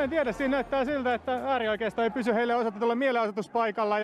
en tiedä, siinä näyttää siltä, että äärioikeisto ei pysy heille osoitetulla mielenosoituspaikalla.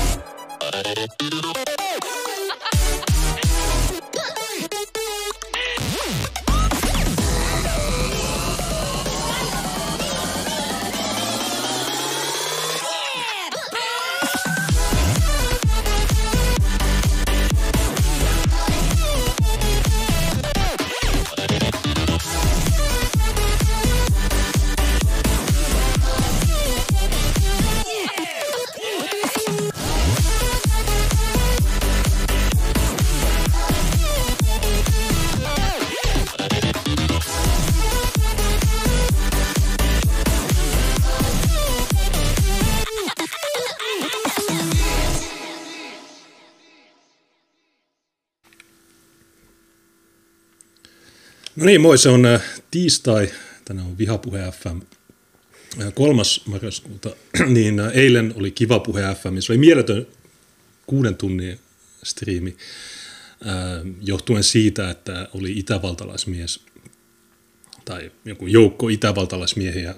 No niin, moi, se on tiistai, tänään on Vihapuhe FM 3. marraskuuta, niin eilen oli Kiva Puhe FM, se oli mieletön 6 tunnin striimi, johtuen siitä, että oli itävaltalaismies tai joku joukko itävaltalaismiehiä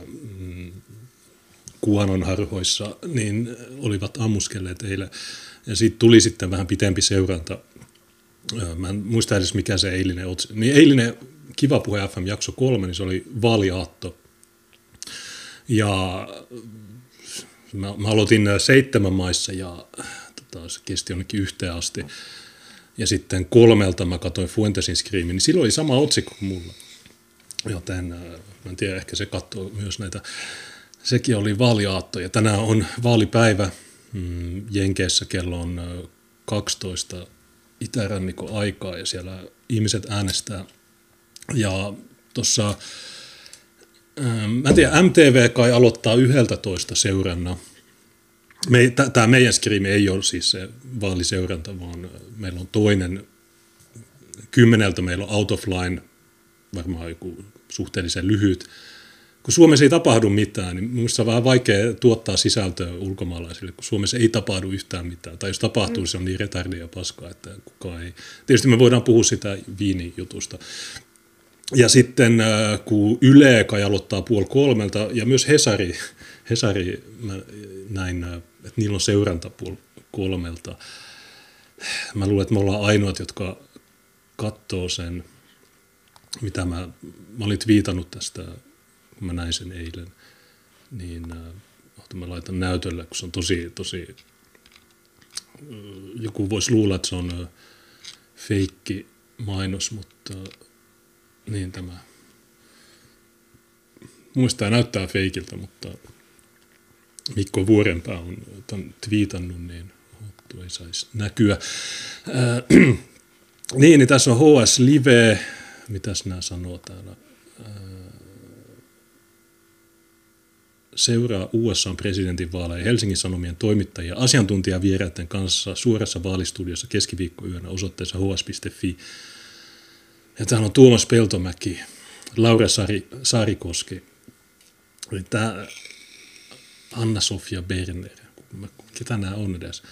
Kuanon harhoissa, niin olivat ammuskelleet eilen, ja siitä tuli sitten vähän pitempi seuranta. Mä en muista edes mikä se eilinen otsikko. Niin eilinen Kiva Puhe FM jakso 3, niin se oli vaaliaatto. Ja mä aloitin 7 maissa ja se kesti jonnekin 1 asti. Ja sitten 3 mä katsoin Fuentesin Screamin, niin silloin oli sama otsikko kuin mulla. Joten mä en tiedä, ehkä se katsoo myös näitä. Sekin oli vaaliaatto ja tänään on vaalipäivä. Jenkeissä kello on 12 itärannikon aikaa ja siellä ihmiset äänestää. Ja tuossa, mä en tiedä, MTV kai aloittaa 11 seurannan. Tämä meidän skriimi ei ole siis se vaaliseuranta, vaan meillä on toinen. 10 meillä on Out of Line, varmaan joku suhteellisen lyhyt. Kun Suomessa ei tapahdu mitään, niin minusta on vähän vaikea tuottaa sisältöä ulkomaalaisille, kun Suomessa ei tapahdu yhtään mitään. Tai jos tapahtuu, se on niin retardia ja paskaa, että kukaan ei. Tietysti me voidaan puhua sitä Viini-jutusta. Ja sitten kun Yle kai aloittaa 2:30 ja myös Hesari mä näin, että niillä on seuranta 2:30. Mä luulen, että me ollaan ainoat, jotka katsoo sen, mitä mä olin twiitannut tästä, kun mä näin sen eilen, niin mä laitan näytölle, kun se on tosi joku voisi luulla, että se on feikki mainos, mutta niin tämä muistaa näyttää feikiltä, mutta Mikko Vuorenpää on tämän twiitannut, niin tuo ei saisi näkyä. Niin tässä on HS Live, mitäs nämä sanoo täällä? Seuraa USA:n presidentinvaaleja Helsingin Sanomien toimittajia asiantuntijavieraiden kanssa suorassa vaalistudiossa keskiviikkoyönä osoitteessa hs.fi. Ja täällä on Tuomas Peltomäki, Laura Saarikoski, tämä Anna-Sofia Berner, ketä nämä on edes,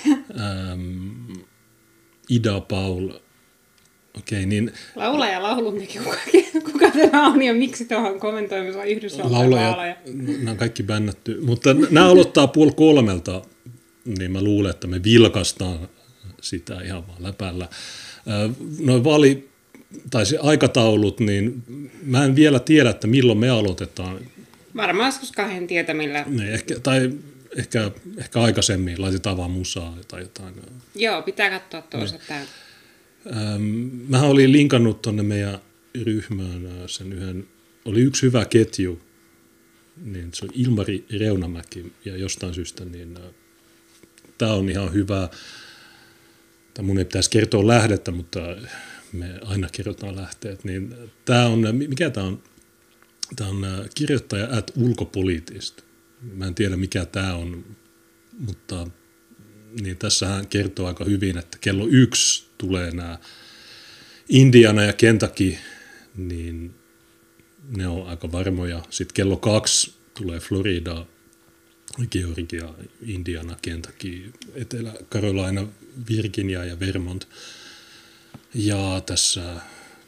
Ida Paul, okei, niin laulaja lauluntekijä, kuka tämä on ja miksi tuohon kommentoimassa Yhdysvaltain vaaleja? Nämä on kaikki bännätty, mutta nämä aloittaa 2:30, niin mä luulen, että me vilkastaan sitä ihan vaan läpällä. Noin tai se aikataulut, niin mä en vielä tiedä, että milloin me aloitetaan. Varmaan joskus 2 tietämillä. Ehkä aikaisemmin laitetaan vaan musaa tai jotain. Joo, pitää katsoa tuossa. Mähän olin linkannut tuonne meidän ryhmään sen yhden, oli yksi hyvä ketju, niin se on Ilmari Reunamäki ja jostain syystä, niin tämä on ihan hyvä. Mun ei pitäisi kertoa lähdettä, mutta me aina kerrotaan lähteet, niin tämä on, mikä tämä on? Tämä on kirjoittaja @ulkopoliitista. Mä en tiedä mikä tämä on, mutta niin tässä hän kertoo aika hyvin, että kello 1 tulee nämä Indiana ja Kentucky, niin ne on aika varmoja. Sitten kello 2 tulee Florida, Georgia, Indiana, Kentucky, Etelä-Carolina, Virginia ja Vermont. Ja tässä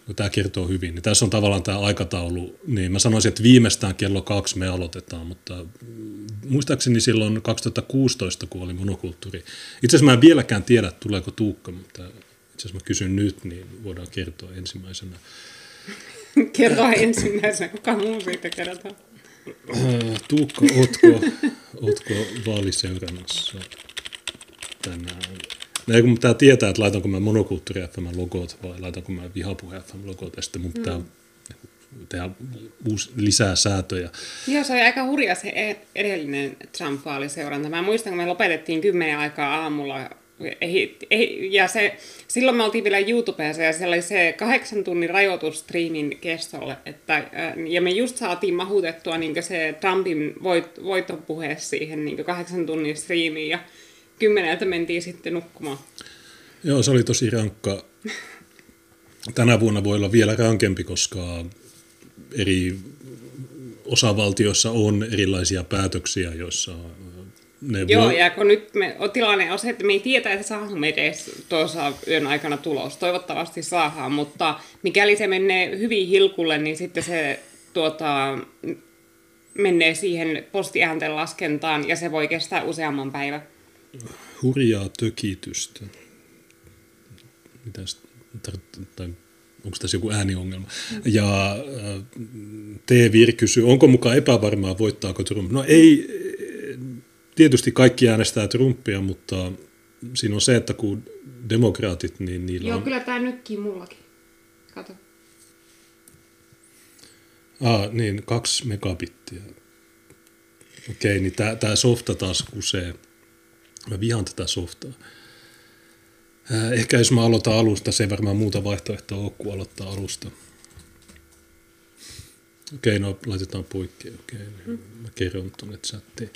tämä kertoo hyvin. Niin tässä on tavallaan tämä aikataulu, niin mä sanoisin, että viimeistään kello 2 me aloitetaan, mutta muistaakseni silloin 2016, kun oli monokulttuuri. Itse asiassa mä en vieläkään tiedä, tuleeko Tuukka, mutta itse asiassa mä kysyn nyt, niin voidaan kertoa ensimmäisenä. Kertoa ensimmäisenä, kuka muu siitä kertoo? Tuukka, ootko vaaliseurannassa tänään? No, kun pitää tietää, että laitanko mä monokulttuuri FM logot vai laitanko mä vihapuhe FM logot, ja sitten mun pitää tehdä lisää säätöjä. Joo, se oli aika hurja se edellinen Trump-vaaliseuranta. Mä muistan, kun me lopetettiin 10 aikaa aamulla. Ja silloin me oltiin vielä YouTubessa ja siellä oli se 8 tunnin rajoitus striimin kestolle. Ja me just saatiin mahutettua niin se Trumpin voittopuhe siihen niin 8 tunnin striimiin ja 10 mentiin sitten nukkumaan. Joo, se oli tosi rankka. Tänä vuonna voi olla vielä rankempi, koska eri osavaltioissa on erilaisia päätöksiä, joissa Joo, ja kun nyt tilanne on se, että me ei tiedä, että saadaan me edes tuossa yön aikana tulos. Toivottavasti saadaan, mutta mikäli se menee hyvin hilkulle, niin sitten se menee siihen postiäänten laskentaan, ja se voi kestää useamman päivän. Hurjaa tökitystä. Onko tässä joku ääniongelma? Ja T-Vir kysyy, onko mukaan epävarmaa, voittaako Trump? No ei, tietysti kaikki äänestää Trumpia, mutta siinä on se, että kun demokraatit, niin niillä Joo, on... kyllä tämä nykkii mullakin. Kato. Niin, 2 megabittiä. Okei, niin tämä softa taas kusee. Mä vihaan tätä softaa. Ehkä jos mä aloitan alusta, se ei varmaan muuta vaihtoehtoa ole, kun aloittaa alusta. Okei, no laitetaan poikki. Okei, mä kerron tuonne chattiin.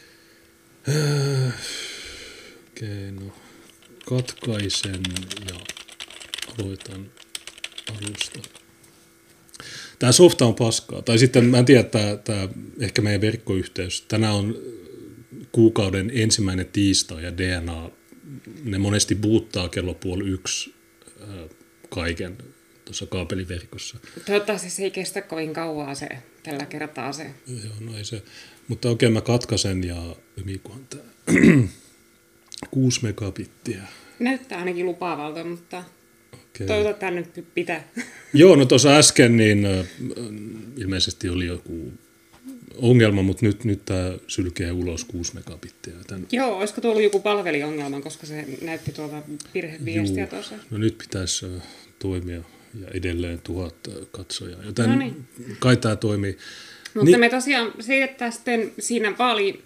Okei, no katkaisen ja aloitan alusta. Tämä softa on paskaa. Tai sitten mä en tiedä, tämä ehkä meidän verkkoyhteys. Tänään on kuukauden ensimmäinen tiistai ja DNA, ne monesti boottaa kello 12:30 kaiken tuossa kaapeliverkossa. Toivottavasti se ei kestä kovin kauaa se, tällä kertaa se. Joo, no ei se. Mutta okei, mä katkaisen ja miikuhan tämä 6 megabittiä. Näyttää ainakin lupaavalta, mutta toivotaan nyt pitää. Joo, no tuossa äsken niin ilmeisesti oli joku ongelma, mutta nyt tämä sylkee ulos 6 megabittiä. Joo, olisiko tuolla joku palveliongelma, koska se näytti tuolta virheviestiä tuossa. No nyt pitäisi toimia ja edelleen 1000 katsojaa, joten kai tämä toimii. Mutta me tosiaan siirretään sitten siinä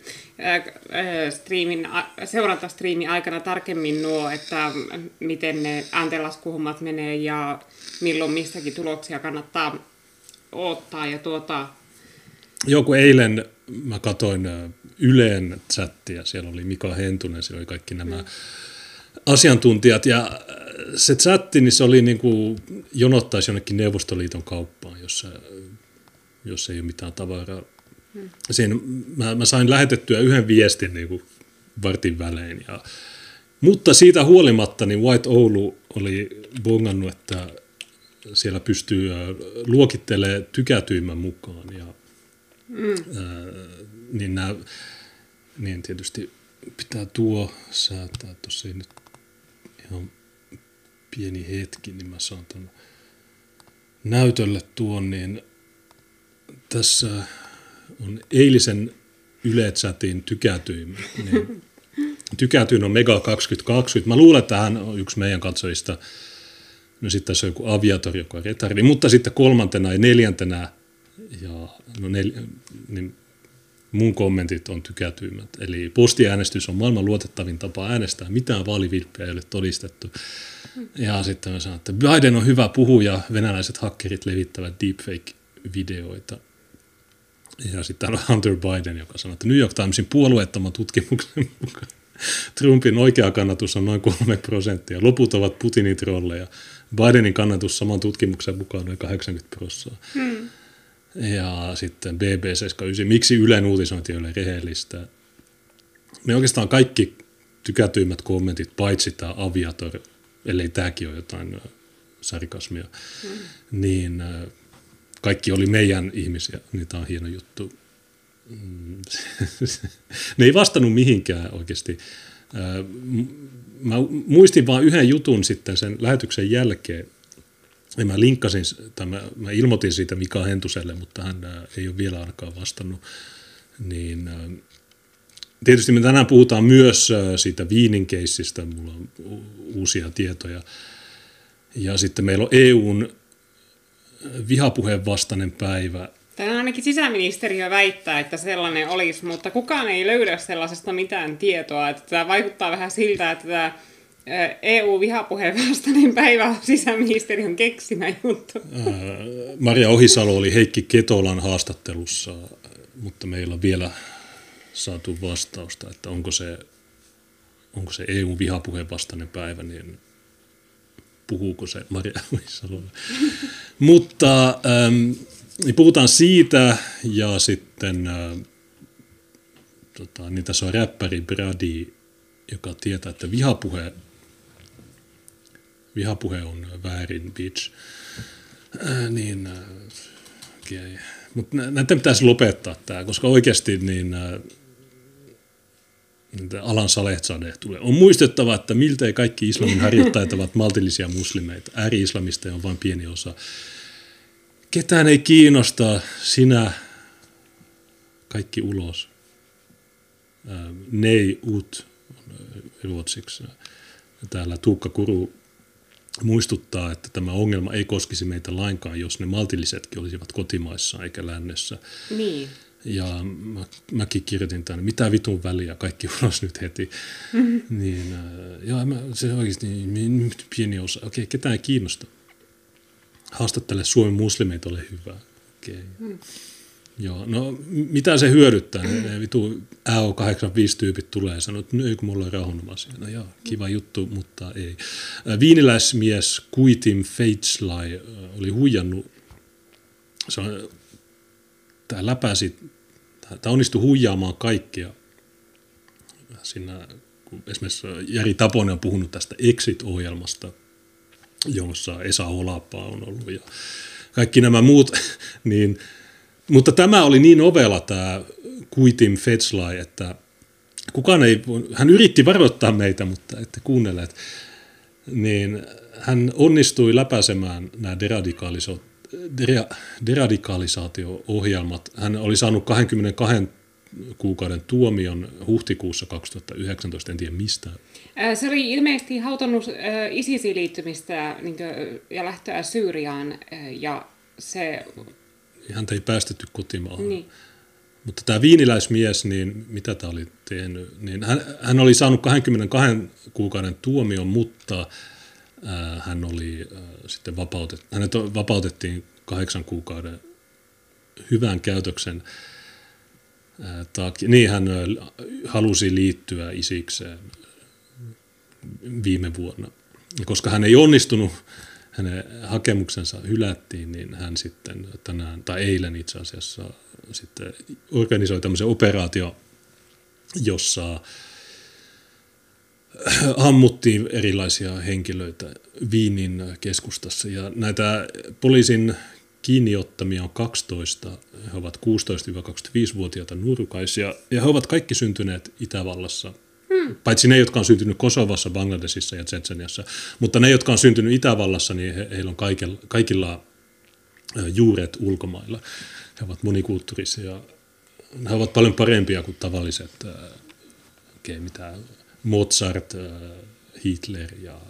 seurantastriimin aikana tarkemmin nuo, että miten ne ääntenlaskuhommat menee ja milloin mistäkin tuloksia kannattaa odottaa. Ja Joo, kun eilen mä katsoin Ylen chattia, siellä oli Mika Hentunen, siellä oli kaikki nämä asiantuntijat, ja se chatti, niin se oli niin kuin jonottaisi jonnekin Neuvostoliiton kauppaan, jos ei ole mitään tavaraa. Siinä mä sain lähetettyä yhden viestin niin kuin vartin välein, mutta siitä huolimatta niin White Oulu oli bongannut, että siellä pystyy luokittelemaan tykätyimmän mukaan, ja niin tietysti pitää tuo säätää, tuossa ei nyt ihan pieni hetki, niin mä saan ton näytölle tuon, niin tässä on eilisen Yle-chatin tykätyin. Niin tykätyin on Mega 2020. Mä luulen, että hän on yksi meidän katsojista. No sitten tässä on joku Aviator, joka on retardi. Mutta sitten 3. ja 4. ja niin mun kommentit on tykätyimmät. Eli postiäänestys on maailman luotettavin tapa äänestää. Mitään vaalivilppiä ei ole todistettu. Ja sitten mä sanon, että Biden on hyvä puhuja. Venäläiset hakkerit levittävät deepfake-videoita. Ja sitten on Hunter Biden, joka sanoo, että New York Timesin puolueettoman tutkimuksen mukaan Trumpin oikea kannatus on noin 3%. Loput ovat Putinin trolleja. Bidenin kannatus saman tutkimuksen mukaan noin 80%. Ja sitten BB79, miksi Ylen uutisointi ei ole rehellistä. Ne oikeastaan kaikki tykätyimmät kommentit, paitsi tämä Aviator, ellei tämäkin ole jotain sarkasmia, niin kaikki oli meidän ihmisiä, niin tämä on hieno juttu. Ne ei vastannut mihinkään oikeasti. Mä muistin vain yhden jutun sitten sen lähetyksen jälkeen. Ja mä linkkasin, tai mä ilmoitin siitä Mika Hentuselle, mutta hän ei ole vielä ainakaan vastannut. Niin, tietysti me tänään puhutaan myös siitä Wienin keissistä, mulla on uusia tietoja. Ja sitten meillä on EUn vihapuheen vastainen päivä. Tänään ainakin sisäministeriö väittää, että sellainen olisi, mutta kukaan ei löydä sellaisesta mitään tietoa. Että tämä vaikuttaa vähän siltä, että tämä EU-vihapuheen vastainen päivä on sisäministeriön keksimä juttu. Maria Ohisalo oli Heikki Ketolan haastattelussa, mutta meillä on vielä saatu vastausta, että onko se EU-vihapuheen vastainen päivä, niin puhuuko se Maria Ohisalolle. Mutta niin puhutaan siitä, ja sitten niin tässä on räppäri Brady, joka tietää, että vihapuhe on väärin, bitch. Niin, okay. Mutta näiden pitäisi lopettaa tämä, koska oikeasti niin Alan Saleh tulee. On muistettava, että miltei kaikki islamin harjoittajat ovat maltillisia muslimeita. Ääri-islamisteja on vain pieni osa. Ketään ei kiinnosta, sinä, kaikki ulos. Nei ut ruotsiksi. Täällä Tuukka Kuru muistuttaa, että tämä ongelma ei koskisi meitä lainkaan, jos ne maltillisetkin olisivat kotimaissa eikä lännessä. Niin. Ja mäkin kirjoitin tänne, mitä vitun väliä, kaikki ulos nyt heti. Niin, se oikeasti niin pieni osa. Okei, ketään ei kiinnosta. Haastattele Suomen muslimeita, ole hyvä. Okei. Joo, no mitä se hyödyttää? Ne vitu AO85-tyypit tulee ja sanoo, että no, kun mulla on rauhanomaisia. No joo, kiva juttu, mutta ei. Viiniläismies Kuitim Feitslai oli huijannut. Tämä onnistui huijaamaan kaikkia. Siinä, kun esimerkiksi Jari Taponen on puhunut tästä Exit-ohjelmasta, jossa Esa Olapaa on ollut ja kaikki nämä muut, niin, mutta tämä oli niin ovela tämä Kuitim Feitslai, että hän yritti varoittaa meitä, mutta ette kuunnelleet, niin hän onnistui läpäisemään nämä deradikalisaatio-ohjelmat. Hän oli saanut 22 kuukauden tuomion huhtikuussa 2019, en tiedä mistä. Se oli ilmeisesti hautannut ISISiin liittymistä ja lähtöä Syyriaan, ja se... Häntä ei päästetty kotimaahan. Niin. Mutta tämä viiniläismies, niin mitä tämä oli tehnyt? Niin hän oli saanut 22 kuukauden tuomion, mutta hän oli sitten hänet vapautettiin 8 kuukauden hyvän käytöksen takia. Niin hän halusi liittyä Isikseen viime vuonna. Ja koska hän ei onnistunut, hänen hakemuksensa hylättiin, niin hän sitten tänään, tai eilen itse asiassa, sitten organisoi tämmöisen operaatio, jossa ammuttiin erilaisia henkilöitä Wienin keskustassa. Ja näitä poliisin kiinniottamia on 12. He ovat 16-25-vuotiaita nuorukaisia, ja he ovat kaikki syntyneet Itävallassa. Paitsi ne, jotka on syntynyt Kosovassa, Bangladesissa ja Tsetseniassa. Mutta ne, jotka on syntynyt Itävallassa, niin heillä on kaikilla juuret ulkomailla. He ovat monikulttuurisia. He ovat paljon parempia kuin tavalliset mitä Mozart, Hitler ja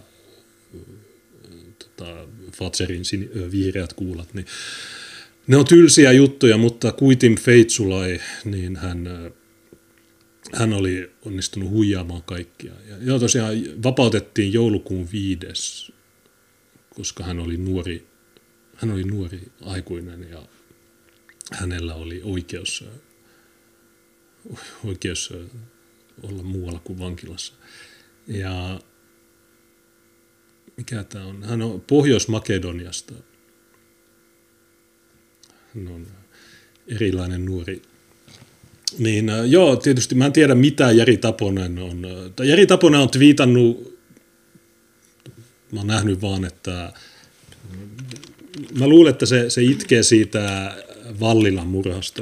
Thatcherin vihreät kuulat. Niin ne on tylsiä juttuja, mutta Kuitim Feitsulai, niin hän oli onnistunut huijaamaan kaikkia. Ja tosiaan vapautettiin joulukuun 5, koska hän oli nuori aikuinen ja hänellä oli oikeus olla muualla kuin vankilassa. Ja mikä tämä on? Hän on Pohjois-Makedoniasta. Hän on erilainen nuori. Niin joo, tietysti mä en tiedä mitä Jari Taponen on. Jari Taponen on twiitannut, mä oon nähnyt vaan, että Mä luulen, että se itkee siitä Vallilan murhasta.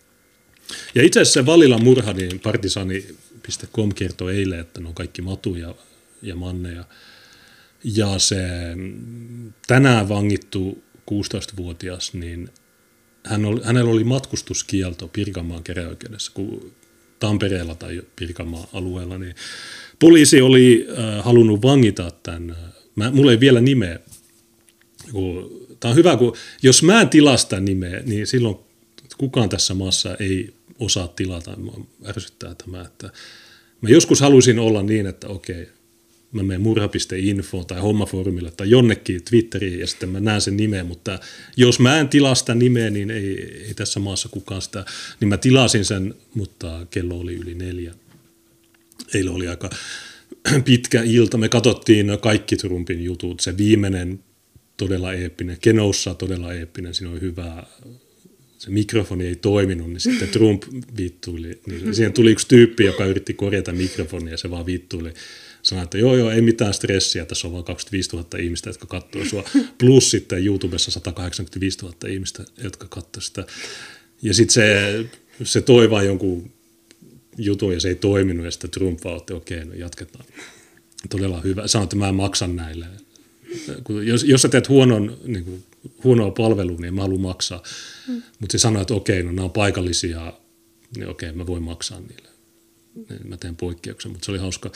Ja itse asiassa se Vallilan murha, niin partisani.com kertoi eilen, että ne on kaikki matuja ja manneja. Ja se tänään vangittu 16-vuotias, niin hänellä oli matkustuskielto Pirkanmaan käräjäoikeudessa, kun Tampereella tai Pirkanmaan alueella, niin poliisi oli halunnut vangita tämän. Mulla ei vielä nimeä. Tämä on hyvä, kun jos mä en tilaa sitä nimeä, niin silloin kukaan tässä maassa ei osaa tilata. Mua ärsyttää tämä, että mä joskus halusin olla niin, että okei, mä menen murha.info tai hommafoorumille tai jonnekin Twitteriin ja sitten mä näen sen nimeä, mutta jos mä en tilaa sitä nimeä, niin ei tässä maassa kukaan sitä, niin mä tilasin sen, mutta kello oli yli 4. Eilen oli aika pitkä ilta. Me katsottiin kaikki Trumpin jutut. Se viimeinen todella eeppinen, Kenoussa todella eeppinen, siinä oli hyvä, se mikrofoni ei toiminut, niin sitten Trump vittuili. Niin siihen tuli yksi tyyppi, joka yritti korjata mikrofonia ja se vaan vittuili. Sanoi, että joo, ei mitään stressiä, tässä on vain 25 000 ihmistä, jotka katsoo sua, plus sitten YouTubessa 185 000 ihmistä, jotka katsoo sitä. Ja sitten se toi vaan jonkun jutun ja se ei toiminut ja sitten Trump vaan otti, okei, no jatketaan. Todella hyvä. Sanoin, että mä maksan näille. Jos sä teet huonoa palvelua, niin mä haluan maksaa. Mutta se sanoi, että okei, no nämä on paikallisia, niin okei, mä voin maksaa niille. Mä teen poikkeuksen, mutta se oli hauska.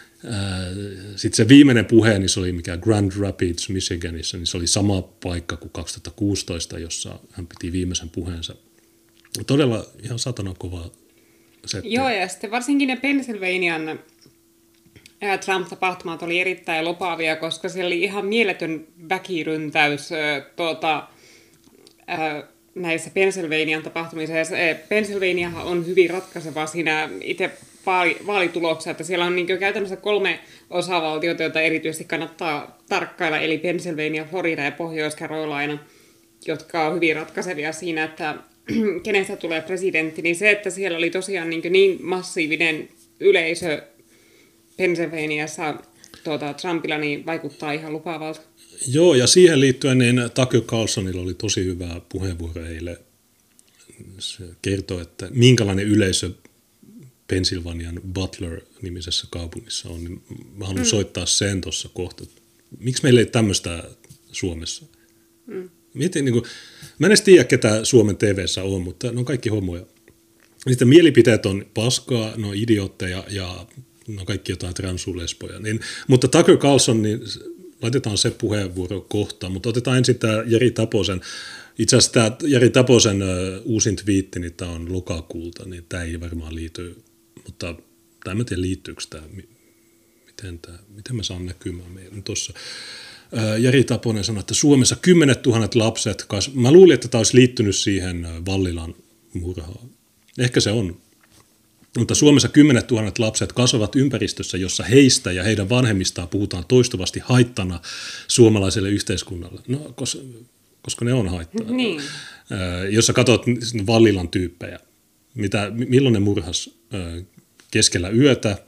Sitten se viimeinen puhe, niin se oli mikä Grand Rapids, Michiganissa, niin se oli sama paikka kuin 2016, jossa hän piti viimeisen puheensa. Todella ihan satana kova setti. Joo, ja sitten varsinkin ne Pennsylvanian Trump-tapahtumat oli erittäin lopaavia, koska siellä oli ihan mieletön väkiryntäys näissä Pennsylvanian tapahtumissa. Pennsylvaniahan on hyvin ratkaiseva siinä itse vaalituloksessa, että siellä on niin käytännössä 3 osavaltiota, joita erityisesti kannattaa tarkkailla, eli Pennsylvania, Florida ja Pohjois-Carolina, jotka on hyvin ratkaisevia siinä, että kenestä tulee presidentti, niin se, että siellä oli tosiaan niin massiivinen yleisö Pennsylvaniassa Trumpilla, niin vaikuttaa ihan lupaavalta. Joo, ja siihen liittyen niin Tucker Carlsonilla oli tosi hyvä puheenvuoro eilen. Se kertoo, että minkälainen yleisö Pennsylvanian Butler-nimisessä kaupungissa on. Niin mä haluan soittaa sen tuossa kohta. Miksi meillä ei tämmöistä Suomessa? Mietin, niin kuin, mä en edes tiedä, ketä Suomen TV:ssä on, mutta ne on kaikki homoja. Sitten mielipiteet on paskaa, ne on idiootteja ja ne on kaikki jotain transulesboja. Niin, mutta Tucker Carlson, niin laitetaan se puheenvuoro kohtaan, mutta otetaan ensin tämä Jari Taposen. Itse asiassa tämä Jari Taposen uusin twiitti, niin tämä on lokakuulta, niin tämä ei varmaan liity, mutta en tiedä liittyykö tämä, miten mä saan näkymään meidän tuossa. Jari Taponen sanoi, että Suomessa 10 000 lapset, mä luulin, että tämä olisi liittynyt siihen Vallilan murhaan. Ehkä se on. Mutta Suomessa 10 000 lapset kasvavat ympäristössä, jossa heistä ja heidän vanhemmistaan puhutaan toistuvasti haittana suomalaiselle yhteiskunnalle. No, koska ne on haittaa. Niin. Jos sä katsot Vallilan tyyppejä, milloin ne murhas keskellä yötä,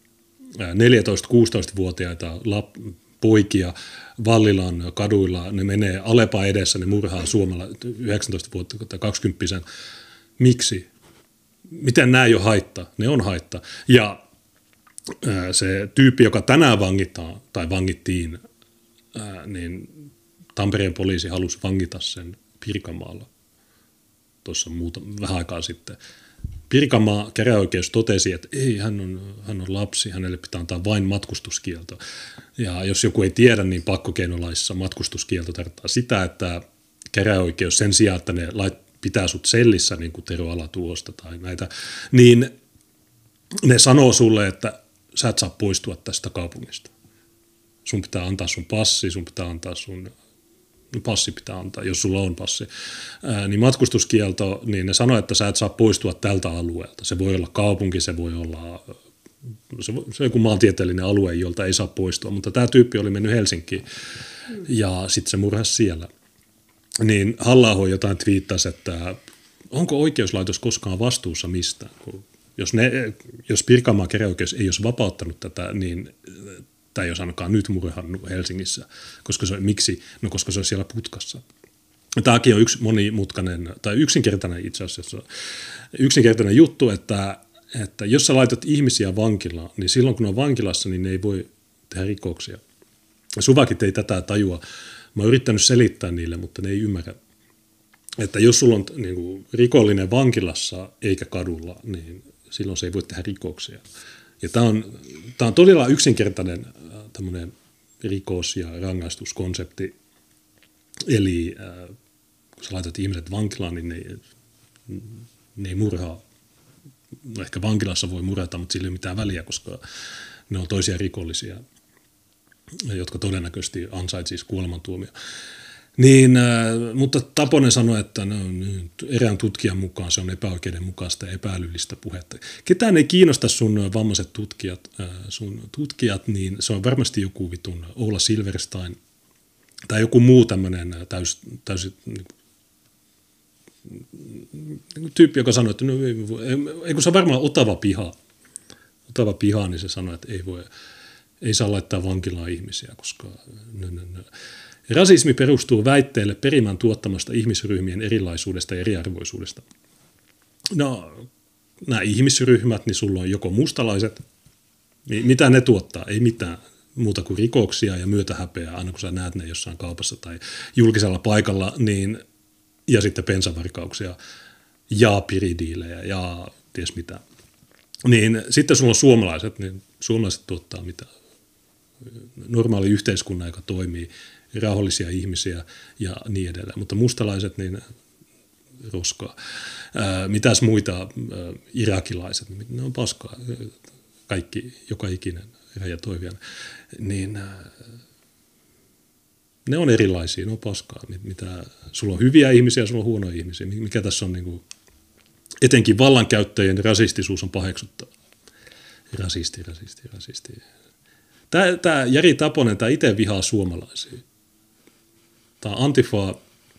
14-16-vuotiaita poikia Vallilan kaduilla, ne menee Alepa edessä, ne murhaa Suomella 19 vuotta tai 20. Miksi? Miten nämä ei ole haitta? Ne on haitta. Ja se tyyppi, joka tänään vangitaan tai vangittiin, niin Tampereen poliisi halusi vangita sen Pirkanmaalla tuossa vähän aikaa sitten. Pirkanmaan käräjäoikeus totesi, että ei, hän on lapsi, hänelle pitää antaa vain matkustuskielto. Ja jos joku ei tiedä, niin pakkokeinolaissa matkustuskielto tarkoittaa sitä, että käräjäoikeus sen sijaan, että ne pitää sut sellissä, niin kuin Tero Alatuosta tai näitä, niin ne sanoo sulle, että sä et saa poistua tästä kaupungista. Sun pitää antaa sun passi, sun pitää antaa passi pitää antaa, jos sulla on passi. Niin matkustuskielto, niin ne sanoo, että sä et saa poistua tältä alueelta. Se voi olla kaupunki, se voi olla se on joku maantieteellinen alue, jolta ei saa poistua, mutta tämä tyyppi oli mennyt Helsinkiin ja sitten se murhasi siellä. Niin Halla-aho jotain twiittasi, että onko oikeuslaitos koskaan vastuussa mistään? Jos Pirkanmaan käräjäoikeus ei olisi vapauttanut tätä, niin tai ei olisi ainakaan nyt murhannut Helsingissä. Miksi? No koska se on siellä putkassa. Tämäkin on yksi monimutkainen, tai yksinkertainen itse asiassa, yksinkertainen juttu, että jos sä laitat ihmisiä vankilaan, niin silloin kun on vankilassa, niin ne ei voi tehdä rikoksia. Suvakit ei tätä tajua. Mä oon yrittänyt selittää niille, mutta ne ei ymmärrä. Että jos sulla on niin kuin, rikollinen vankilassa eikä kadulla, niin silloin se ei voi tehdä rikoksia. Ja tämä on todella yksinkertainen tämmöinen rikos- ja rangaistuskonsepti. Eli kun sä laitat ihmiset vankilaan, niin ne ei murhaa. No ehkä vankilassa voi murhata, mutta sillä ei ole mitään väliä, koska ne on toisia rikollisia, jotka todennäköisesti ansaitsisivat kuolemantuomio. Mutta Taponen sanoi, että erään tutkijan mukaan se on epäoikeudenmukaista ja epä-älyllistä puhetta. Ketään ei kiinnosta sun vammaiset tutkijat, niin se on varmasti joku vitun Oula Silverstein tai joku muu tämmöinen täysin tyyppi, joka sanoi, että kun se on varmaan Otava piha, niin se sanoi, että ei saa laittaa vankilaan ihmisiä, koska rasismi perustuu väitteelle perimän tuottamasta ihmisryhmien erilaisuudesta ja eriarvoisuudesta. No, nämä ihmisryhmät, niin sulla on joko mustalaiset, mitä ne tuottaa? Ei mitään muuta kuin rikoksia ja myötähäpeää, aina kun sä näet ne jossain kaupassa tai julkisella paikalla, niin, ja sitten bensavarkauksia ja piridiilejä ja ties mitä. Niin sitten sulla on suomalaiset, niin suomalaiset tuottaa mitä? Normaali yhteiskunnan, joka toimii, rauhallisia ihmisiä ja niin edelleen. Mutta mustalaiset, niin roskaa. Mitäs muita irakilaiset, ne on paskaa. Kaikki, joka ikinen ja toivian. Niin ne on erilaisia, ne on paskaa. Mitä, sulla on hyviä ihmisiä, sulla on huonoja ihmisiä. Mikä tässä on niin kuin, etenkin vallankäyttäjien rasistisuus on paheksuttaa. Rasisti. Tämä Jari Taponen, tämä itse vihaa suomalaisia. Tämä Antifa,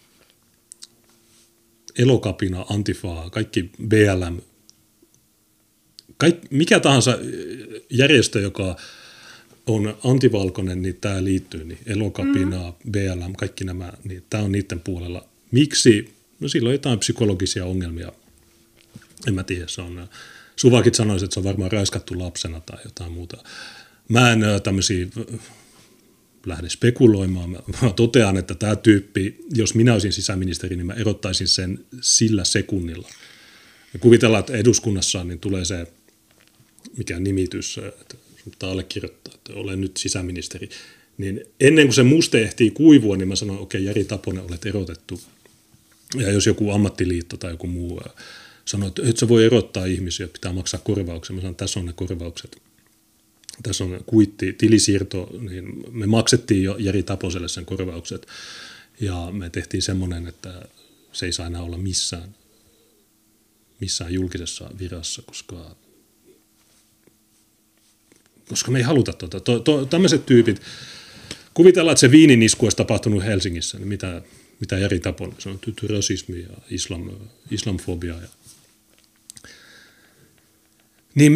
Elokapina, Antifa, kaikki BLM, mikä tahansa järjestö, joka on antivalkoinen, niin tämä liittyy. Niin Elokapina, BLM, kaikki nämä, niin tämä on niiden puolella. Miksi? No sillä on jotain psykologisia ongelmia. En mä tiedä, se on... Suvakit sanoisi, että se on varmaan raiskattu lapsena tai jotain muuta. Mä en tämmöisiä lähde spekuloimaan. Mä totean, että tämä tyyppi, jos minä olisin sisäministeri, niin mä erottaisin sen sillä sekunnilla. Ja kuvitellaan, että eduskunnassa niin tulee se, mikä nimitys, että allekirjoittaa, että olen nyt sisäministeri. Niin ennen kuin se muste ehtii kuivua, niin mä sanon, okei, Jari Taponen, olet erotettu. Ja jos joku ammattiliitto tai joku muu sanoo, että et sä voi erottaa ihmisiä, pitää maksaa korvauksia. Mä sanon, tässä on ne korvaukset. Tässä on kuitti, tilisiirto, niin me maksettiin jo Jari Taposelle sen korvaukset. Ja me tehtiin semmoinen, että se ei saa enää olla missään julkisessa virassa, koska me ei haluta tämmöiset tyypit. Kuvitellaan, että se viininisku olisi tapahtunut Helsingissä, niin mitä Jari Taponen, se on rasismi ja islamfobia. Niin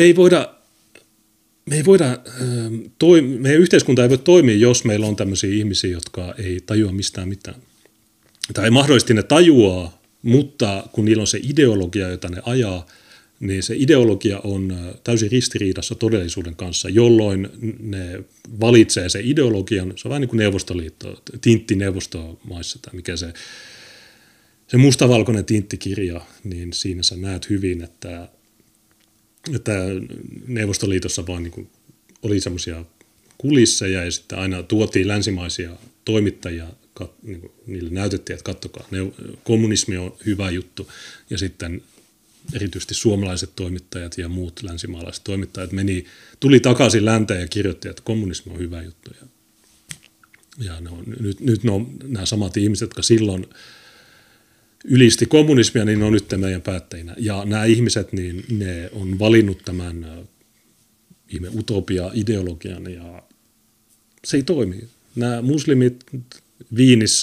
meidän yhteiskunta ei voi toimia, jos meillä on tämmöisiä ihmisiä, jotka ei tajua mistään mitään. Tai mahdollisesti ne tajuaa, mutta kun niillä on se ideologia, jota ne ajaa, niin se ideologia on täysin ristiriidassa todellisuuden kanssa, jolloin ne valitsee se ideologian, se on vähän niin kuin Neuvostoliitto, Tintti neuvostomaissa, tai mikä se mustavalkoinen Tintti-kirja, niin siinä sä näet hyvin, että Neuvostoliitossa vaan niin kuin oli semmoisia kulisseja ja sitten aina tuotiin länsimaisia toimittajia, niin niille näytettiin, että katsokaa, kommunismi on hyvä juttu ja sitten erityisesti suomalaiset toimittajat ja muut länsimaalaiset toimittajat tuli takaisin länteen ja kirjoitti, että kommunismi on hyvä juttu. Ja nyt ne on nämä samat ihmiset, jotka silloin ylisti kommunismia, niin ne on nyt meidän päättäjinä. Ja nämä ihmiset, niin ne on valinnut tämän ihme utopia-ideologian ja se ei toimi. Nämä muslimit Viinissä,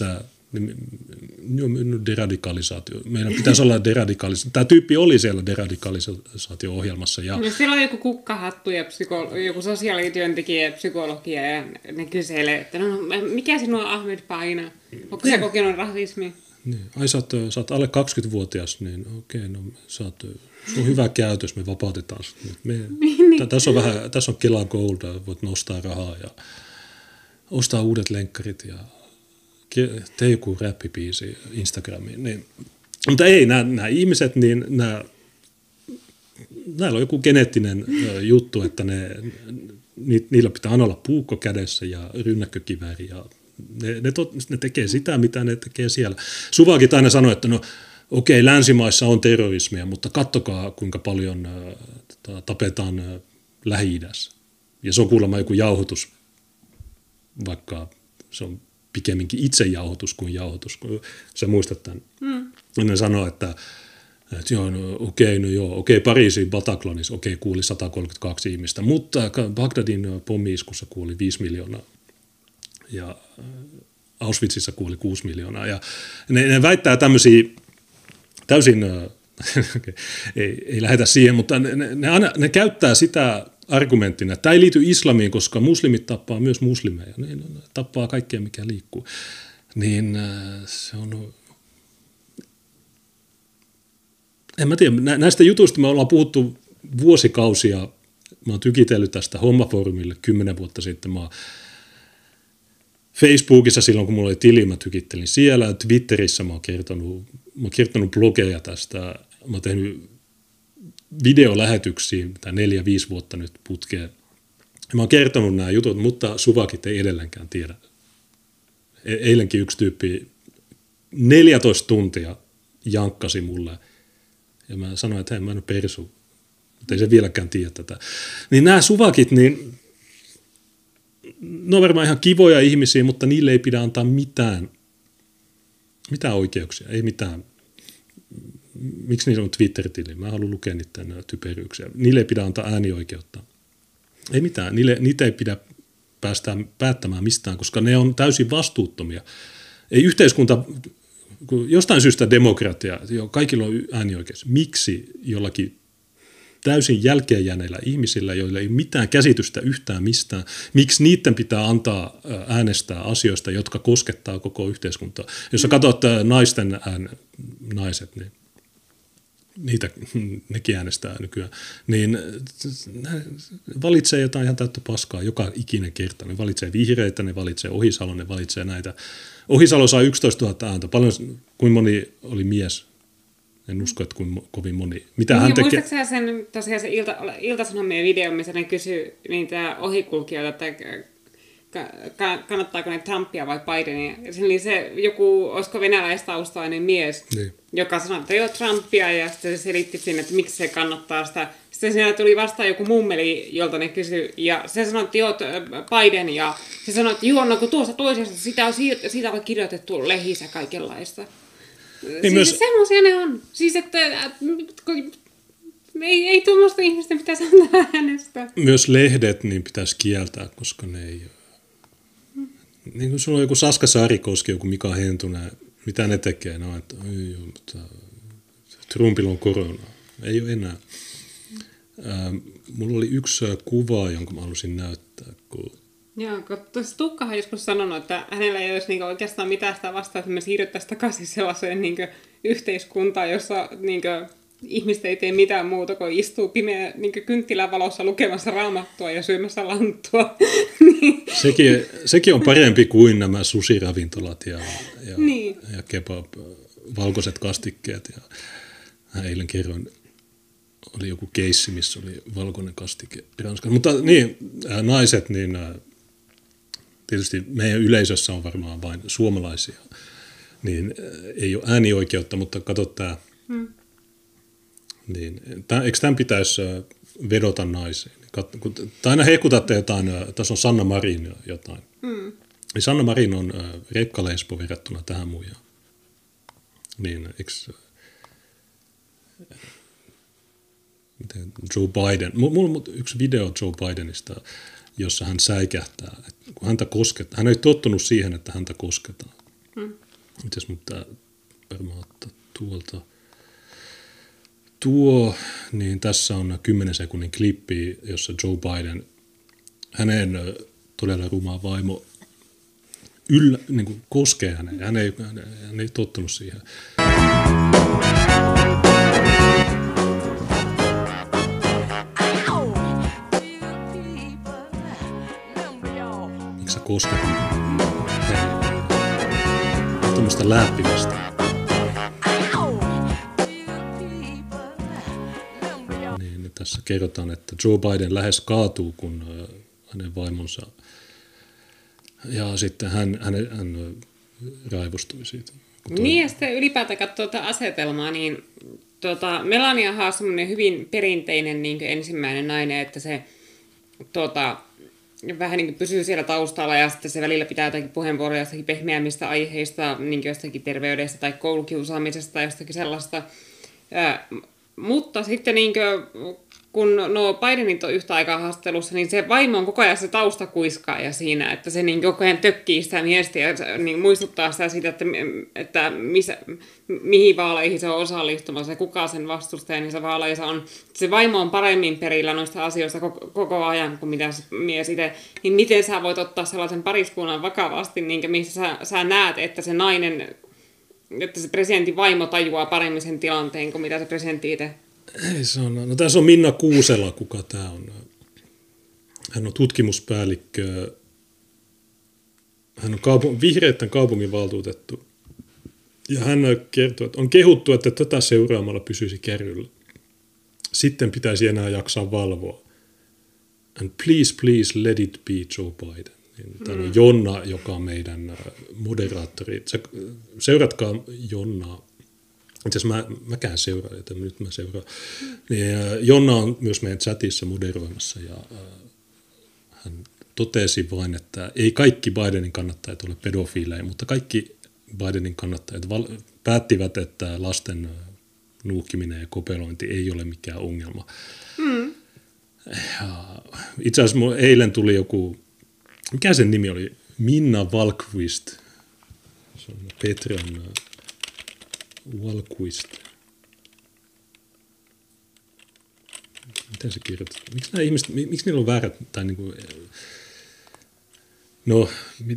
Deradikalisaatio. Meidän pitäisi olla deradikalisaatio. Tämä tyyppi oli siellä deradikalisaatio-ohjelmassa. Ja no, siellä on joku kukkahattu ja joku sosiaalityöntekijä ja psykologia ja ne kyselee, että no, mikä sinua on Ahmed Paina? Onko se kokenut rasismia? Niin. Ai sä oot alle 20-vuotias, niin okei, no se on hyvä käytös, me vapautetaan sut. Tässä on Kela Gold, voit nostaa rahaa ja ostaa uudet lenkkarit ja tee joku räppibiisi Instagramiin. Niin. Mutta ei, nämä ihmiset, niin näillä on joku geneettinen juttu, että niillä pitää aina olla puukko kädessä ja rynnäkkökivääri ja ne tekee sitä, mitä ne tekee siellä. Suvakit aina sanoi, että no okei, länsimaissa on terrorismia, mutta kattokaa kuinka paljon tapetaan Lähi-idässä. Ja se on kuulemma joku jauhotus, vaikka se on pikemminkin itsejauhotus kuin jauhotus, kun sä muistat tämän. Ne sanoo, että joo, no, okei, Pariisin Bataclanissa, kuoli 132 ihmistä, mutta Bagdadin pommi-iskussa kuoli 5 miljoonaa. Ja Auschwitzissa kuoli 6 miljoonaa. Ja ne väittää tämmöisiä täysin, ei lähdetä siihen, mutta ne käyttää sitä argumenttina, että tämä ei liity islamiin, koska muslimit tappaa myös muslimeja. Ne tappaa kaikkea, mikä liikkuu. Niin se on... En mä tiedä, näistä jutuista me ollaan puhuttu vuosikausia. Mä oon tykitellyt tästä Hommafoorumille 10 vuotta sitten. Mä Facebookissa silloin, kun mulla oli tili, mä tykittelin siellä. Twitterissä mä oon kirjoittanut blogeja tästä. Mä oon tehnyt videolähetyksiä 4-5 vuotta nyt putkeen. Mä oon kertonut nämä jutut, mutta suvakit ei edelleenkään tiedä. Eilenkin yksi tyyppi 14 tuntia jankkasi mulle. Ja mä sanoin, että hei, mä en ole persu. Mutta ei se vieläkään tiedä tätä. Niin nämä suvakit, niin ne on varmaan ihan kivoja ihmisiä, mutta niille ei pidä antaa mitään oikeuksia. Ei mitään. Miksi niillä on Twitter-tili? Mä haluan lukea niiden typeryyksiä. Niille ei pidä antaa äänioikeutta. Ei mitään. Niitä ei pidä päästä päättämään mistään, koska ne on täysin vastuuttomia. Ei yhteiskunta... Jostain syystä demokratia, kaikilla on äänioikeus. Miksi jollakin täysin jälkeenjääneillä ihmisillä, joilla ei ole mitään käsitystä yhtään mistään, miksi niiden pitää antaa äänestää asioista, jotka koskettaa koko yhteiskuntaa? Jos sä katsot naiset, niin nekin äänestää nykyään, niin valitsee jotain ihan täyttä paskaa joka ikinen kerta. Ne valitsee vihreitä, ne valitsee Ohisalo, ne valitsee näitä. Ohisalo sai 11 000 ääntä. Paljon, kuin moni oli mies? En usko, että kovin moni. Mitä hän tekee? Muistatko sä sen, tosiaan se Ilta-Sanomien video, missä ne kysyi niitä ohikulkijoita, että kannattaako ne Trumpia vai Bidenia? Eli se joku, olisiko venäläistaustainen mies, niin, joka sanoi, että joo Trumpia, ja sitten se selitti sinne, että miksi se kannattaa sitä. Sitten siinä tuli vastaan joku mummeli, jolta ne kysyi, ja se sanoi, että joo, Biden, ja se sanoi, että joo, no kun tuossa toisesta, siitä on kirjoitettu lehissä kaikenlaista. Niin siis myös... semmoisia ne on. Siis, että ei tuommoista ihmisten pitäisi antaa äänestä. Myös lehdet niin pitäisi kieltää, koska ne ei... Niin kuin sulla on joku Saska Saarikoski, joku Mika Hentunen, mitä ne tekee? No, että mutta Trumpilla on korona. Ei ole enää. Mulla oli yksi kuva, jonka mä halusin näyttää. Joo, kun tuossa Tukkahan on joskus sanonut, että hänellä ei olisi oikeastaan mitään sitä vastaan, että me siirryttäisiin takaisin sellaiseen yhteiskuntaan, jossa ihmiset ei tee mitään muuta kuin istuu pimeä kynttilän valossa lukemassa raamattua ja syömässä lanttua. Sekin on parempi kuin nämä susiravintolat ja kebab, valkoiset kastikkeet. Ja eilen kerroin, oli joku keissi, missä oli valkoinen kastike Ranskassa. Mutta niin, naiset, niin tietysti meidän yleisössä on varmaan vain suomalaisia, niin ei ole äänioikeutta, mutta katso tämä. Niin, eikö tämän pitäisi vedota naisiin? Aina hehkutatte jotain, tässä on Sanna Marin jotain. Niin Sanna Marin on rekkalesbo verrattuna tähän muijaan. Niin, eikö... Joe Biden. Mulla on yksi video Joe Bidenista, jossa hän säikähtää, että kun häntä kosketaan. Hän ei tottunut siihen, että häntä kosketaan. Mitäs mun pitää varmaan ottaa tuolta. Niin tässä on 10 sekunnin klippi, jossa Joe Biden, hänen todella ruma vaimo, niin kuin koskee häneen. Hän ei tottunut siihen. Miksi sä kosket? Tämmöistä läppimistä. Niin, tässä kerrotaan, että Joe Biden lähes kaatuu, kun hänen vaimonsa, ja sitten hän raivostui siitä. Niin, ja sitten ylipäätään katsoo tuota asetelmaa, niin Melaniahan on semmoinen hyvin perinteinen niin ensimmäinen nainen, että se vähän niin kuin pysyy siellä taustalla ja sitten se välillä pitää jotakin puheenvuoroja jostakin pehmeämmistä aiheista, niin jostakin terveydestä tai koulukiusaamisesta tai jostakin sellaista. Mutta sitten niin kuin, kun Bidenit on yhtä aikaa haastattelussa, niin se vaimo on koko ajan se taustakuiskaaja siinä, että se niin koko ajan tökkii sitä miestä ja niin muistuttaa sitä siitä, että mihin vaaleihin se on osallistumassa ja kuka sen vastustaa niissä vaaleissa on. Se vaimo on paremmin perillä noista asioista koko ajan kuin mitä se mies itse. Niin miten sä voit ottaa sellaisen pariskunnan vakavasti, niin missä sä näet, että se nainen, että se presidentin vaimo tajuaa paremmin sen tilanteen kuin mitä se presidentti itse. Ei se on. No tässä on Minna Kuusela, kuka tämä on. Hän on tutkimuspäällikkö. Hän on vihreiden kaupunginvaltuutettu. Ja hän kertoo, että on kehuttu, että tätä seuraamalla pysyisi kärryllä. Sitten pitäisi enää jaksaa valvoa. And please let it be Joe Biden. Täällä on Jonna, joka on meidän moderaattori. Seuratkaa Jonnaa. Itse asiassa mäkään seuraan, että nyt mä seuraan. Niin, Jonna on myös meidän chatissa moderoimassa ja hän totesi vain, että ei kaikki Bidenin kannattajat ole pedofiileja, mutta kaikki Bidenin kannattajat päättivät, että lasten nuuhkiminen ja kopelointi ei ole mikään ongelma. Ja itse asiassa eilen tuli joku, mikä sen nimi oli? Minna Wahlqvist. Se on Petran Wahlqvist. Miten se kirjoittaa? Miksi nämä ihmiset, miksi niillä on väärät, tai niin kuin, no,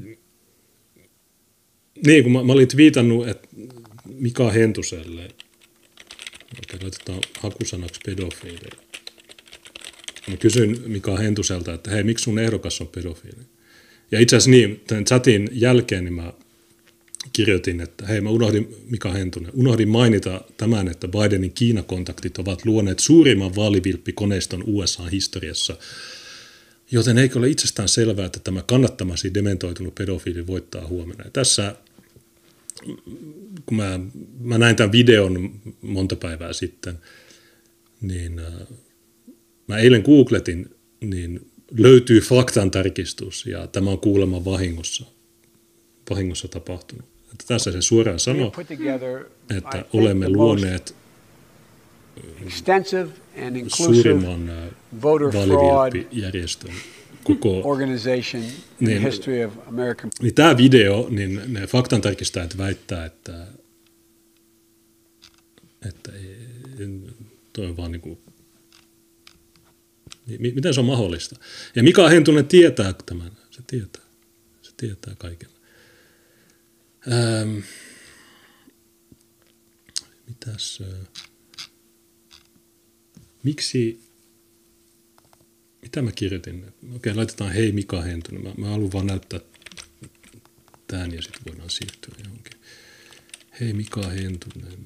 niin kuin mä olin viitannut, että Mika Hentuselle, okei, laitetaan hakusanaksi pedofiili. Mä kysyin Mika Hentuselta, että hei, miksi sun ehdokas on pedofiili? Ja itse asiassa niin, tämän chatin jälkeen niin mä kirjoitin, että hei, mä unohdin mainita tämän, että Bidenin Kiina-kontaktit ovat luoneet suurimman vaalivilppikoneiston USA-historiassa, joten eikö ole itsestään selvää, että tämä kannattamasi dementoitunut pedofiili voittaa huomenna. Ja tässä, kun mä näin tämän videon monta päivää sitten, niin mä eilen googletin, niin löytyy faktantarkistus, ja tämä on kuulemma vahingossa tapahtunut. Että tässä se suoraan sanoo, että olemme luoneet suurimman vaalivilppijärjestön koko niin tämä video, niin ne faktantarkistajat väittää, että toi on vaan niin kuin, miten se on mahdollista. Ja Mika Hentunen tietää tämän, se tietää kaiken. Mitä mä kirjoitin? Okei, laitetaan hei Mika Hentunen. Mä haluan vaan näyttää tämän ja sitten voidaan siirtyä johonkin. Hei Mika Hentunen.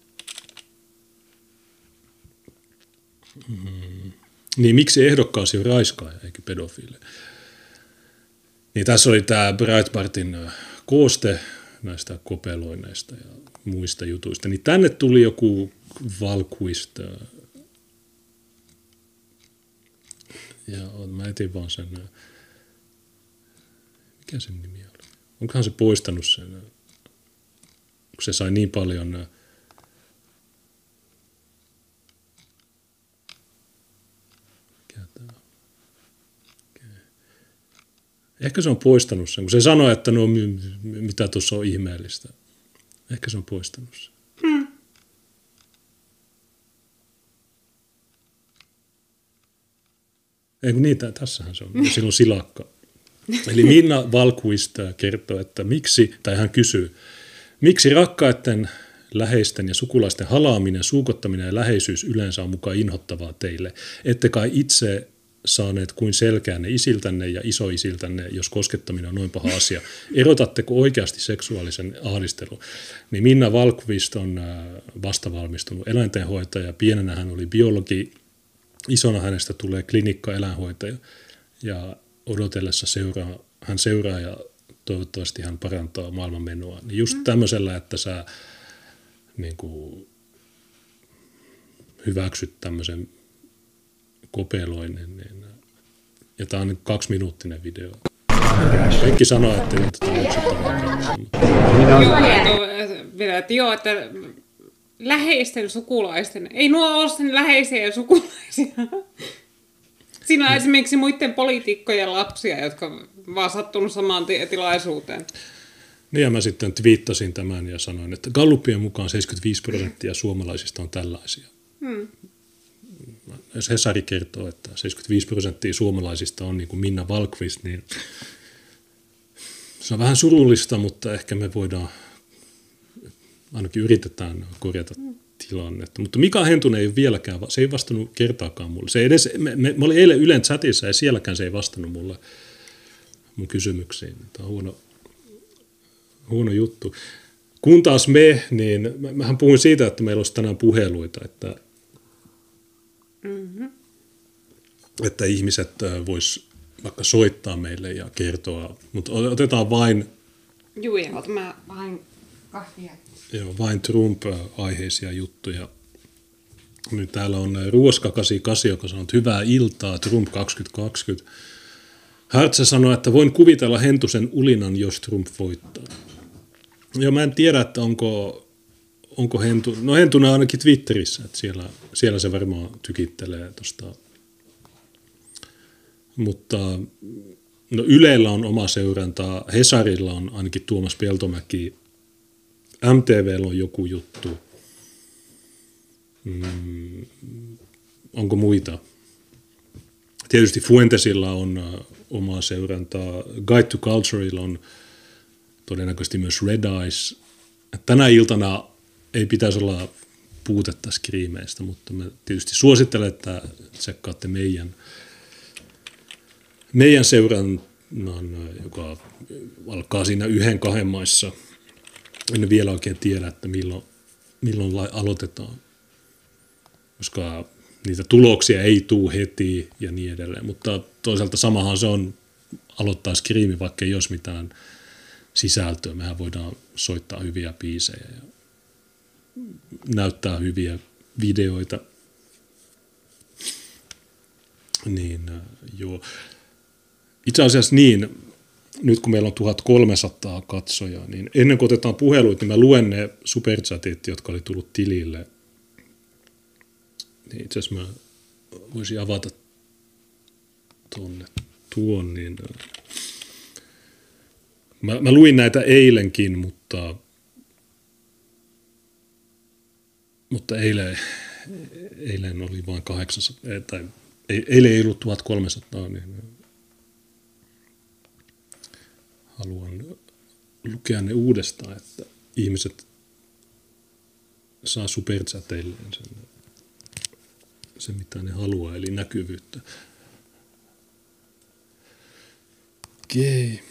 Niin miksi ehdokkaasi on raiskaaja eikä pedofiili? Niin tässä oli tämä Breitbartin kooste näistä kopeloinneista ja muista jutuista. Niin tänne tuli joku Wahlqvist. Ja mä etin vaan sen, mikä sen nimi oli? Onkohan se poistanut sen, kun se sai niin paljon ehkä se on poistanut sen, kun se sanoi, että no mitä tuossa on ihmeellistä. Ehkä se on poistanut sen. Ei kun niitä, tässähän se on. Silloin silakka. Eli Minna Valkvist kertoo, että miksi, tai hän kysyy, miksi rakkaiden, läheisten ja sukulaisten halaaminen, suukottaminen ja läheisyys yleensä on mukaan inhottavaa teille? Ette kai itse saaneet kuin selkäänne isiltänne ja isoisiltänne, jos koskettaminen on noin paha asia. Erotatteko oikeasti seksuaalisen ahdistelun? Niin Minna Valkvist on vastavalmistunut eläintenhoitaja. Pienenä hän oli biologi. Isona hänestä tulee klinikka-eläinhoitaja. Ja odotellessa hän seuraa ja toivottavasti hän parantaa maailmanmenoa. Niin just tämmöisellä, että sä niin kuin hyväksyt tämmöisen kopeloinen. Niin, ja tämä on 2-minuuttinen video. Kaikki sanoo, että ei tätä Joo, että läheisten sukulaisten, ei nuo ole sen läheisiä sukulaisia. Siinä on esimerkiksi muiden poliitikkojen lapsia, jotka vaan sattunut samaan tilaisuuteen. Niin ja mä sitten twiittasin tämän ja sanoin, että Gallupien mukaan 75% suomalaisista on tällaisia. Jos Hesari kertoo, että 75% suomalaisista on niin kuin Minna Valkvist, niin se on vähän surullista, mutta ehkä me voidaan, ainakin yritetään korjata tilannetta. Mutta Mika Hentunen ei vieläkään, se ei vastannut kertaakaan mulle. Se edes, mä olin eilen Ylen chatissa ja sielläkään se ei vastannut mulle mun kysymyksiin. Tämä on huono juttu. Kun taas niin mähän puhuin siitä, että meillä olisi tänään puheluita, että ihmiset vois vaikka soittaa meille ja kertoa, mutta otetaan vain Mä vain kahvia. Joo, vain Trump-aiheisia juttuja. Nyt täällä on Ruoska88, joka sanoo, että hyvää iltaa, Trump 2020. Härtsä sanoo, että voin kuvitella Hentusen ulinan, jos Trump voittaa. Joo, mä en tiedä, että onko Hentunen ainakin Twitterissä, että siellä se varmaan tykittelee tuosta. Mutta no Ylellä on oma seurantaa, Hesarilla on ainakin Tuomas Peltomäki, MTV:llä on joku juttu. Onko muita? Tietysti Fuentesilla on omaa seurantaa. Guide to Cultureilla on todennäköisesti myös Red Eyes. Tänä iltana ei pitäisi olla puutetta skriimeistä, mutta mä tietysti suosittelen, että tsekkaatte meidän seurannan, joka alkaa siinä 1-2 maissa. En vielä oikein tiedä, että milloin aloitetaan, koska niitä tuloksia ei tule heti ja niin edelleen. Mutta toisaalta samahan se on aloittaa skriimi, vaikka ei olisi mitään sisältöä. Mehän voidaan soittaa hyviä biisejä ja näyttää hyviä videoita. Niin, joo. Itse asiassa niin, nyt kun meillä on 1300 katsojaa, niin ennen kuin otetaan puheluita, niin mä luen ne superchatit, jotka oli tullut tilille. Niin itse asiassa mä voisin avata tuon, niin mä luin näitä eilenkin, mutta eilen oli vain 800, tai eilen ei ollut 1300, niin haluan lukea ne uudestaan, että ihmiset saa superchateilleen sen, mitä ne haluaa, eli näkyvyyttä. Okei.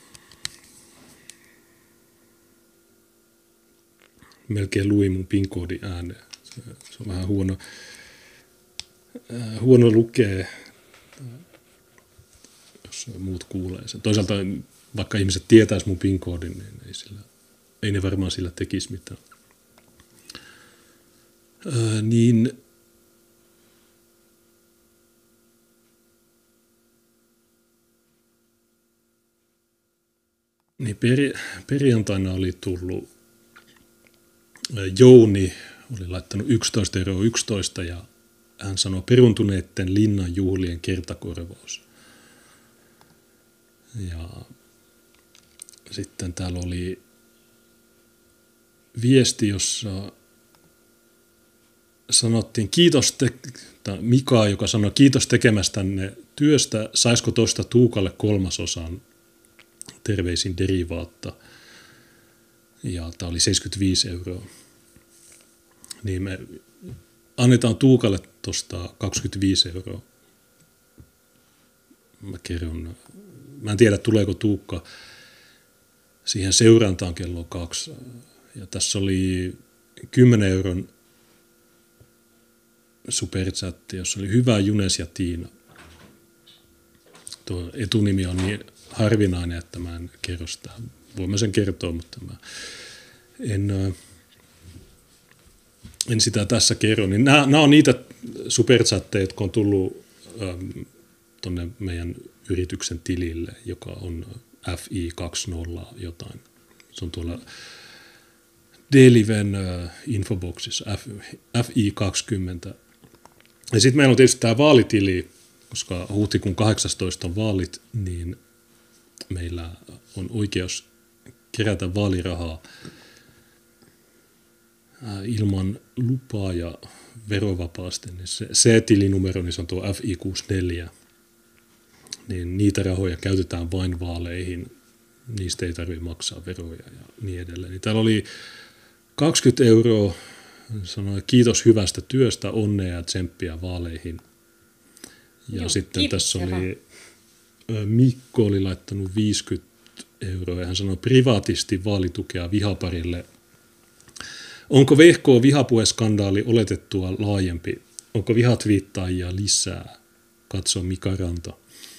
Melkein luin mun PIN-koodin ääneen. Se on vähän huono lukea, jos muut kuulee sen. Toisaalta vaikka ihmiset tietäisi mun PIN-koodin, niin ei ne varmaan sillä tekisi mitään. Niin perjantaina oli tullut Jouni, oli laittanut 11,11 ja hän sanoi peruntuneiden linnan juhlien kertakorvaus. Ja sitten täällä oli viesti, jossa sanottiin Mika, joka sanoi kiitos tekemästänne työstä, saisiko tuosta Tuukalle 3/3, terveisin derivaatta. Ja tämä oli 75 €. Niin me annetaan Tuukalle tuosta 25 €. Mä en tiedä tuleeko Tuukka siihen seurantaan kello 2. Ja tässä oli 10 € superchatti, jossa oli Hyvä Junes ja Tiina. Tuo etunimi on niin harvinainen, että mä en kerro sitä. Voin mä sen kertoa, mutta mä en sitä tässä kerro. Niin nämä on niitä superchatteja, jotka on tullut tuonne meidän yrityksen tilille, joka on FI20 jotain. Se on tuolla Deliven infoboxissa FI20. Ja sitten meillä on tietysti tämä vaalitili, koska huhtikuun 18 on vaalit, niin meillä on oikeus kerätä vaalirahaa ilman lupaa ja verovapaasti. Niin se tilinumero, niin se on tuo FI64. Niin niitä rahoja käytetään vain vaaleihin. Niistä ei tarvitse maksaa veroja ja niin edelleen. Niin täällä oli 20 €. Sanoi kiitos hyvästä työstä, onnea ja tsemppiä vaaleihin. Ja Joo, sitten tässä oli, Mikko oli laittanut 50 € ja hän sanoi privaatisti vaalitukea vihaparille. Onko VK vihapuheskandaali oletettua laajempi? Onko vihatviittaajia lisää? Katso Mika Ranta.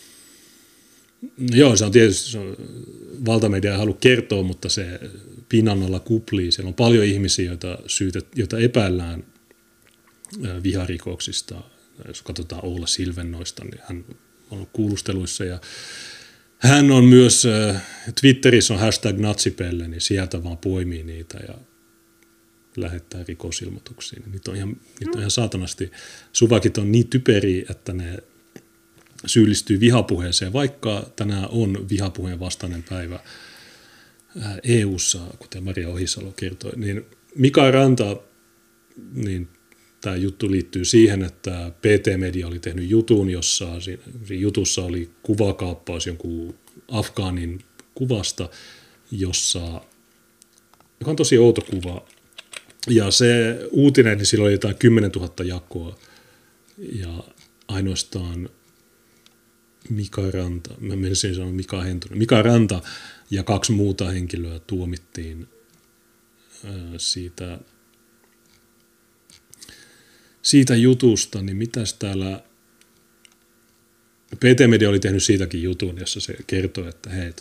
Joo, se on tietysti valtamedia ei halua kertoa, mutta se pinnan alla kuplii. Siellä on paljon ihmisiä, joita epäillään viharikoksista. Jos katsotaan Oula Silvennoista, niin hän on kuulusteluissa ja hän on myös, Twitterissä on #natsipelle, niin sieltä vaan poimii niitä ja lähettää rikosilmoituksia. Niitä on ihan saatanasti. Suvakit on niin typeriä, että ne syyllistyy vihapuheeseen, vaikka tänään on vihapuheen vastainen päivä EU:ssa, kuten Maria Ohisalo kertoi. Niin Mika Ranta, niin tämä juttu liittyy siihen, että PT-media oli tehnyt jutun, jossa siinä jutussa oli kuvakaappaus jonkun afgaanin kuvasta, joka on tosi outo kuva. Ja se uutinen, niin sillä oli jotain 10 000 jakoa. Ja ainoastaan Mika Ranta, mä menisin sanoa Mika Hentunen, Mika Ranta ja 2 muuta henkilöä tuomittiin siitä jutusta, niin mitäs täällä, PT-media oli tehnyt siitäkin jutun, jossa se kertoi, että hei,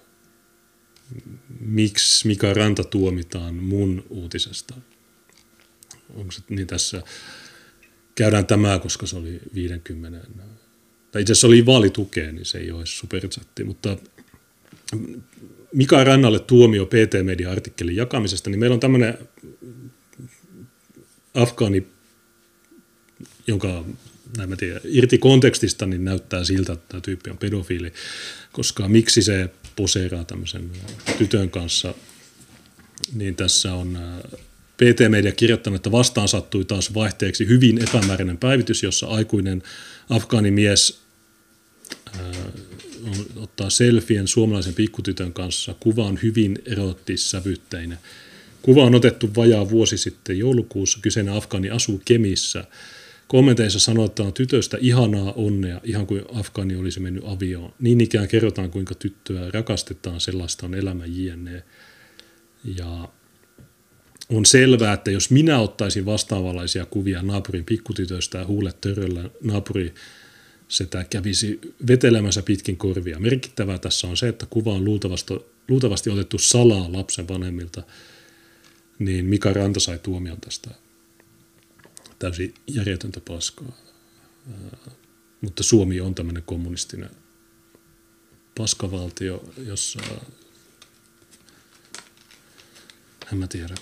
miksi Mika Ranta tuomitaan mun uutisesta. Onko se, niin tässä käydään tämä, koska se oli 50, tai itse asiassa oli vaalitukea, niin se ei ole superchatti, mutta Mika Rannalle tuomio PT-media-artikkelin jakamisesta, niin meillä on tämmöinen afgaani, jonka näin mä tiedän, irti kontekstista, niin näyttää siltä, että tämä tyyppi on pedofiili, koska miksi se poseeraa tämmöisen tytön kanssa, niin tässä on PT-media kirjoittanut, että vastaan sattui taas vaihteeksi hyvin epämääräinen päivitys, jossa aikuinen afgaanimies ottaa selfien suomalaisen pikkutytön kanssa. Kuva on hyvin eroottissävytteinen. Kuva on otettu vajaa vuosi sitten joulukuussa. Kyseinen afgaani asuu Kemissä. Kommenteissa sanotaan tytöstä ihanaa onnea, ihan kuin afgaani olisi mennyt avioon. Niin ikään kerrotaan, kuinka tyttöä rakastetaan, sellaista on elämä jne. Ja on selvää, että jos minä ottaisin vastaavanlaisia kuvia naapurin pikkutytöstä ja huulet töröllä, naapuri sitä kävisi vetelemässä pitkin korvia. Merkittävää tässä on se, että kuva on luultavasti otettu salaa lapsen vanhemmilta, niin Mika Ranta sai tuomion tästä. Täysin järjetöntä paskaa. Mutta Suomi on tämmöinen kommunistinen paskavaltio, jossa en mä tiedä.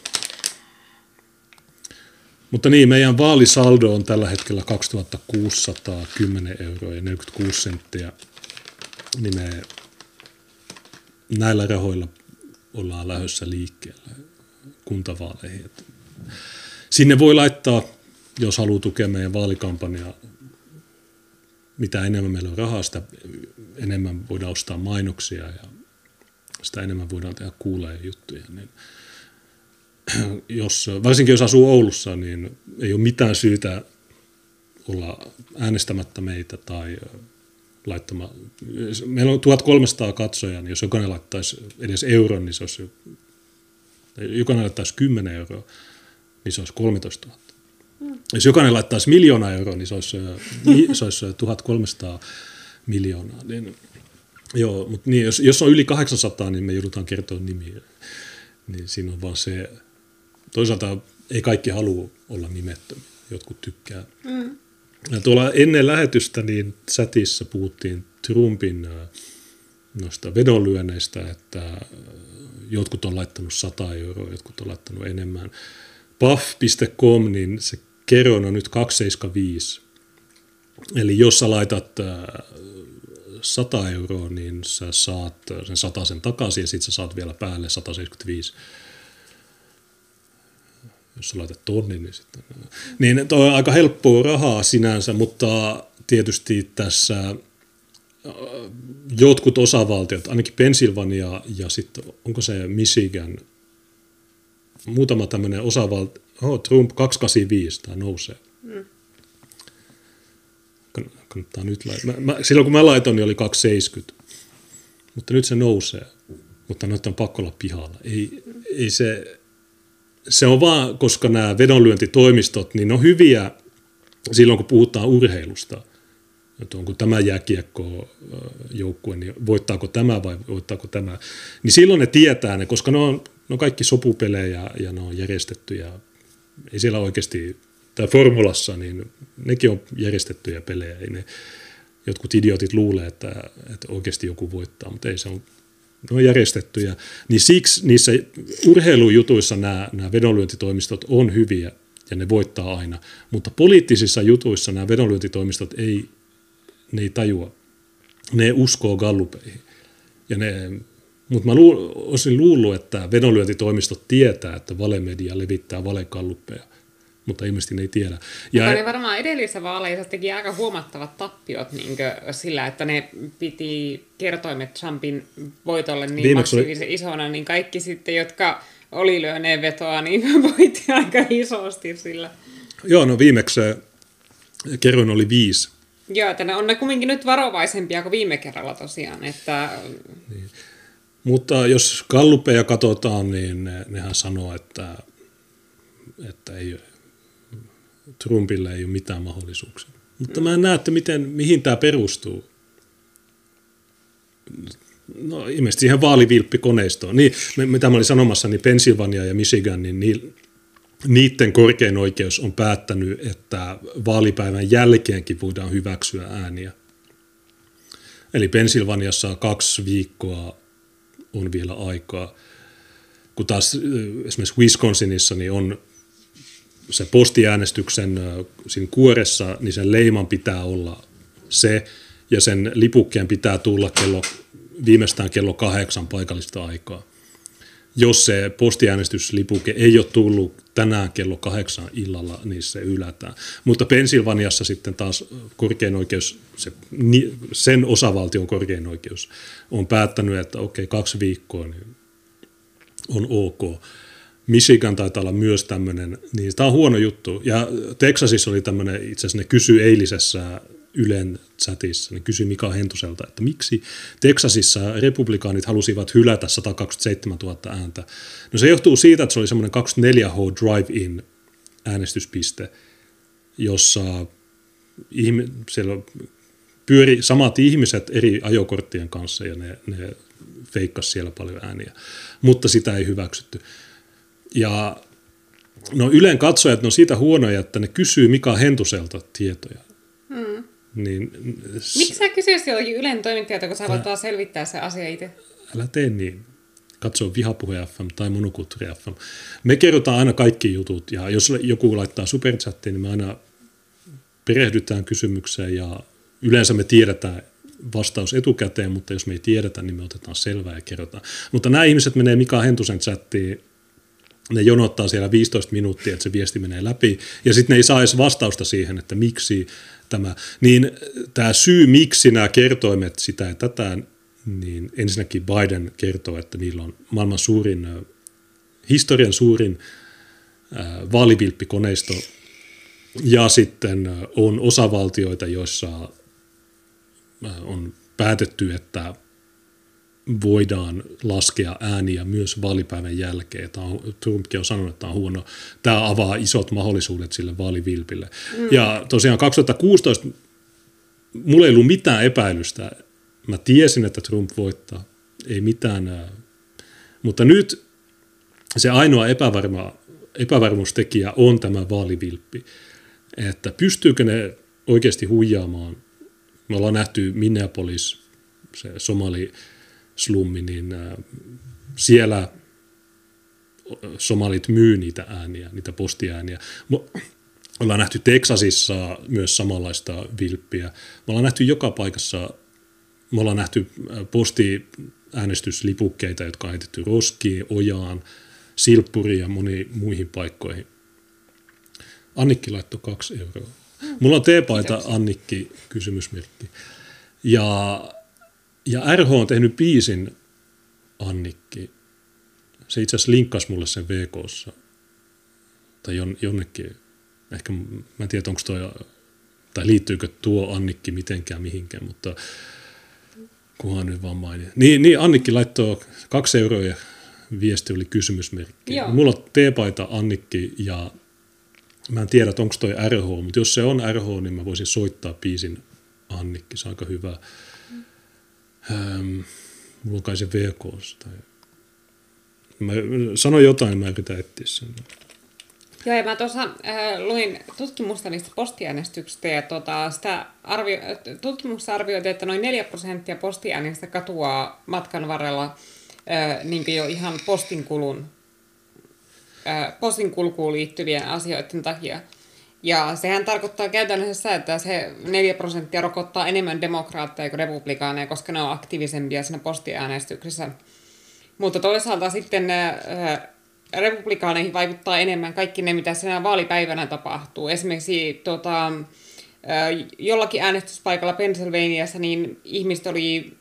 Mutta niin, meidän vaalisaldo on tällä hetkellä 2610 € ja 46 senttiä. Niin me näillä rahoilla ollaan lähdössä liikkeelle. kuntavaaleihin. Että sinne voi laittaa, jos haluaa tukea meidän vaalikampanjaa, mitä enemmän meillä on rahaa, sitä enemmän voidaan ostaa mainoksia ja sitä enemmän voidaan tehdä kuuleja juttuja. Niin varsinkin jos asuu Oulussa, niin ei ole mitään syytä olla äänestämättä meitä tai laittamaan. Meillä on 1300 katsojaa, niin jos jokainen laittaisi edes euron, niin se olisi, jokainen laittaisi 10 euroa, niin se olisi 13 000. Jos jokainen laittaisi 1 000 000 euroa, niin se olisi 1300 miljoonaa. Niin, joo, mutta niin, jos on yli 800, niin me joudutaan kertoa nimiä. Niin siinä on vaan se, toisaalta ei kaikki halua olla nimettömiä, jotkut tykkää. Ja tuolla ennen lähetystä niin chatissa puhuttiin Trumpin noista vedonlyönneistä, että jotkut on laittanut 100 euroa, jotkut on laittanut enemmän. Puff.com, niin se kerroin on nyt 275. Eli jos sä laitat 100 euroa, niin sä saat sen 100 takaisin ja sitten sä saat vielä päälle 175. Jos sä laitat tonnin, niin sitten. Niin toi on aika helppoa rahaa sinänsä, mutta tietysti tässä jotkut osavaltiot, ainakin Pennsylvania ja sitten onko se Michigan, muutama tämmöinen osavaltio, Trump 285, tämä nousee. Kannattaa nyt laittaa. Silloin kun mä laitoin, niin oli 270, mutta nyt se nousee, mutta nyt on pakko olla pihalla. Ei se on vaan, koska nämä vedonlyöntitoimistot, niin ne on hyviä silloin, kun puhutaan urheilusta. Että onko tämä jääkiekkojoukkue, niin voittaako tämä vai voittaako tämä. Niin silloin ne tietää ne, koska ne on kaikki sopupelejä ja ne on järjestetty. Ja ei siellä oikeasti, tai formulassa, niin nekin on järjestettyjä pelejä. Ei ne, jotkut idiotit luulee, että oikeasti joku voittaa, mutta ei se on. Ne on järjestettyjä, niin siksi niissä urheilujutuissa nämä vedonlyöntitoimistot on hyviä ja ne voittaa aina, mutta poliittisissa jutuissa nämä vedonlyöntitoimistot ne ei tajua, ne uskoo gallupeihin. Mutta mä olisin luullut, että vedonlyöntitoimistot tietää, että valemedia levittää valekalluppeja, mutta ilmeisesti ne ei tiedä. Ja ne varmaan edellisissä vaaleissa teki aika huomattavat tappiot niin sillä, että ne piti kertoimet Trumpin voitolle niin massiivisen isona, niin kaikki sitten, jotka oli lyöneen vetoa, niin voitti aika isosti sillä. Joo, no viimeksi kerroin oli 5. Joo, että ne on ne kumminkin nyt varovaisempia kuin viime kerralla tosiaan. Että. Niin. Mutta jos gallupeja katsotaan, niin nehän sanoo, että ei Trumpille ei ole mitään mahdollisuuksia. Mutta mä en näe, että mihin tämä perustuu. No ilmeisesti siihen vaalivilppikoneistoon. Niin, mitä mä olin sanomassa, niin Pennsylvania ja Michigan, niin niiden korkein oikeus on päättänyt, että vaalipäivän jälkeenkin voidaan hyväksyä ääniä. Eli Pennsylvaniassa 2 viikkoa on vielä aikaa. Kun taas esimerkiksi Wisconsinissa niin on se postiäänestyksen siinä kuoressa, niin sen leiman pitää olla se, ja sen lipukkeen pitää tulla viimeistään kello 8 paikallista aikaa. Jos se postiäänestyslipuke ei ole tullut tänään kello 8 illalla, niin se ylätään. Mutta Pennsylvaniassa sitten taas korkein oikeus, sen osavaltion korkein oikeus on päättänyt, että okei, 2 viikkoa niin on ok. Michigan taitaa olla myös tämmöinen, niin tämä on huono juttu. Ja Texasissa oli tämmöinen, itse asiassa ne kysyi eilisessä Ylen chatissa, ne kysyi Mika Hentuselta, että miksi Texasissa republikaanit halusivat hylätä 127 000 ääntä. No se johtuu siitä, että se oli semmoinen 24H drive-in äänestyspiste, jossa siellä pyöri samat ihmiset eri ajokorttien kanssa ja ne feikkasi siellä paljon ääniä, mutta sitä ei hyväksytty. Ja no Ylen katsojat on siitä huonoja, että ne kysyy Mika Hentuselta tietoja. Miksi sä kysyisit jollakin Ylen toimittajalta, kun sä voit vaan selvittää se asia itse? Älä tee niin. Katso Vihapuhe FM tai Monokulttuuri FM. Me kerrotaan aina kaikki jutut, ja jos joku laittaa superchattiin, niin me aina perehdytään kysymykseen, ja yleensä me tiedetään vastaus etukäteen, mutta jos me ei tiedetä, niin me otetaan selvää ja kerrotaan. Mutta nämä ihmiset menee Mika Hentusen chattiin ne jonottaa siellä 15 minuuttia, että se viesti menee läpi, ja sitten ne ei saa edes vastausta siihen, että miksi tämä. Niin tämä syy, miksi nämä kertoimet sitä ja tätä, niin ensinnäkin Biden kertoo, että niillä on maailman historian suurin vaalivilppikoneisto, ja sitten on osavaltioita, joissa on päätetty, että voidaan laskea ääniä myös vaalipäivän jälkeen. Trumpkin on sanonut, että tämä on huono. Tämä avaa isot mahdollisuudet sille vaalivilpille. Ja tosiaan 2016 mulla ei ollut mitään epäilystä. Mä tiesin, että Trump voittaa. Ei mitään. Mutta nyt se ainoa epävarmuustekijä on tämä vaalivilppi. Että pystyykö ne oikeasti huijaamaan. Me ollaan nähty Minneapolis, se somalislummi, niin siellä somalit myy niitä ääniä, niitä postiääniä. Ollaan nähty Teksasissa myös samanlaista vilppiä. Me ollaan nähty joka paikassa, me ollaan nähty postiäänestyslipukkeita, jotka on heitetty roskiin, ojaan, silppuriin ja moniin muihin paikkoihin. Annikki laittoi 2 euroa. Mulla on teepaita Annikki, kysymysmerkki. Ja RH on tehnyt biisin Annikki. Se itse asiassa linkkasi mulle sen VK:ssa. Tai jonnekin. Ehkä mä en tiedä, onko toi, tai liittyykö tuo Annikki mitenkään mihinkään, mutta kunhan nyt vaan mainin. Niin Annikki laittoi 2 euroa ja viesti oli kysymysmerkki. Joo. Mulla on teepaita Annikki ja mä en tiedä, onko toi RH, mutta jos se on RH, niin mä voisin soittaa biisin Annikki, se on aika hyvä. Mulla on kai se VK:ssa. Mä sanoin jotain, mä yritän etsiä sen. Joo, ja mä tuossa luin tutkimusta niistä postiäänestyksistä, ja sitä tutkimuksessa arvioitiin, että noin 4% postiäänistä katoaa matkan varrella niin jo ihan postinkulkuun liittyvien asioiden takia. Ja sehän tarkoittaa käytännössä, että se 4% rokottaa enemmän demokraatteja kuin republikaaneja, koska ne on aktiivisempia siinä postiäänestyksessä. Mutta toisaalta sitten republikaaneihin vaikuttaa enemmän kaikki ne, mitä siinä vaalipäivänä tapahtuu. Esimerkiksi jollakin äänestyspaikalla Pennsylvaniassa niin ihmiset oli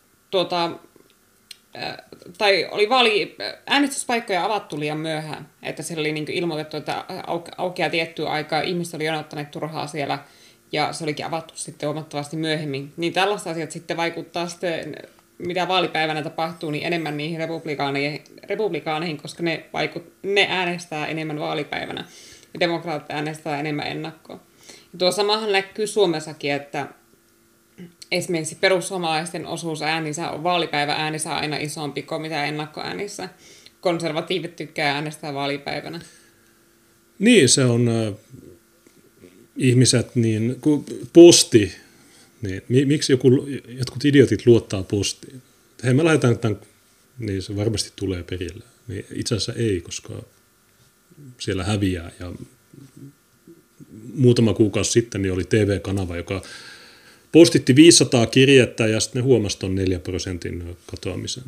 äänestyspaikkoja avattu liian myöhään, että siellä oli niin ilmoitettu, että aukeaa tiettyä aikaa, ihmiset oli jonottaneet turhaa siellä, ja se olikin avattu sitten huomattavasti myöhemmin. Niin tällaista asiat sitten vaikuttaa sitten, mitä vaalipäivänä tapahtuu, niin enemmän niihin republikaaneihin, koska ne äänestää enemmän vaalipäivänä, ja demokraatit äänestää enemmän ennakkoon. Ja tuo samahan näkyy Suomessakin, että esimerkiksi perussuomalaisten osuus äänissä on vaalipäivääänissä aina isompi kuin mitä ennakkoäänissä. Konservatiivit tykkää äänestää vaalipäivänä. Niin, se on ihmiset, niin kuin posti, niin miksi jotkut idiotit luottaa postiin? Hei, me lähdetään tämän, niin se varmasti tulee perille. Niin itse asiassa ei, koska siellä häviää. Ja muutama kuukausi sitten niin oli TV-kanava, joka postitti 500 kirjettä ja sitten ne huomasi tuon 4% katoamisen.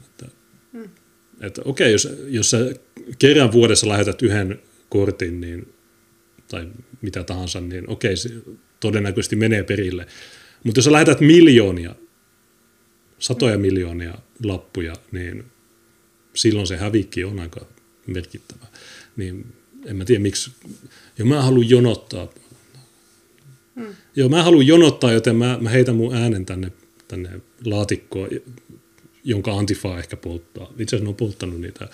Että okei, jos sä kerran vuodessa lähetät yhden kortin niin, tai mitä tahansa, niin okei, se todennäköisesti menee perille. Mutta jos sä lähetät miljoonia, satoja miljoonia lappuja, niin silloin se hävikki on aika merkittävä. Niin en mä tiedä miksi. Ja mä haluan jonottaa. Joo, mä haluan jonottaa, joten mä heitän mun äänen tänne laatikkoon, jonka Antifa ehkä polttaa. Itse asiassa ne on polttanut niitä.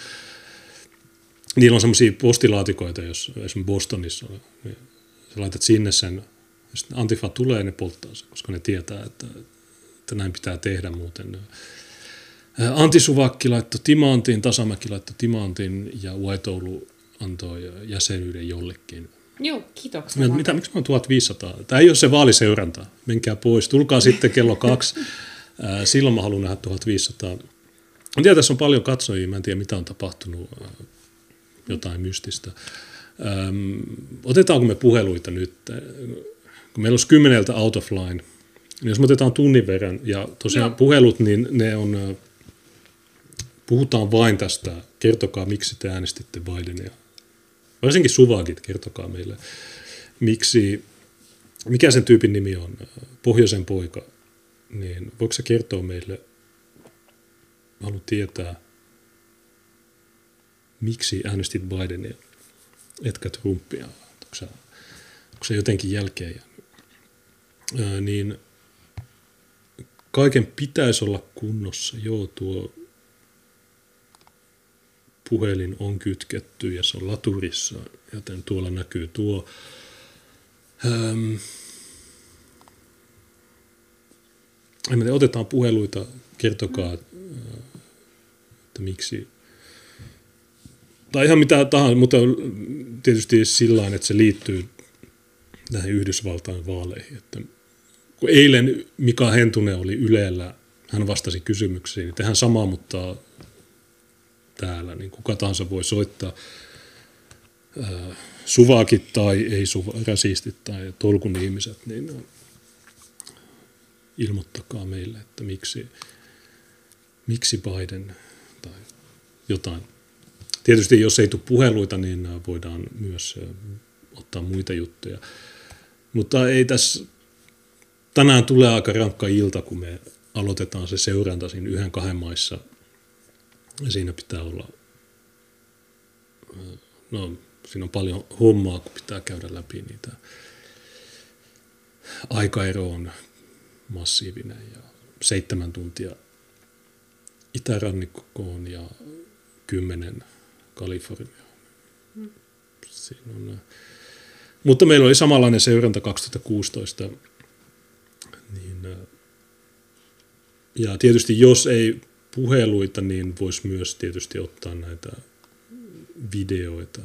Niillä on semmoisia postilaatikoita, jos esimerkiksi Bostonissa on. Niin sä laitat sinne sen, ja sitten Antifa tulee ja ne polttaa sen, koska ne tietää, että näin pitää tehdä muuten. Antisuvakki laittoi timantin, Tasamäki laittoi timantin ja White Oulu antoi jäsenyyden jollekin. Joo, kiitoksia. Miksi mä oon 1500? Tämä ei ole se vaaliseuranta. Menkää pois. Tulkaa sitten kello 2. Silloin mä haluan nähdä 1500. Mä tiedän, tässä on paljon katsojia. Mä en tiedä, mitä on tapahtunut. Jotain mystistä. Otetaanko me puheluita nyt? Kun meillä olisi 10 out of line, niin jos me otetaan tunnin verran, ja tosiaan puhelut, niin ne on puhutaan vain tästä, kertokaa miksi te äänestitte Bidenia. Varsinkin Suvakit, kertokaa meille, mikä sen tyypin nimi on, Pohjoisen poika, niin voiko sä kertoa meille, haluan tietää, miksi äänestit Bidenia, etkä Trumpia, onko se jotenkin jälkeen jäänyt, niin kaiken pitäisi olla kunnossa, joo tuo puhelin on kytketty ja se on laturissa, joten tuolla näkyy tuo. Otetaan puheluita, kertokaa, että miksi. Tai ihan mitä tahansa, mutta tietysti sillain, että se liittyy näihin Yhdysvaltain vaaleihin. Että kun eilen Mika Hentunen oli Ylellä, hän vastasi kysymyksiin, niin tehdään samaa, mutta täällä, niin kuka tahansa voi soittaa. Suvakit tai ei rasistit tai tolkun ihmiset, niin ilmoittakaa meille, että miksi Biden tai jotain. Tietysti jos ei tule puheluita, niin voidaan myös ottaa muita juttuja. Mutta ei tässä, tänään tulee aika rankka ilta, kun me aloitetaan se seuranta siinä 1-2 maissa. Ja siinä pitää olla, siinä on paljon hommaa, kun pitää käydä läpi niitä. Aikaero on massiivinen ja 7 tuntia itärannikkoon ja 10 Kaliforniaan. Siinä on, mutta meillä oli samanlainen seuranta 2016. Niin, ja tietysti jos ei puheluita, niin voisi myös tietysti ottaa näitä videoita.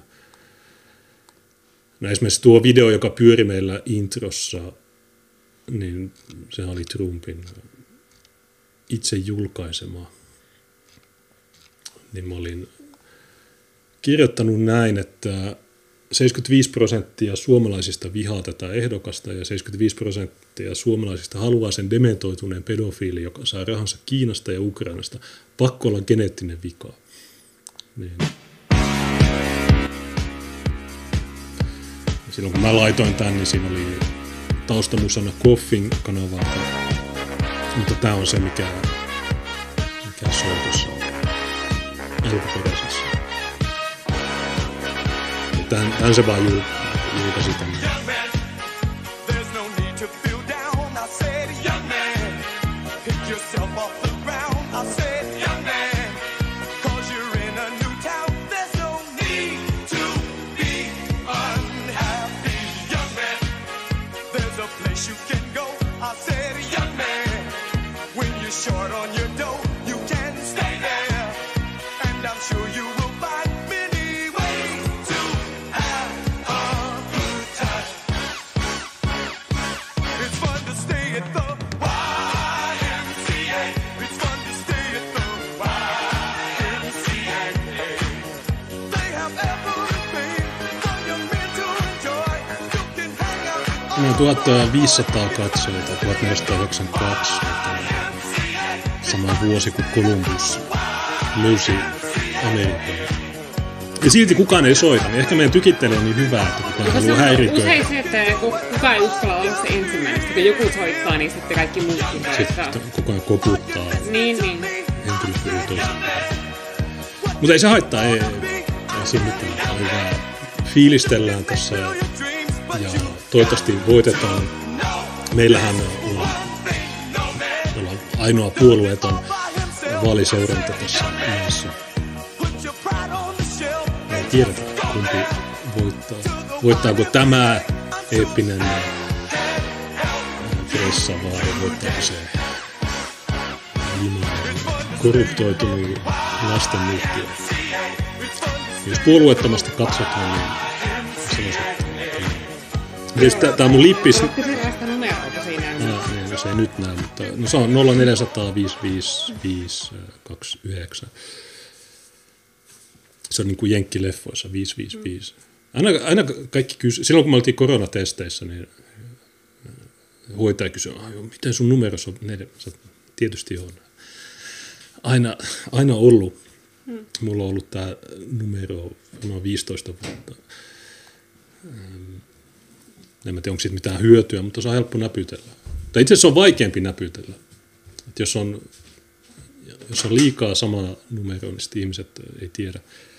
No esimerkiksi tuo video, joka pyöri meillä introssa, niin se oli Trumpin itse julkaisema. Niin mä olin kirjoittanut näin, että 75% suomalaisista vihaa tätä ehdokasta ja 75% suomalaisista haluaa sen dementoituneen pedofiili, joka saa rahansa Kiinasta ja Ukrainasta. Pakko olla geneettinen vika. Niin. Silloin kun mä laitoin tämän, niin siinä oli taustamusana Koffin kanavalta. Mutta tää on se, mikä soi tuossa alkuperäisessä. Tän se vaan julkaisi tämän. No 1500 katsojaa, 1492, sama vuosi kuin Columbus löysi Amerikan. Ja silti kukaan ei soita, niin ehkä meidän tykittely on niin hyvä, että kukaan haluaa häiriköidä. Usein se, että kukaan ei uskalla olla se ensimmäinen. Kun joku soittaa, niin sitten kaikki muutkin soittaa. Sitten kukaan koputtaa. Niin. Henkilö puhuu toisaalta. Mutta ei se haittaa, ei siinä mitään. Hyvä. Fiilistellään tässä ja toivottavasti voitetaan. Meillähän on ainoa puolueeton vaaliseuranta tässä maassa. Ei tiedetä, kumpi voittaa. Voittaako tämä eeppinen pressa vai voittaako se korruptoitunut lastennyhtiö. Jos puolueettomasti katsotaan, niin tämä on mun lippis. Onko sellaista numeroita siinä? No se ei nyt näy, mutta no se on 0400 555 29. Se on niin kuin jenkkileffoissa 555. Aina kaikki silloin kun me oltiin koronatesteissä, niin hoitaja kysyi, miten sun numerossa on 4? Tietysti on. Aina ollut. Mulla on ollut tämä numero noin 15 vuotta. En mä tiedä, onko siitä mitään hyötyä, mutta se on helppo näpytellä. Tai itse asiassa on vaikeampi näpytellä. Et jos on liikaa sama numero, niin sitten ihmiset ei tiedä.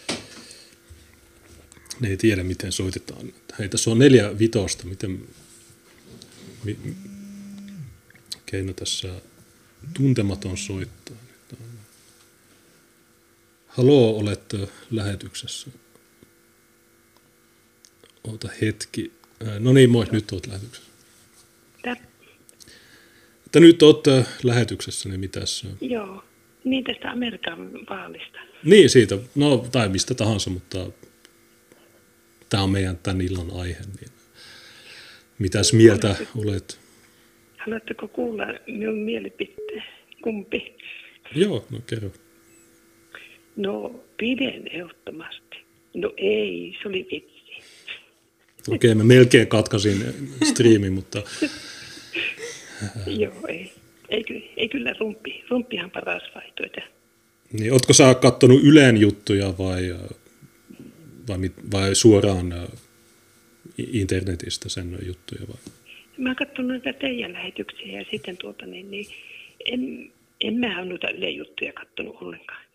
Ne ei tiedä, miten soitetaan. Hei, tässä on 4 vitosta. Okei, no tässä tuntematon soittaa. Haloo, olet lähetyksessä. Oota hetki. No niin, moi, nyt olet lähetyksessä. Että nyt olet lähetyksessä, niin mitäs? Joo, niin tästä Amerikan vaalista. Niin, siitä. No, tai mistä tahansa, mutta tämä on meidän tämän illan aihe. Niin mitäs mieltä olet? Haluatteko kuulla minun mielipiteen? Kumpi? Joo, no kerro. No, pidän ehdottomasti. No ei, se oli vitsi. Okei, mä melkein katkasin striimin, mutta... Joo, ei kyllä rumppihan paras vaihtoehto. Niin, ootko sä kattonut Ylen juttuja vai suoraan internetistä sen juttuja vai? Mä oon katsonut näitä teidän lähetyksiä ja sitten en mä ole noita Ylen juttuja kattonut ollenkaan.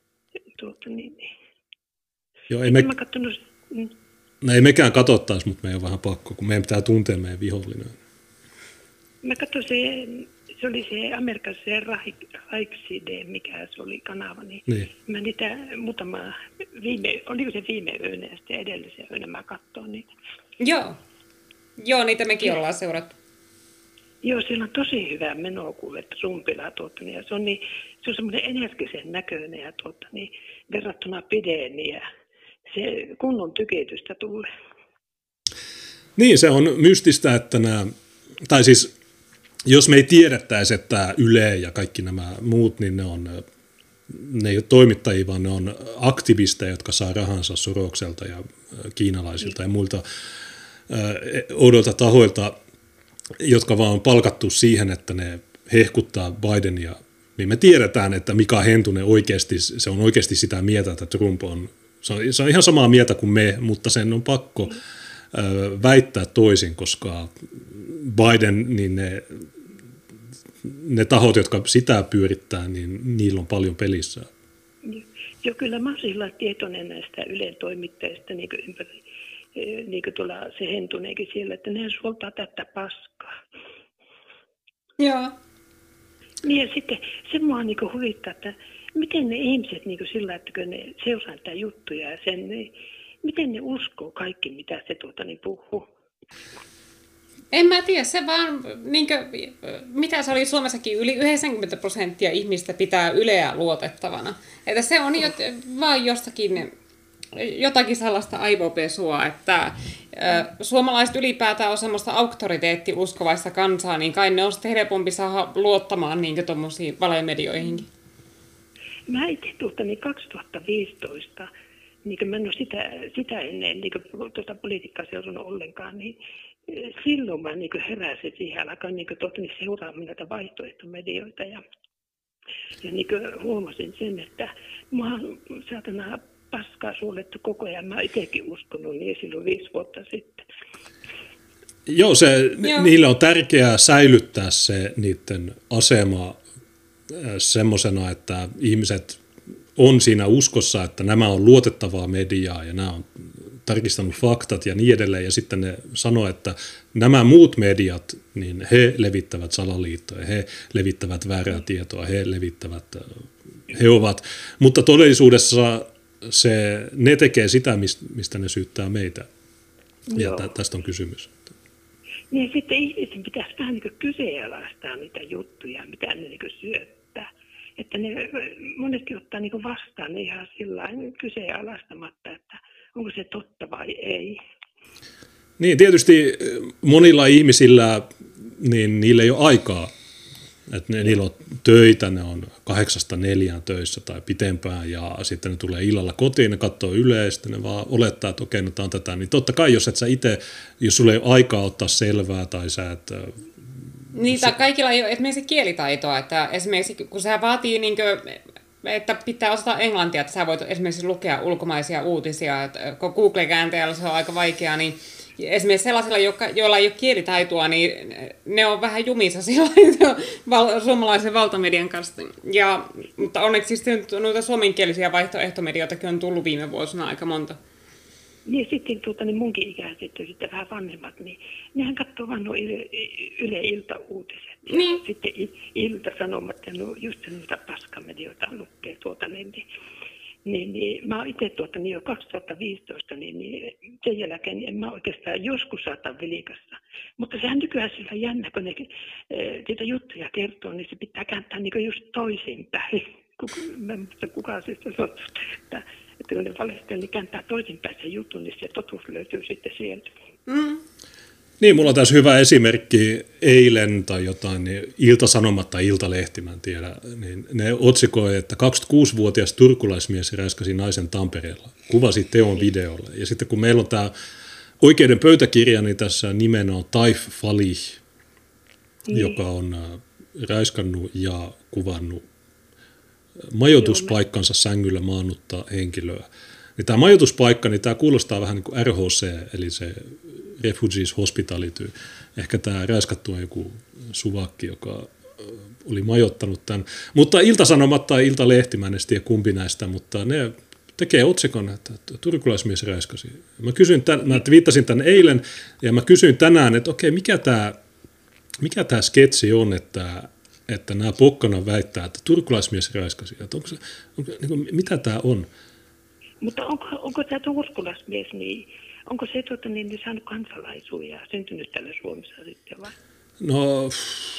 Joo, mä kattonut... No ei mekään katsottaisi, mutta meidän on vähän pakko, kun meidän pitää tuntea meidän vihollinen. Mä katsoin se oli se Amerikassa se Raikside, mikä se oli kanava, niin. Mä niitä oliko se viime yönä ja sitten edellisen yönä mä katsoin niitä. Joo, niitä mekin ollaan seurattu. Joo, siellä on tosi hyvä meno kuule trumpilla ja se on semmoinen energisen näköinen ja verrattuna pideen ja se kunnon tykitystä tulee. Niin, se on mystistä, että tai siis jos me ei tiedettäisi, että Yle ja kaikki nämä muut, niin ne ei ole toimittajia, vaan ne on aktivisteja, jotka saa rahansa Sorokselta ja kiinalaisilta ja muilta oudolta tahoilta, jotka vaan on palkattu siihen, että ne hehkuttaa Bidenia. Niin me tiedetään, että Mika Hentunen se on oikeasti sitä mieltä, että Trump on, se on ihan samaa mieltä kuin me, mutta sen on pakko väittää toisin, koska Biden, niin ne tahot, jotka sitä pyörittää, niin niillä on paljon pelissä. Joo, kyllä mä olen tietoinen näistä Ylen toimittajista, niin kuin ympäri, niin kuin tuolla se Hentunenkin siellä, että ne suoltaa tätä paskaa. Joo. Niin ja sitten se mua niin kuin huvittaa, että miten ne ihmiset niin kuin sillä, että kun ne seuraa tätä juttuja ja sen, niin miten ne uskoo kaikki, mitä se puhuu? En mä tiedä, se vaan, mitä se oli Suomessakin, yli 90% ihmistä pitää Yleä luotettavana. Että se on vaan jotakin sellaista aivopesua, että suomalaiset ylipäätään on semmoista auktoriteettiuskovaista kansaa, niin kai ne on sitten helpompi saada luottamaan tuommoisiin valemedioihinkin. Mä itse 2015, niin mä en ole sitä ennen politiikkaa seurannut ollenkaan, niin silloin mä heräsin siihen, alkain seuraamaan näitä vaihtoehtomedioita ja huomasin sen, että mä oon saatana paskaa suolettu koko ajan. Mä itsekin uskonut niin silloin 5 vuotta sitten. Joo, niille on tärkeää säilyttää se niiden asema semmoisena, että ihmiset on siinä uskossa, että nämä on luotettavaa mediaa ja nämä on tarkistanut faktat ja niin edelleen. Ja sitten ne sanoo, että nämä muut mediat, niin he levittävät salaliittoja, he levittävät väärää tietoa, he ovat. Mutta todellisuudessa ne tekee sitä, mistä ne syyttää meitä. Ja tästä on kysymys. Niin sitten ihmisen pitäisi vähän kyseenalaistaa niitä juttuja, mitä ne syöttää. Että ne monesti ottaa vastaan ihan sillä kyseenalaistamatta, että onko se totta vai ei. Niin, tietysti monilla ihmisillä, niin niillä ei ole aikaa. Että niillä on töitä, ne on 8-4 töissä tai pitempään ja sitten ne tulee illalla kotiin, ne katsoo yleistä, ne vaan olettaa, että okei, no tämä on tätä. Niin totta kai, jos sulla ei ole aikaa ottaa selvää tai sä et... Niin, tai kaikilla ei ole esimerkiksi kielitaitoa, että esimerkiksi kun se vaatii että pitää osata englantia, että sä voit esimerkiksi lukea ulkomaisia uutisia, että kun Google-kääntäjällä se on aika vaikeaa, niin esimerkiksi sellaisilla, joilla ei ole kielitaitoa, niin ne on vähän jumissa suomalaisen valtamedian kanssa. Mutta onneksi siis noita suomenkielisiä vaihtoehtomedioitakin on tullut viime vuosina aika monta. Niin sitten niin munkin ikäiset ja sitten vähän vanhemmat, niin nehän katsoo vaan nuo Yle Ilta-uutiset. Ja Niin. sitten Ilta-Sanomat ja just noita paskamedioita lukee niin mä oon itse jo 2015, niin sen jälkeen en mä oikeastaan joskus saata vilikassa. Mutta sehän nykyään sillä jännä, kun ne niitä juttuja kertoo, niin se pitää kääntää niin just toisinpäin. Mä en muista kukaan siis sanoo, että kun ne valestelee, niin kääntää toisinpäin se jutun, niin se totuus löytyy sitten sieltä. Mm. Niin, mulla on tässä hyvä esimerkki eilen tai jotain, niin Ilta-Sanomat tai Iltalehti, mä en tiedä, niin ne otsikoi, että 26-vuotias turkulaismies räiskäsi naisen Tampereella, kuvasi teon videolle. Ja sitten kun meillä on tämä oikeuden pöytäkirja, niin tässä nimenä on Taif Falih, joka on räiskannut ja kuvannut majoituspaikkansa sängyllä maannutta henkilöä. Niin tämä majoituspaikka, niin tämä kuulostaa vähän niin kuin RHC, eli se Refugees Hospitality. Ehkä tämä räiskattu on joku suvakki, joka oli majoittanut tämän. Mutta Ilta-Sanomat tai Iltalehti, mä en tiedä kumpi näistä, mutta ne tekee otsikon, että turkulaismies räiskasi. Mä twiittasin tämän eilen ja mä kysyin tänään, että okei, mikä tämä sketsi on, että nämä pokkana väittää, että turkulaismies räiskasi. Että mitä tämä on? Mutta onko tämä turkulaismies, niin onko se niin saanut kansalaisuuden ja syntynyt täällä Suomessa sitten vai? No,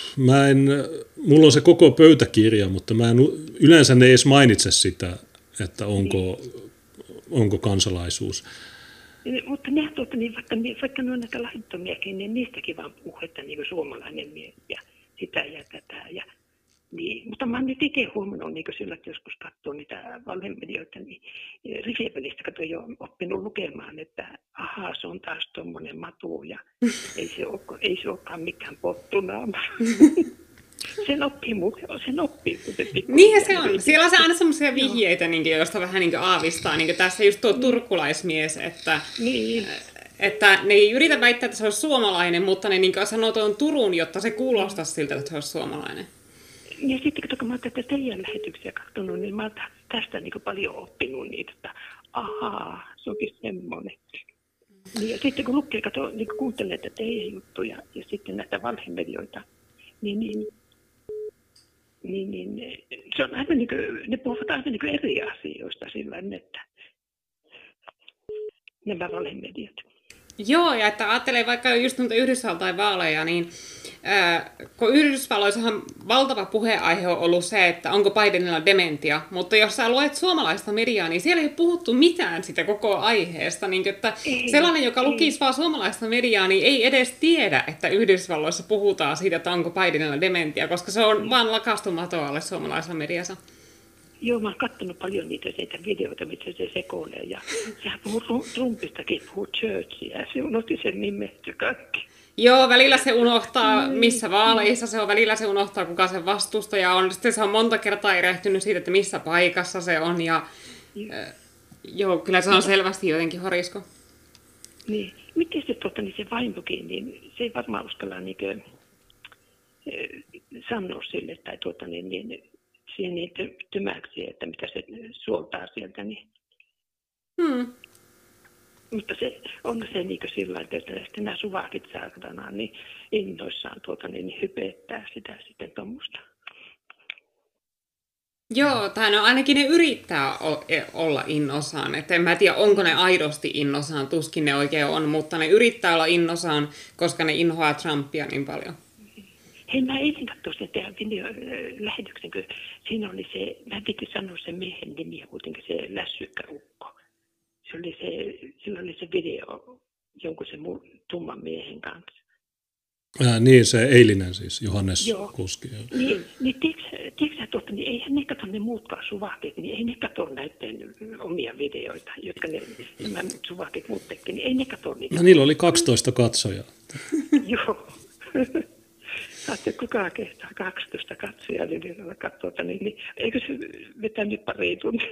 mulla on se koko pöytäkirja, mutta yleensä ne ei edes mainitse sitä, että onko kansalaisuus. Mutta nehän vaikka ne on näitä laittomiakin, niin niistäkin vaan puhuu, että niin suomalainen mies ja sitä ja tätä. Niin, mutta mä oon nyt itse huomannut niin sillä, että joskus katsoo niitä valhemedioita, niin rivien välistä jo oppinut lukemaan, että ahaa, se on taas tuommoinen matu ja ei se olekaan mikään pottunaama. Sen oppii. Niinhän se on. Siellä on aina semmoisia vihjeitä, joista vähän aavistaa. Tässä just tuo turkulaismies, että ne ei yritä väittää, että se olisi suomalainen, mutta ne sanoo tuon Turun, jotta se kuulostaisi siltä, että se olisi suomalainen. Ja sitten kun mä oon tätä teidän lähetyksiä katsonut, niin mä oon tästä paljon oppinut niitä, että ahaa, se onkin semmoinen. Niin, ja sitten kun lukee, kuuntelee näitä teidän juttuja ja sitten näitä valhemedioita, niin se on aivan ne puhuvat aivan eri asioista sillä että nämä valhemediat. Joo, ja että ajattelee vaikka just noita Yhdysvaltain vaaleja, niin kun Yhdysvalloissahan valtava puheenaihe on ollut se, että onko Bidenilla dementia, mutta jos sä luet suomalaista mediaa, niin siellä ei puhuttu mitään sitä koko aiheesta. Niin, että sellainen, joka lukisi vaan suomalaista mediaa, niin ei edes tiedä, että Yhdysvalloissa puhutaan siitä, että onko Bidenilla dementia, koska se on vaan lakastu matoalle suomalaisessa mediassa. Joo, mä oon katsonut paljon niitä videoita, missä se sekoilee. Ja sehän puhuu Trumpistakin, puhuu Churchia. Se unohti sen nimet ja kaikki. Joo, välillä se unohtaa, missä vaaleissa se on. Välillä se unohtaa, kuka sen vastustaja on. Sitten se on monta kertaa erehtynyt siitä, että missä paikassa se on. Ja, joo, kyllä se on selvästi jotenkin horisko. Niin. Miten se, se vaimokin, niin se ei varmaan uskalla sanoa sille tai siihen niin tymäksi, että mitä se suoltaa sieltä. Niin. Mutta se on se sillä että sitten nämä suvakit saatana, niin innoissaan niin hypettää sitä sitten tuommoista. Joo, tai no ainakin ne yrittää olla innosaan. Et en mä tiedä, onko ne aidosti innosaan, tuskin ne oikein on, mutta ne yrittää olla innosaan, koska ne inhoaa Trumpia niin paljon. Hei, mä eilen katsoin sen tehdä videolähetyksen, kun siinä oli se, mä piti sanoa sen miehen nimiä kuitenkin, se lässykkäukko. Sillä oli se video jonkun sen mun tumman miehen kanssa. Niin, se eilinen siis, Johannes Kuski. Niin tiedätkö niin eihän ne katso ne muutkaan suvahkeet, niin ei ne katso näiden omia videoita, jotka nämä suvahkeet muut tekee, niin ei ne katso niitä. No niillä oli 12 katsojaa. Joo. Ajattelin, kukaan kestää 12 katsojaa Liljoilla katsota, niin eikö se vetänyt pari tuntia?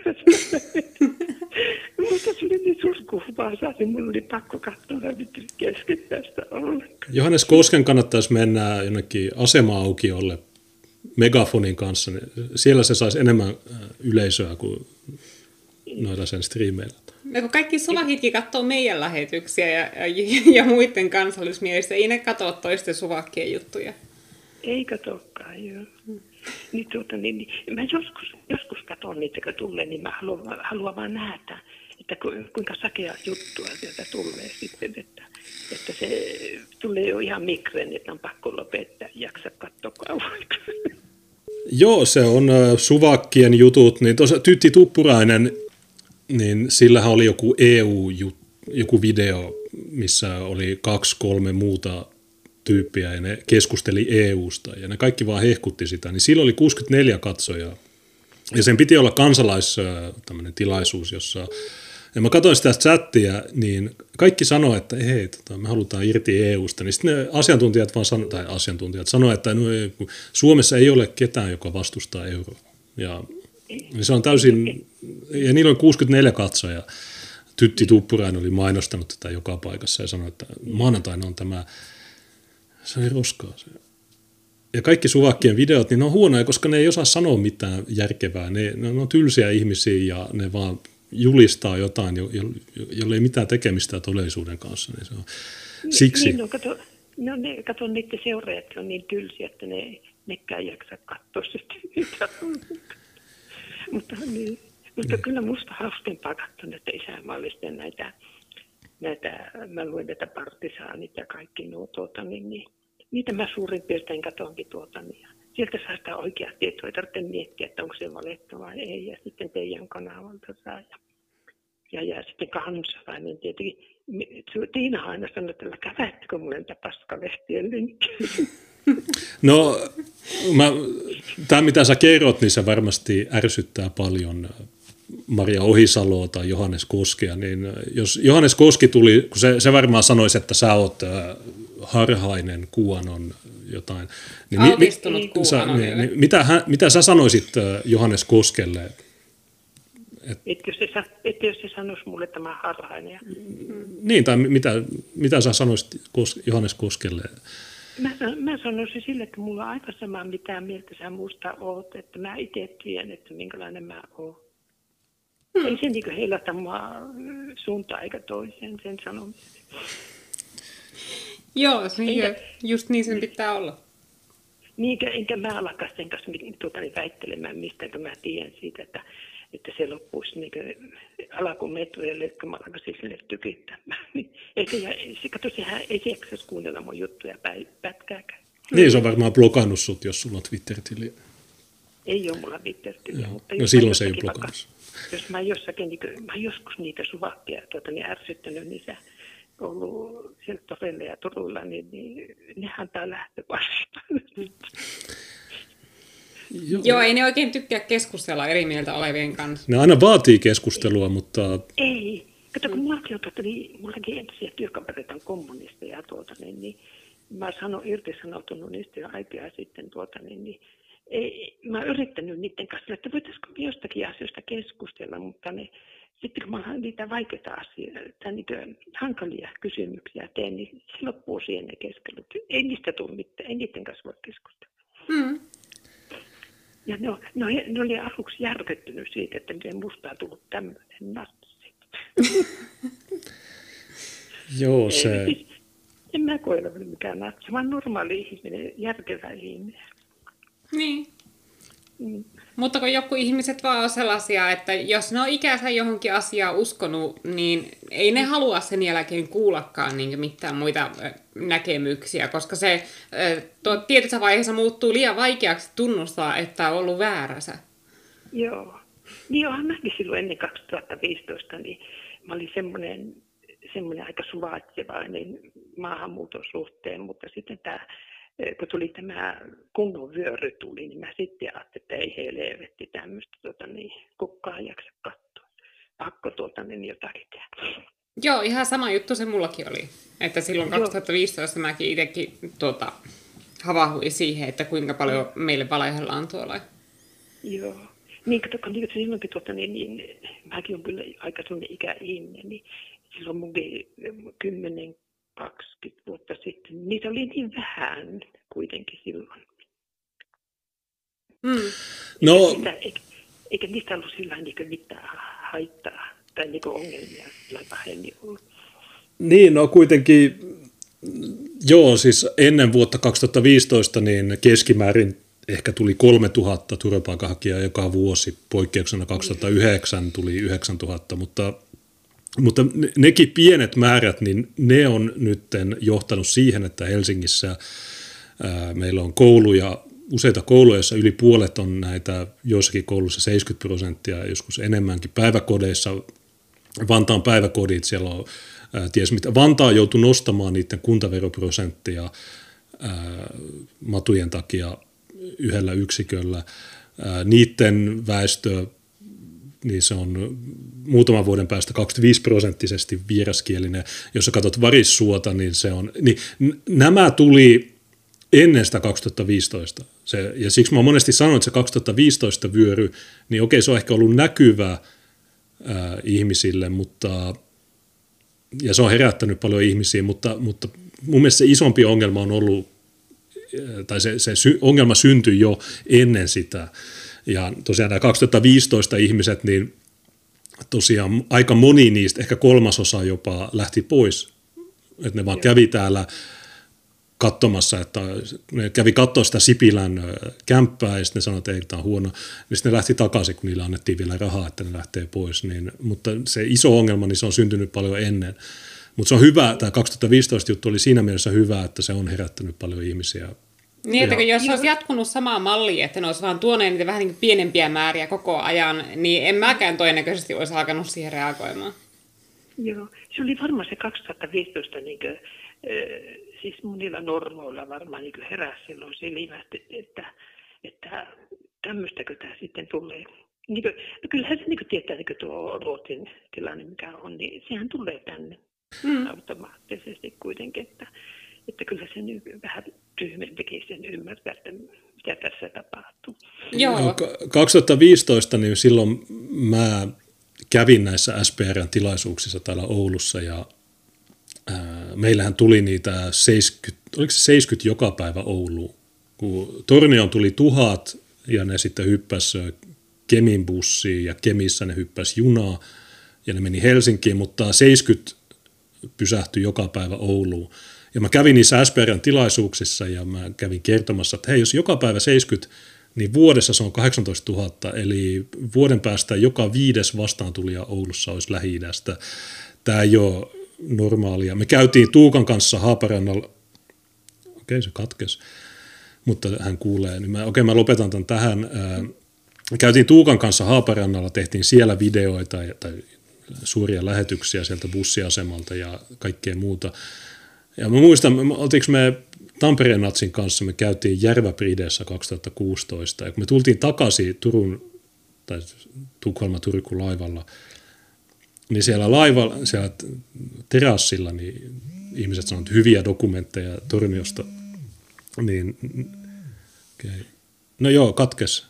Mutta se oli niin surkuhupaa, niin mun oli pakko katsoa läpi keskittää sitä ollenkaan. Johannes Kosken kannattaisi mennä jonnekin asema-aukiolle megafonin kanssa. Niin siellä se saisi enemmän yleisöä kuin noilla sen striimeillä. No kun kaikki suvakitkin katsoo meidän lähetyksiä ja muiden kansallismielistä, ei ne katso toisten suvakkien juttuja. Ei katokaan, joo. Niin, mä joskus katson niitä, kun tulee, niin mä haluan vaan nähdä, että kuinka sakea juttua sieltä tulee sitten, että se tulee jo ihan migreen, että on pakko lopettaa, jaksa katsoa kauan. Joo, se on suvakkien jutut. Niin tuossa Tytti Tuppurainen, niin sillähän oli joku joku video, missä oli 2-3 muuta tyyppiä ja ne keskusteli EUsta ja ne kaikki vaan hehkutti sitä, niin silloin oli 64 katsojaa. Ja sen piti olla tämmöinen tilaisuus, jossa, ja mä katsoin sitä chattia, niin kaikki sanoi, että hei, me halutaan irti EUsta, niin sitten ne asiantuntijat sanoivat, että no, Suomessa ei ole ketään, joka vastustaa euroa. Ja se on täysin, ja niillä on 64 katsojaa. Tytti Tuppurainen oli mainostanut tätä joka paikassa ja sanoi, että maanantaina on tämä. Se oli roskaa se. Ja kaikki suvakkien videot, niin ne on huonoja, koska ne ei osaa sanoa mitään järkevää. Ne on tylsiä ihmisiä ja ne vaan julistaa jotain, jolla ei mitään tekemistä todellisuuden kanssa. Niin se on siksi. Niin, kato niiden seuraajat on niin tylsiä, että ne nekään jaksa katsoa sitä. Mutta kyllä musta hauskempaa katsoa näitä isänmaallisten näitä, mä luen näitä partisaanit ja kaikki nuo niin niitä mä suurin piirtein katonkin niin, ja sieltä saa sitä oikeaa tietoa, ei tarvitse miettiä, että onko se valetta vai ei, ja sitten teidän kanavalta saa, ja sitten kansalainen tietenkin. Tiina aina sanoi, että kävättekö mulle niitä paskalehtien linkkiä? No, tämä mitä sä kerrot, niin se varmasti ärsyttää paljon Maria Ohisaloa tai Johannes Koskea, niin jos Johannes Koski tuli, kun se varmaan sanoisi, että sä oot harhainen QAnon jotain. Niin altistunut QAnonille. Niin, mitä sä sanoisit Johannes Koskelle? Että jos se sanoisi mulle, että mä oon harhainen. Niin, tai mitä sä sanoisit Johannes Koskelle? Mä sanoisin sille, että mulla on aika sama, mitä mieltä sä musta oot, että mä itse tiedän, että minkälainen mä oon. Ei se niin heilata mua suuntaan eikä toiseen sen sanomisen. Joo, just niin sen pitää olla. Enkä mä alakaan sen kanssa väittelemään mistä, kun mä tiedän siitä, että se loppuisi niin alakumetroille, kun mä alkaisin sille tykittämään. Sehän ei se jaksaisi kuunnella mun juttuja pätkääkään. Niin, se on varmaan blokannut sut, jos sulla on Twitter-tili. Ei ole mulla Twitter-tiliä, mutta no silloin se ei ole blokannut. Jos mä jossakin, mä joskus niitä suvakkia niin ärsyttänyt, niin se on ollut siellä Torilla ja Turulla, niin nehän antaa lähtöpastaan. Joo, ei ne oikein tykkää keskustella eri mieltä olevien kanssa. Ne aina vaatii keskustelua, mutta... Ei. Kato, kun mullakin entisiä työkavereita on kommunisteja, niin mä oon irtisanoutunut niistä jo aikaa sitten, mä oon yrittänyt niiden kanssa, että voitaisiinko jostakin asioista keskustella, mutta sitten kun mä niitä vaikeita asioita tai niitä hankalia kysymyksiä teen, niin se loppuu siihen ne keskustelut. Ei niistä tule mitään, ei niiden kanssa voi keskustella. Mm. Ja ne oli aluksi järkyttynyt siitä, että miten musta on tullut tämmöinen natsi. Joo, se... En mä koe ole mikään natsi, vaan normaali ihminen, järkevä ihminen. Niin. Mutta kun joku ihmiset vaan on sellaisia, että jos ne on ikänsä johonkin asiaan uskonut, niin ei ne halua sen jälkeen kuullakaan niin mitään muita näkemyksiä, koska se tietyssä vaiheessa muuttuu liian vaikeaksi tunnustaa, että on ollut väärässä. Joo. Niin onhan mäkin silloin ennen 2015, niin mä olin semmoinen aika suvaitsevainen maahanmuuton suhteen, mutta sitten kun tuli tämä kunnon vyöry tuli, niin mä sitten ajattelin, että ei helvetti tämmöistä, kukaan jaksa katsoa. Pakko jotakin tehdä. Joo, ihan sama juttu se mullakin oli. Että silloin 2015 mäkin itsekin havahui siihen, että kuinka paljon meille valehdellaan tuolla. Joo. Niin, kato, niin silloinkin niin mäkin olen kyllä aika sellainen ikäihminen, niin silloin munkin 10-20 vuotta sitten, niitä oli niin vähän kuitenkin silloin. No, eikä niistä ollut sillä niin mitään haittaa tai niin ongelmia sillä pahemmin ollut. niin, no kuitenkin, joo, siis ennen vuotta 2015 niin keskimäärin ehkä tuli 3000 turvapaikanhakijaa joka vuosi, poikkeuksena 2009 tuli 9000, mutta nekin pienet määrät, niin ne on nyt johtanut siihen, että Helsingissä meillä on kouluja, useita kouluja, joissa yli puolet on näitä, joissakin kouluissa 70%, joskus enemmänkin. Päiväkodeissa, Vantaan päiväkodit, siellä on ties mitä. Vantaa joutui nostamaan niiden kuntaveroprosenttia matujen takia yhdellä yksiköllä. Niiden väestö, niin se on muutaman vuoden päästä 25% vieraskielinen. Jos sä katsot Varissuota, niin se on, niin nämä tuli ennen sitä 2015. Ja siksi mä oon monesti sanonut, että se 2015 vyöry, niin okei, se on ehkä ollut näkyvä ihmisille, ja se on herättänyt paljon ihmisiä, mutta mun mielestä se isompi ongelma on ollut, tai se ongelma syntyi jo ennen sitä. Ja tosiaan nämä 2015 ihmiset, niin tosiaan aika moni niistä, ehkä 1/3 jopa lähti pois. Että ne vaan kävi täällä katsomassa, että ne kävi katsoa sitä Sipilän kämppää ja sitten ne sanoi, että ei, tämä on huono. Ja sitten ne lähti takaisin, kun niille annettiin vielä rahaa, että ne lähtee pois. Mutta se iso ongelma, niin se on syntynyt paljon ennen. Mutta se on hyvä, tämä 2015 juttu oli siinä mielessä hyvä, että se on herättänyt paljon ihmisiä. Niin, että jos olisi jatkunut samaa mallia, että ne olisi vaan tuoneet niitä vähän niin pienempiä määriä koko ajan, niin en mäkään todennäköisesti olisi alkanut siihen reagoimaan. Joo, se oli varmaan se 2015, niin kuin, siis monilla normoilla varmaan niin heräsi silloin silmät, että tämmöistäkö tämä sitten tulee. Niin kuin, no kyllähän se niin tietää niin tuo Ruotsin tilanne, mikä on, niin sehän tulee tänne automaattisesti kuitenkin, että kyllä se nyt vähän tyhmempikin sen ymmärtää, että mitä tässä tapahtuu. Joo. 2015 niin silloin mä kävin näissä SPR:n tilaisuuksissa täällä Oulussa ja meillähän tuli niitä 70, oliko se 70 joka päivä Ouluun, kun Tornioon tuli 1000 ja ne sitten hyppäsi Kemin bussiin ja Kemissä ne hyppäsi junaa ja ne meni Helsinkiin, mutta 70 pysähtyi joka päivä Ouluun. Ja mä kävin niissä SPR:n tilaisuuksissa ja mä kävin kertomassa, että hei, jos joka päivä 70, niin vuodessa se on 18 000, eli vuoden päästä joka 5. vastaantulija Oulussa olisi Lähi-idästä. Tämä ei ole normaalia. Me käytiin Tuukan kanssa Haaparannalla, okei, se katkesi, mutta hän kuulee. Niin mä lopetan tämän tähän. Me käytiin Tuukan kanssa Haaparannalla, tehtiin siellä videoita tai suuria lähetyksiä sieltä bussiasemalta ja kaikkea muuta. Ja mä muistan, oltiinko me Tampereen Natsin kanssa, me käytiin Järväprideessä 2016, ja kun me tultiin takaisin Tukholma-Turku laivalla, niin siellä terassilla niin ihmiset sanoivat hyviä dokumentteja Torniosta. Niin, okay. No joo, katkes.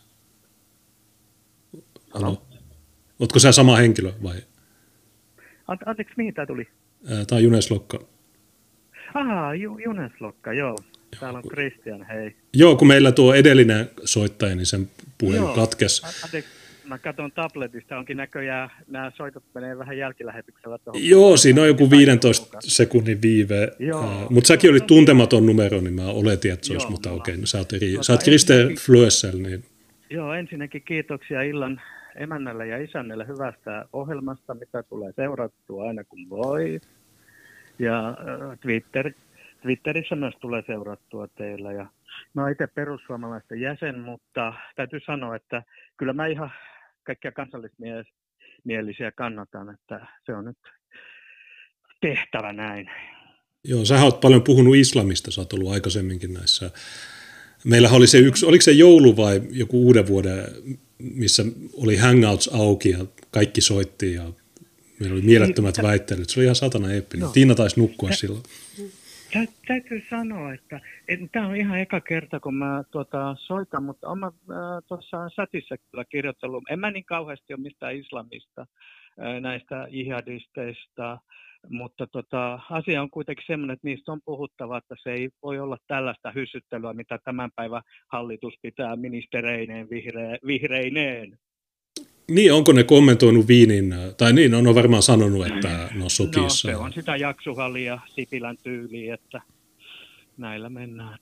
Halo. Ootko sä sama henkilö vai? Anteeksi, mihin tämä tuli? Tämä on Junes Lokka. Junes Lokka, joo. Täällä on Christian, hei. Joo, kun meillä tuo edellinen soittaja, niin sen puhelu katkesi. Anteeksi, mä katson tabletista, onkin näköjään, nämä soitot menee vähän jälkilähetyksellä. Joo, siinä on joku 15 sekunnin viive. Mutta säkin olit tuntematon numero, niin mä oletin, että se olisi, mutta okei, no, sä oot Christer Flöessel. Niin. Joo, ensinnäkin kiitoksia illan emännälle ja isännelle hyvästä ohjelmasta, mitä tulee seurattua aina kun voi. Ja Twitterissä myös tulee seurattua teillä. Ja mä oon itse perussuomalaisten jäsen, mutta täytyy sanoa, että kyllä mä ihan kaikkia kansallismielisiä kannatan, että se on nyt tehtävä näin. Joo, sä oot paljon puhunut islamista, sä oot ollut aikaisemminkin näissä. Meillähän oli se oliko se joulu vai joku uuden vuoden, missä oli hangouts auki ja kaikki soitti ja meillä oli mielettömät väittelyt. Se oli ihan satana eeppinen. Tiina taisi nukkua silloin. Täytyy sanoa, että tämä on ihan eka kerta, kun mä soitan, mutta olen tuossa chatissa kyllä kirjoitellut. En mä niin kauheasti ole mistään islamista, näistä jihadisteista, mutta asia on kuitenkin sellainen, että niistä on puhuttava, että se ei voi olla tällaista hyssyttelyä, mitä tämän päivän hallitus pitää ministereineen, vihreineen. Niin, onko ne kommentoinut Viinin, tai niin, on varmaan sanonut, että no sokissa. No, se on sitä jaksuhallia Sipilän tyyliä, että näillä mennään.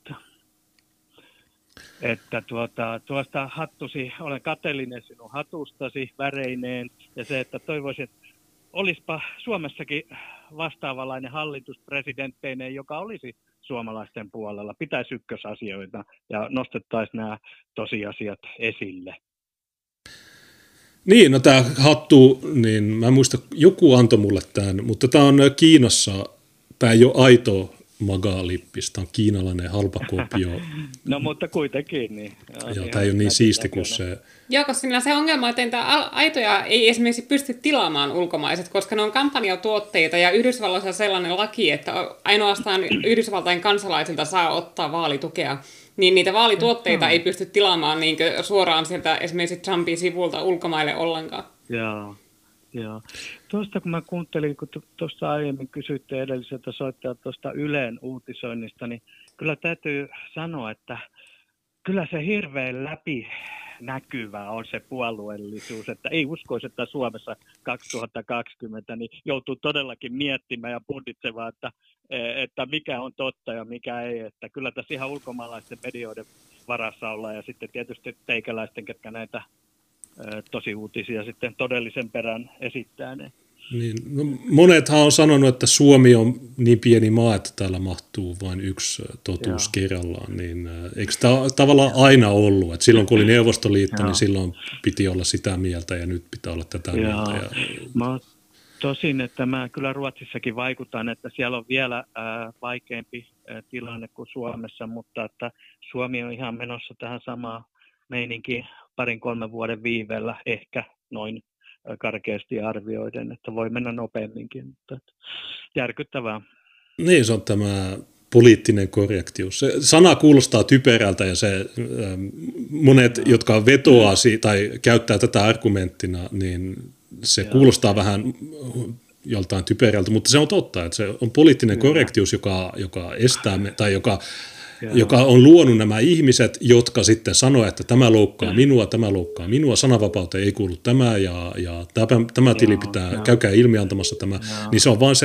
Että tuosta hattusi, olen kateellinen sinun hatustasi väreineen, ja se, että toivoisin, että olisipa Suomessakin vastaavanlainen hallitus presidentteineen, joka olisi suomalaisten puolella, pitäisi ykkösasioita ja nostettaisiin nämä tosiasiat esille. Niin, no tämä hattu, niin mä en muista, joku antoi mulle tämän, mutta tämä on Kiinassa, tämä ei ole aito Maga-lippis, tämä on kiinalainen halpakopio. No mutta kuitenkin. Niin. Joo, tämä ei ole niin siisti kuin se. Joo, koska siinä se ongelma, että niitä aitoja ei esimerkiksi pysty tilaamaan ulkomaiset, koska ne on kampanjatuotteita ja Yhdysvalloissa on sellainen laki, että ainoastaan Yhdysvaltain kansalaisilta saa ottaa vaalitukea. Niin niitä vaalituotteita ei pysty tilaamaan niin suoraan sieltä esimerkiksi Trumpin sivulta ulkomaille ollenkaan. Joo. Tuosta kun mä kuuntelin, kun tuosta aiemmin kysyitte edelliseltä soittajalta tuosta Ylen uutisoinnista, niin kyllä täytyy sanoa, että kyllä se hirveän läpinäkyvä on se puolueellisuus, että ei uskoisi, että Suomessa 2020 niin joutuu todellakin miettimään ja punnitsemaan, että mikä on totta ja mikä ei, että kyllä tässä ihan ulkomaalaisten medioiden varassa ollaan ja sitten tietysti teikäläisten, ketkä näitä tosi uutisia sitten todellisen perän esittää ne. Niin, no, monethan on sanonut, että Suomi on niin pieni maa, että täällä mahtuu vain yksi totuus kerrallaan. Niin, eikö tämä tavallaan aina ollut? Että silloin kun oli Neuvostoliitto, niin silloin piti olla sitä mieltä ja nyt pitää olla tätä mieltä. Tosin, että mä kyllä Ruotsissakin vaikutan, että siellä on vielä vaikeampi tilanne kuin Suomessa, mutta että Suomi on ihan menossa tähän samaan meininkiin 2-3 vuoden viiveellä ehkä noin karkeasti arvioiden, että voi mennä nopeamminkin, mutta järkyttävää. Niin, se on tämä poliittinen korrektius. Se sana kuulostaa typerältä ja se monet, jotka vetoaa tai käyttää tätä argumenttina, niin se kuulostaa vähän joltain typerältä, mutta se on totta, että se on poliittinen korrektius, joka estää tai joka on luonut nämä ihmiset, jotka sitten sanoo, että tämä loukkaa minua, sananvapauteen ei kuulu tämä ja tämä tili pitää, käykää ilmiantamassa tämä, niin se on vain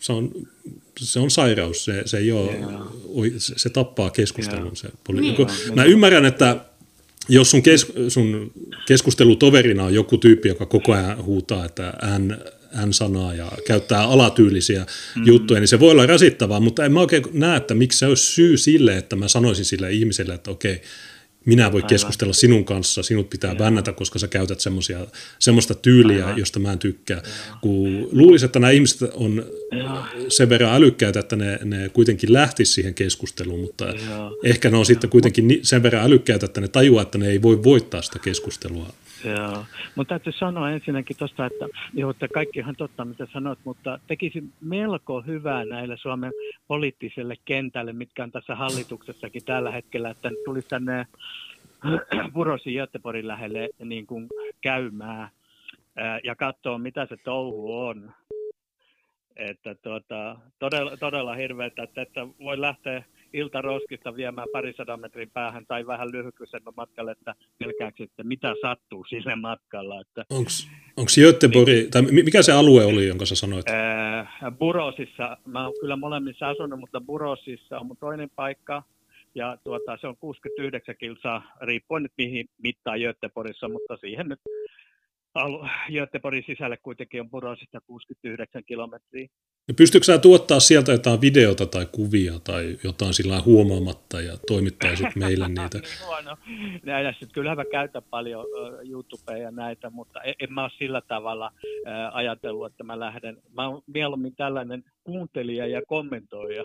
se on sairaus, se ei ole, se tappaa keskustelun. Mä ymmärrän, että jos sun keskustelutoverina on joku tyyppi, joka koko ajan huutaa, että N-sanaa ja käyttää alatyylisiä juttuja, niin se voi olla rasittavaa, mutta en mä oikein näe, että miksi se olisi syy sille, että mä sanoisin sille ihmiselle, että okei, minä voi keskustella sinun kanssa, sinut pitää bännätä, koska sä käytät semmoista tyyliä, josta mä en tykkää. Kun luulisin, että nämä ihmiset on sen verran älykkäitä, että ne kuitenkin lähtisivät siihen keskusteluun, mutta ehkä ne on sitten kuitenkin sen verran älykkäitä, että ne tajuaa, että ne ei voi voittaa sitä keskustelua. Joo, mutta täytyy sanoa ensinnäkin tuosta, että kaikki ihan totta, mitä sanot, mutta tekisi melko hyvää näille Suomen poliittiselle kentälle, mitkä on tässä hallituksessakin tällä hetkellä, että tulisi tänne Burosin Göteborgin lähelle niin kuin käymään ja katsoa, mitä se touhu on. Että todella hirveätä, että voi lähteä iltaroskista viemään 200 metrin päähän tai vähän lyhykäisemmän matkalle, että pelkääksi, että mitä sattuu sille matkalla. Onko Göteborg, tai mikä se alue oli, jonka sä sanoit? Burosissa, mä oon kyllä molemmissa asunut, mutta Burosissa on mun toinen paikka, ja se on 69 kilsaa, riippuen nyt mihin mittaan Göteborgissa, mutta siihen nyt Göteborgin sisälle kuitenkin on Burosista 69 kilometriä. Pystytkö sä tuottaa sieltä jotain videota tai kuvia tai jotain sillä huomaamatta ja toimittaisit meille niitä? Näitä kyllähän mä käytän paljon YouTubea ja näitä, mutta en mä ole sillä tavalla ajatellut, että mä lähden. Mä oon mieluummin tällainen kuuntelija ja kommentoija.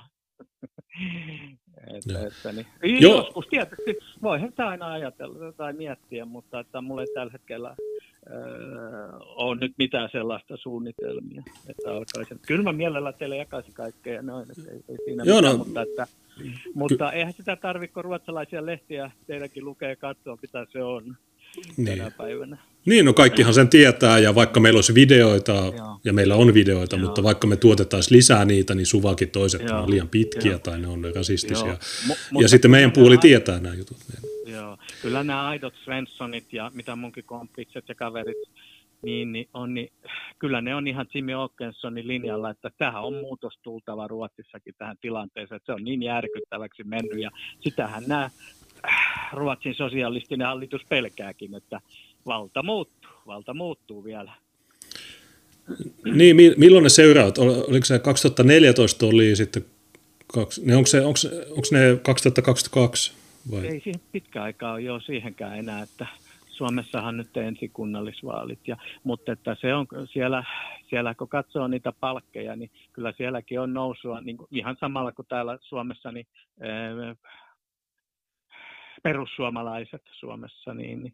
Joskus tietysti voihan sitä aina ajatella tai miettiä, mutta että mulla ei tällä hetkellä ole nyt mitään sellaista suunnitelmia, että alkaisin. Kyllä mä mielellä teille jakaisin kaikkea noin, että ei siinä Joo, mitään, no. mutta eihän sitä tarvitse, kun ruotsalaisia lehtiä teilläkin lukee ja katsoo, mitä se on tänä päivänä. Niin, no kaikkihan sen tietää, ja vaikka meillä olisi videoita, ja meillä on videoita, mutta vaikka me tuotettaisiin lisää niitä, niin suvakin toiset on liian pitkiä tai ne on rasistisia. Ja sitten meidän puoli tietää nämä jutut. Joo, kyllä nämä aidot Svenssonit ja mitä munkin kompikset ja kaverit, niin kyllä ne on ihan Jimmy Åkessonin linjalla, että tähän on muutos tultava Ruotsissakin tähän tilanteeseen, että se on niin järkyttäväksi mennyt, ja sitähän nämä Ruotsin sosialistinen hallitus pelkääkin, että valta muuttuu vielä. Niin, milloin ne seuraavat? Oliko se 2014 oli sitten, onko ne 2022 vai? Ei siihen pitkä aikaa ole jo siihenkään enää, että Suomessahan nyt ensikunnallisvaalit, mutta että se on siellä kun katsoo niitä palkkeja, niin kyllä sielläkin on nousua, niin ihan samalla kuin täällä Suomessa, niin perussuomalaiset Suomessa, niin.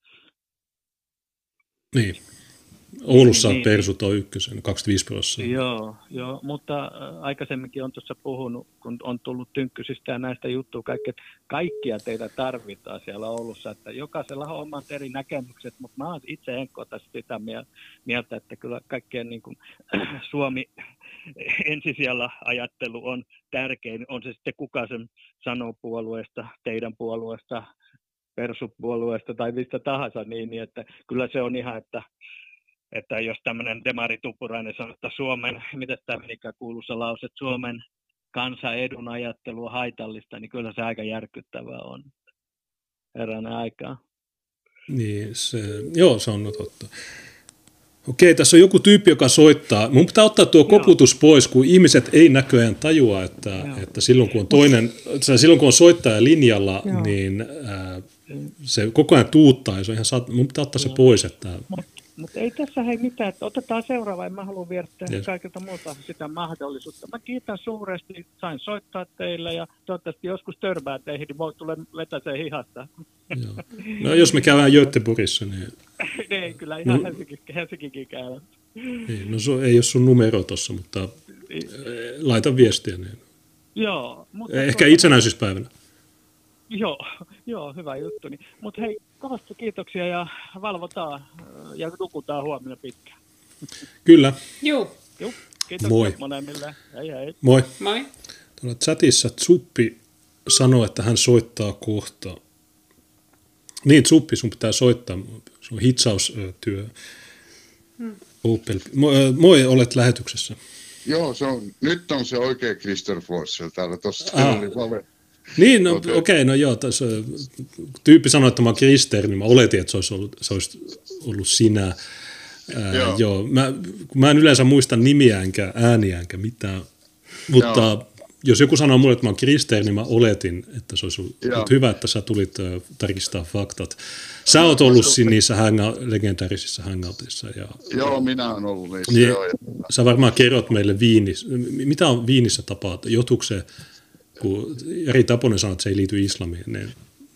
Oulussa persut on ykkösen, 25%. Joo, mutta aikaisemminkin on tuossa puhunut, kun on tullut Tynkkysistä ja näistä juttua, kaikkia teitä tarvitaan siellä Oulussa, että jokaisella on omat eri näkemykset, mutta mä oon itse henkkohtaisesti sitä mieltä, että kyllä kaikkien niin kuin, Suomi ensisijalla ajattelu on tärkein, on se sitten kuka sen sanoo puolueesta, teidän puolueesta, persupuolueesta tai mistä tahansa, niin että kyllä se on ihan, että jos tämmöinen Demari Tuppurainen sanoo, että Suomen, miten tämä menikään kuuluisa lause, että Suomen kansan edun ajattelu on haitallista, niin kyllä se aika järkyttävää on herranen aikaa. Niin, se on totta. Okei, tässä on joku tyyppi, joka soittaa. Mun pitää ottaa tuo koputus pois, kun ihmiset ei näköjään tajua, että silloin kun on soittaja linjalla, niin se koko ajan tuuttaa, ja se on ihan mun pitää ottaa se pois. Mutta ei tässä mitään, että otetaan seuraava, en mä halua viettää kaikilta muuta sitä mahdollisuutta. Mä kiitän suuresti, sain soittaa teille ja toivottavasti joskus törmää teihin, niin voi tulla vetäseen hihasta. Joo. No jos me käydään Göteborgissa, niin. Ei, kyllä ihan Helsinkikin käydään. Niin, no ei ole sun numero tuossa, mutta laita viestiä. Niin. Joo. Mutta ehkä itsenäisyyspäivänä. Joo, hyvä juttu. Mutta hei, kovasti kiitoksia ja valvotaan ja nukutaan huomenna pitkään. Kyllä. Joo. Kiitoksia Moi. Molemmille. Hei. Moi. Moi. Tuolla chatissa Tsuppi sanoi, että hän soittaa kohta. Niin, Tsuppi, sun pitää soittaa. Se on hitsaustyö. Opel. Moi, olet lähetyksessä. Joo, nyt on se oikea Christer Flossel täällä. Tuossa oli vale. Niin, no okei, no joo. Tyyppi sanoi, että mä oon Christer, niin mä oletin, että se olisi ollut sinä. Joo. Mä en yleensä muista nimiä enkä ääniä enkä mitään, mutta jos joku sanoo mulle, että mä oon Christer, niin mä oletin, että se olisi ollut hyvä, että sä tulit tarkistaa faktat. Sä oot ollut niissä legendaarisissa hangouteissa. Joo, minä olen ollut niissä. Niin, sä varmaan kerrot meille Viinissä. Mitä on Viinissä tapahtui? Johtuuko se, kun Jari Taponen sanoi, että se ei liity islamiin? Niin,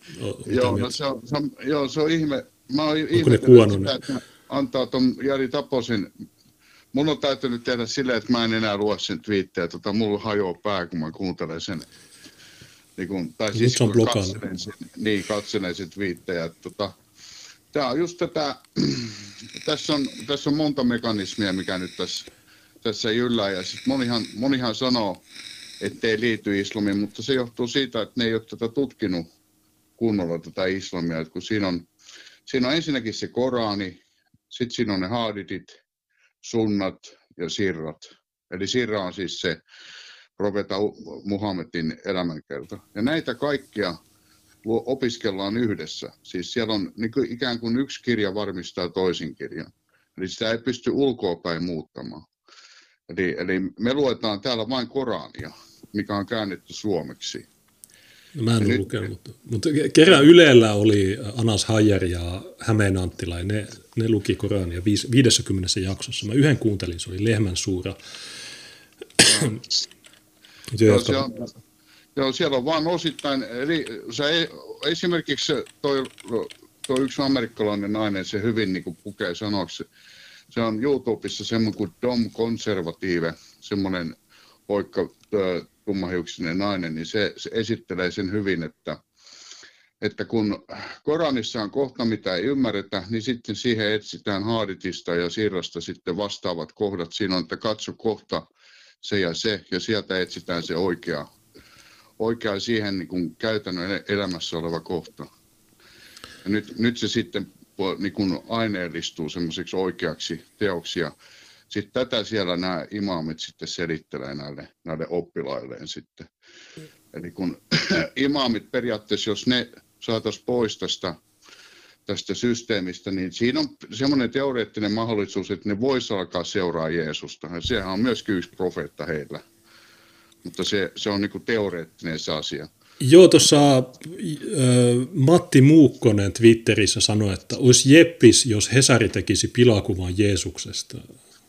se on ihme. Mä oon ihmetellyt sitä, antaa tuon Jari Taposen. Mun on täytynyt tehdä silleen, että mä en enää lue sen twiittejä. Mulla hajoaa pää, kun mä kuuntelen sen. Tai siis kun katselen sen twiittejä. Tää on just tätä, tässä on monta mekanismia, mikä nyt tässä jyllää. Ja sit monihan sanoo, ettei liity islamiin, mutta se johtuu siitä, että ne ei ole tätä tutkinut kunnolla tätä islamia. Et kun siinä on ensinnäkin se Korani, sitten siinä on ne hadithit, sunnat ja sirrat. Eli sirra on siis se profeetta Muhammedin elämänkerta. Ja näitä kaikkia opiskellaan yhdessä. Siis siellä on ikään kuin yksi kirja varmistaa toisin kirjan. Eli sitä ei pysty ulkoapäin muuttamaan. Eli me luetaan täällä vain Korania, mikä on käännetty suomeksi. No, mä en ole lukenut, mutta kerran Ylellä oli Anas Hajer ja Hämeen Anttila, ja ne luki Korania 50 jaksossa. Mä yhden kuuntelin, se oli Lehmän suura. Joo, siellä on vaan osittain, eli esimerkiksi toi tuo yksi amerikkalainen nainen, se hyvin niin kuin pukee sanoksi. Se on YouTubessa semmoinen kuin Dom Conservative, semmoinen poikka tummahiuksinen nainen, niin se esittelee sen hyvin, että kun Koranissa on kohta, mitä ei ymmärretä, niin sitten siihen etsitään Haaditista ja Sirrasta sitten vastaavat kohdat. Siinä on, että katso kohta se, ja sieltä etsitään se oikea siihen niin kuin käytännön elämässä oleva kohta. Ja nyt se sitten niin kuin aineellistuu semmoiseksi oikeaksi teoksi, ja sitten tätä siellä nämä imaamit sitten selittelee näille oppilailleen sitten. Eli kun imaamit periaatteessa, jos ne saataisiin pois tästä systeemistä, niin siinä on semmoinen teoreettinen mahdollisuus, että ne voisi alkaa seuraa Jeesusta. Ja sehän on myöskin yksi profeetta heillä. Mutta se on niin kuin teoreettinen se asia. Joo, tuossa Matti Muukkonen Twitterissä sanoi, että olisi jeppis, jos Hesari tekisi pilakuvan Jeesuksesta.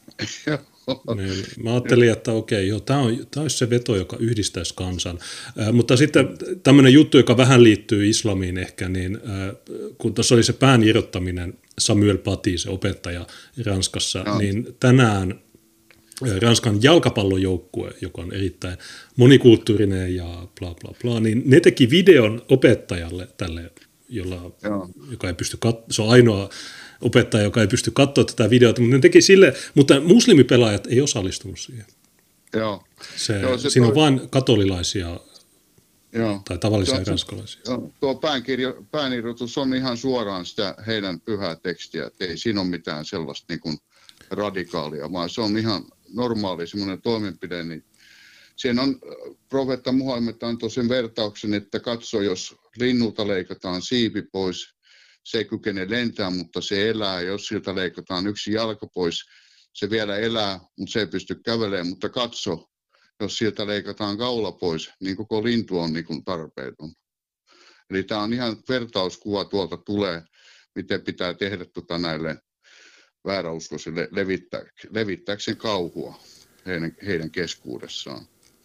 Niin, mä ajattelin, että okei, joo, tämä olisi se veto, joka yhdistäisi kansan. Mutta sitten tämmöinen juttu, joka vähän liittyy islamiin ehkä, niin kun tuossa oli se pään irrottaminen, Samuel Paty, se opettaja Ranskassa, niin tänään Ranskan jalkapallojoukkue, joka on erittäin monikulttuurinen ja bla bla bla, niin ne teki videon opettajalle tälle, joka ei pysty se on ainoa opettaja, joka ei pysty katsoa tätä videota, mutta ne teki sille, mutta muslimipelaajat ei osallistunut siihen. Joo. Siinä on vain katolilaisia tai tavallisia ranskalaisia. Tuo päänirjoitus on ihan suoraan sitä heidän pyhää tekstiä, että ei siinä ole mitään sellaista niin kuin radikaalia, vaan se on ihan normaali semmoinen toimenpide. Niin siinä on, profeetta Muhammed antoi sen vertauksen, että katso, jos linnulta leikataan siipi pois, se ei kykene lentämään, mutta se elää. Jos siltä leikataan yksi jalka pois, se vielä elää, mutta se ei pysty kävelemään. Mutta katso, jos siltä leikataan kaula pois, niin koko lintu on niin kuin tarpeeton. Eli tämä on ihan vertauskuva tuolta tulee, miten pitää tehdä näille vääräuskoisille levittääkseen kauhua heidän keskuudessaan.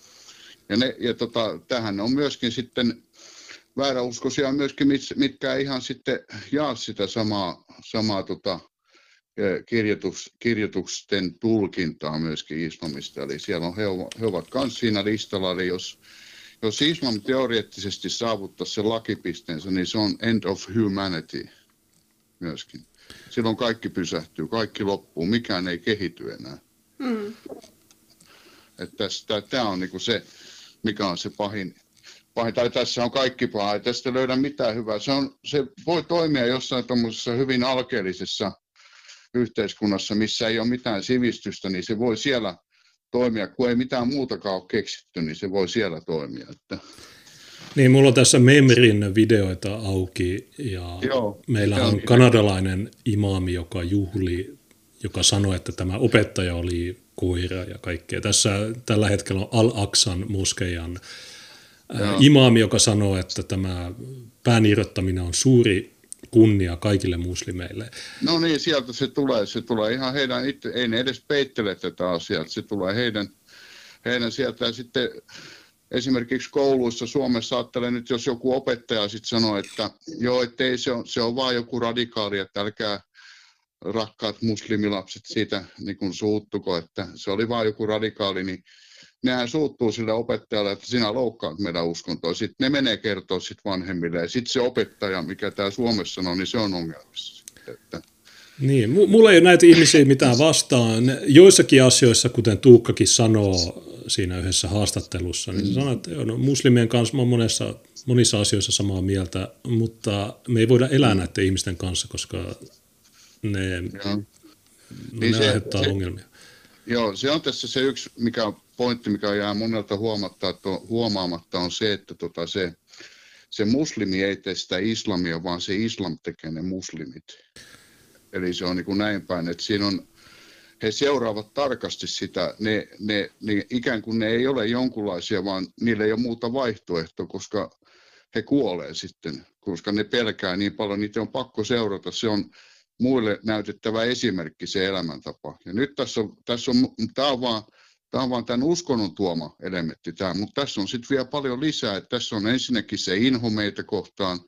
Tähän on myöskin sitten vääräuskoisia myöskin, mitkä ihan sitten jaa sitä samaa kirjoitusten tulkintaa myöskin islamista. Eli siellä on, he ovat myös siinä listalla, eli jos islam teoreettisesti saavuttaa sen lakipisteensä, niin se on end of humanity myöskin. Silloin kaikki pysähtyy, kaikki loppuu, mikään ei kehity enää. Tämä on niinku se, mikä on se pahin, tai tässä on kaikki paha, ei tästä löydä mitään hyvää. Se voi toimia jossain tuommoisessa hyvin alkeellisessa yhteiskunnassa, missä ei ole mitään sivistystä, niin se voi siellä toimia, kun ei mitään muutakaan ole keksitty, niin se voi siellä toimia. Niin, mulla on tässä Memrin videoita auki, ja meillä on kanadalainen imaami, joka juhli, joka sanoi, että tämä opettaja oli koira ja kaikkea. Tällä hetkellä on Al-Aqsan moskeijan imaami, joka sanoo, että tämä pään irrottaminen on suuri kunnia kaikille muslimeille. No niin, sieltä se tulee ihan heidän itse, ei ne edes peittele tätä asiaa, se tulee heidän sieltä. Ja sitten esimerkiksi kouluissa Suomessa ajattelen nyt, jos joku opettaja sitten sanoo, että joo, ettei se on vaan joku radikaali, että älkää rakkaat muslimilapset siitä niin kuin suuttuko, että se oli vaan joku radikaali, niin nehän suuttuu sille opettajalle, että sinä loukkaat meidän uskontoa. Sitten ne menee kertoa sitten vanhemmille, ja sitten se opettaja, mikä täällä Suomessa on, niin se on ongelmissa. Niin, mulla ei ole näitä ihmisiä mitään vastaan. Joissakin asioissa, kuten Tuukkakin sanoo siinä yhdessä haastattelussa, niin se sanoo, että muslimien kanssa on monissa asioissa samaa mieltä, mutta me ei voida elää näiden ihmisten kanssa, koska ne aiheuttaa ongelmia. Joo, se on tässä se yksi pointti, mikä jää monelta huomaamatta, on se, että se muslimi ei tee sitä islamia, vaan se islam tekee ne muslimit. Eli se on niin kuin näin päin, että siinä on, he seuraavat tarkasti sitä, ne ikään kuin ne ei ole jonkunlaisia, vaan niillä ei ole muuta vaihtoehtoa, koska he kuolee sitten, koska ne pelkää niin paljon, niitä on pakko seurata, se on muille näytettävä esimerkki se elämäntapa. Ja nyt tämä on vaan tämän uskonnon tuoma elementti, mutta tässä on sitten vielä paljon lisää, että tässä on ensinnäkin se inho meitä kohtaan,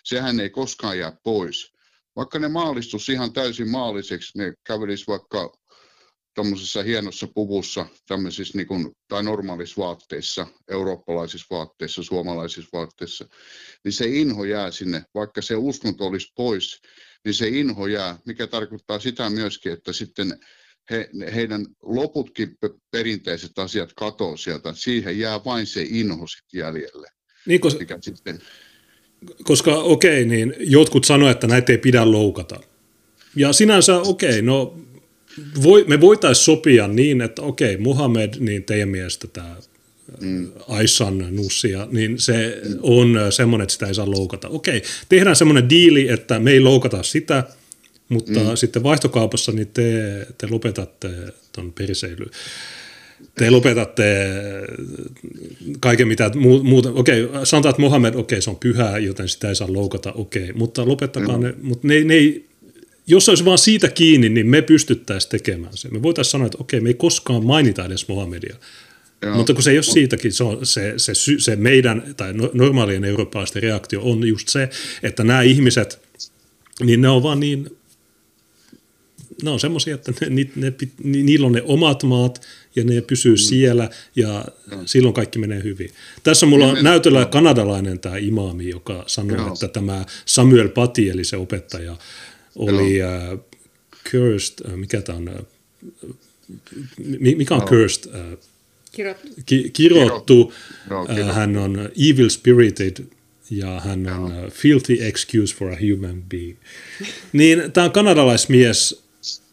sehän ei koskaan jää pois. Vaikka ne maalistus ihan täysin maalliseksi, ne kävelis vaikka tämmöisessä hienossa puvussa, tämmöisissä niin kuin, tai normaalissa vaatteissa, eurooppalaisissa vaatteissa, suomalaisissa vaatteissa, niin se inho jää sinne, vaikka se uskonto olisi pois, niin se inho jää, mikä tarkoittaa sitä myöskin, että sitten heidän loputkin perinteiset asiat katoaa sieltä, siihen jää vain se inho sitten jäljelle. Niin, koska okei, niin jotkut sanoivat, että näitä ei pidä loukata. Ja sinänsä no me voitaisiin sopia niin, että okei, Muhammed, niin teidän mielestä tämä Aishan nussia, niin se on semmoinen, että sitä ei saa loukata. Okei, tehdään semmoinen diili, että me ei loukata sitä, mutta sitten vaihtokaupassa niin te lopetatte ton periseilyn. Te lopetatte kaiken mitä muuta. Okei, sanotaan, että Mohammed, se on pyhää, joten sitä ei saa loukata, mutta lopettakaa ne. Mutta ne ei, jos olisi vaan siitä kiinni, niin me pystyttäisiin tekemään se. Me voitaisiin sanoa, että me ei koskaan mainita edes Mohammedia. Joo. Mutta kun se ei ole siitäkin, se meidän tai normaalien eurooppalaisten reaktio on just se, että nämä ihmiset, niin ne on vaan niin, ne on semmoisia, että niillä on ne omat maat ja ne pysyy siellä ja silloin kaikki menee hyvin. Tässä mulla on näytöllä kanadalainen tämä imaami, joka sanoo, että tämä Samuel Paty, eli se opettaja, oli cursed, mikä tämä on, mikä on cursed? Kirottu. Hän on evil spirited ja hän on filthy excuse for a human being. Niin tämä on kanadalaismies,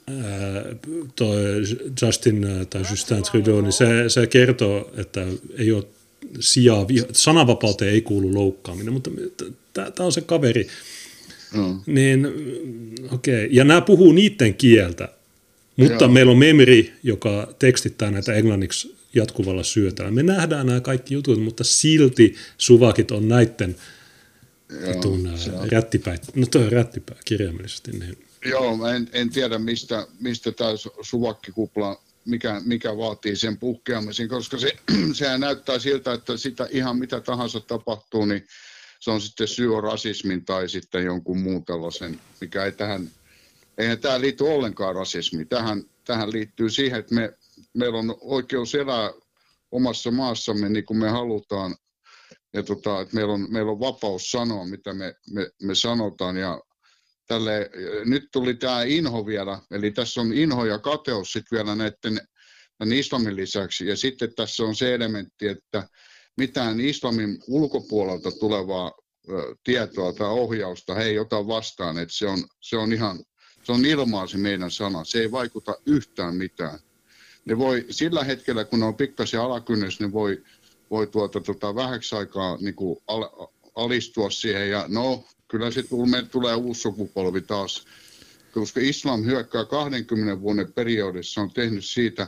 Justin Trudeau, niin se kertoo, että ei ole sijaa, sananvapauteen ei kuulu loukkaaminen, mutta tämä on se kaveri. Niin, ja nämä puhuu niiden kieltä, mutta meillä on memri, joka tekstittää näitä englanniksi jatkuvalla syötällä. Me nähdään nämä kaikki jutut, mutta silti suvakit on näiden rättipäitä. No toi on rättipää kirjaimellisesti. Niin. Joo, en tiedä mistä tämä suvakkikupla, mikä vaatii sen puhkeamisen, koska sehän näyttää siltä, että sitä ihan mitä tahansa tapahtuu, niin se on sitten syy rasismin tai sitten jonkun muun tällaisen, mikä ei eihän tämä liity ollenkaan rasismiin. Tähän liittyy siihen, että meillä on oikeus elää omassa maassamme niin kuin me halutaan, ja että meillä on vapaus sanoa, mitä me sanotaan, ja nyt tuli tämä inho vielä, eli tässä on inho ja kateus sitten vielä näiden islamin lisäksi, ja sitten tässä on se elementti, että mitään islamin ulkopuolelta tulevaa tietoa tai ohjausta he ei ota vastaan, että se on ilmaa se meidän sana, se ei vaikuta yhtään mitään. Ne voi sillä hetkellä, kun ne on pikkasen alakynnys, ne voi vähäksi aikaa niin kuin alistua siihen ja kyllä sitten meille tulee uusi sukupolvi taas, koska islam hyökkää 20 vuoden periodissa on tehnyt siitä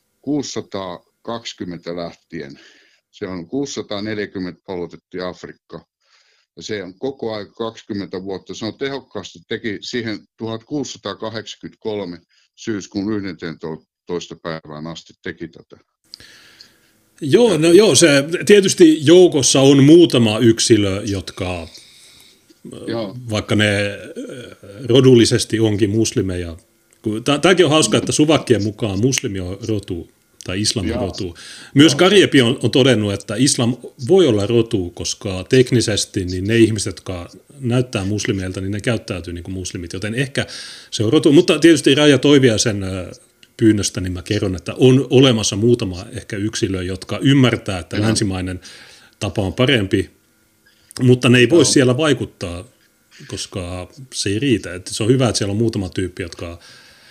620 lähtien. Se on 640 palautettiin Afrikka. Ja se on koko aika 20 vuotta. Se on tehokkaasti teki siihen 1683 syyskuun 11. päivään asti teki tätä. Joo, se tietysti joukossa on muutama yksilö, jotka vaikka ne rodullisesti onkin muslimeja. Tämäkin on hauska, että suvakkien mukaan muslimi on rotu. Tai islamin rotu. Myös Gariepi on todennut, että islam voi olla rotu, koska teknisesti niin ne ihmiset, jotka näyttää muslimeilta, niin ne käyttäytyy niin kuin muslimit, joten ehkä se on rotu. Mutta tietysti Raija Toiviaisen pyynnöstä, niin mä kerron, että on olemassa muutama ehkä yksilö, jotka ymmärtää, että länsimainen tapa on parempi, mutta ne ei voi siellä vaikuttaa, koska se ei riitä. Että se on hyvä, että siellä on muutama tyyppi, jotka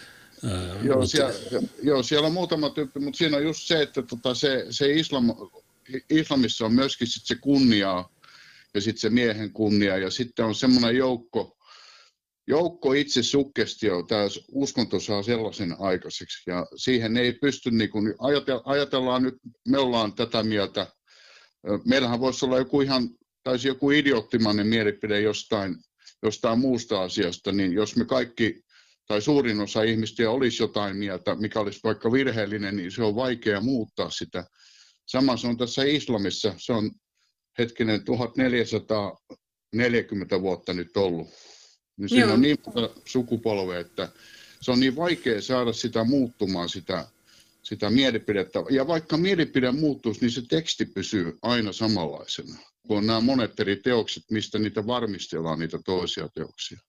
siellä on muutama tyyppi, mutta siinä on just se, että se islamissa on myöskin sit se kunnia ja sitten se miehen kunnia ja sitten on semmoinen joukko itse suggestio, tämä uskonto saa sellaisen aikaiseksi ja siihen ei pysty, niin kun ajatellaan nyt, me ollaan tätä mieltä, meillähän voisi olla joku idioottimainen mielipide jostain muusta asiasta, niin jos me kaikki tai suurin osa ihmistä olisi jotain mieltä, mikä olisi vaikka virheellinen, niin se on vaikea muuttaa sitä. Sama se on tässä islamissa. Se on 1400 40 vuotta nyt ollut. Niin siinä on niin monta sukupolvea, että se on niin vaikea saada sitä muuttumaan, sitä mielipidettä. Ja vaikka mielipide muuttuisi, niin se teksti pysyy aina samanlaisena. Kun on nämä monet eri teokset, mistä niitä varmistellaan, niitä toisia teoksia.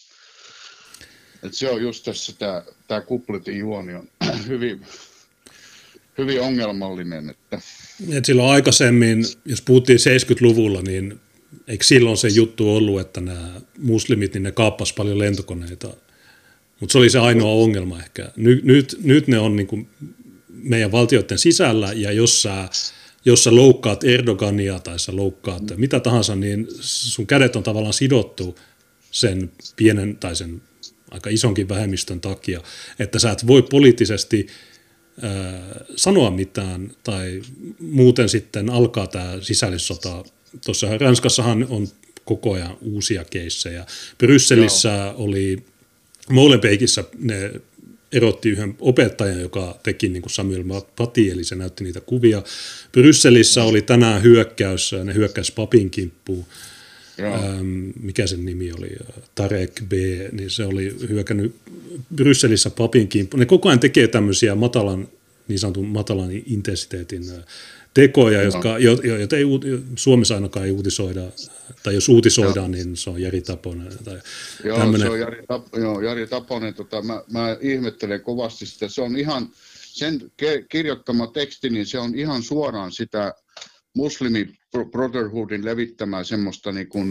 Et se on just tässä, tämä kupletin juoni on hyvin ongelmallinen. Et silloin aikaisemmin, jos puhuttiin 70-luvulla, niin eikö silloin se juttu ollut, että nämä muslimit, niin ne kaappasi paljon lentokoneita? Mutta se oli se ainoa ongelma ehkä. Nyt ne on niin kuin meidän valtioiden sisällä, ja jos sä loukkaat Erdogania tai sä loukkaat mitä tahansa, niin sun kädet on tavallaan sidottu sen pienen tai sen aika isonkin vähemmistön takia, että sä et voi poliittisesti sanoa mitään, tai muuten sitten alkaa tämä sisällissota. Tuossa Ranskassahan on koko ajan uusia keissejä. Brysselissä oli, Molenbeekissä ne erotti yhden opettajan, joka teki niin kuin Samuel Paty, eli se näytti niitä kuvia. Brysselissä oli tänään hyökkäys, ne hyökkäsi papin kimppuun. Mikä sen nimi oli, Tarek B, niin se oli hyökännyt Brysselissä papin kimppuun. Ne koko ajan tekee tämmöisiä niin sanotun matalan intensiteetin tekoja, joita ei Suomessa ainakaan ei uutisoida, tai jos uutisoidaan, niin se on Jari Taponen. Joo, se on Jari Taponen. Mä ihmettelen kovasti sitä. Se on ihan, sen kirjoittama teksti, niin se on ihan suoraan sitä muslimi Brotherhoodin levittämää semmoista niin kuin,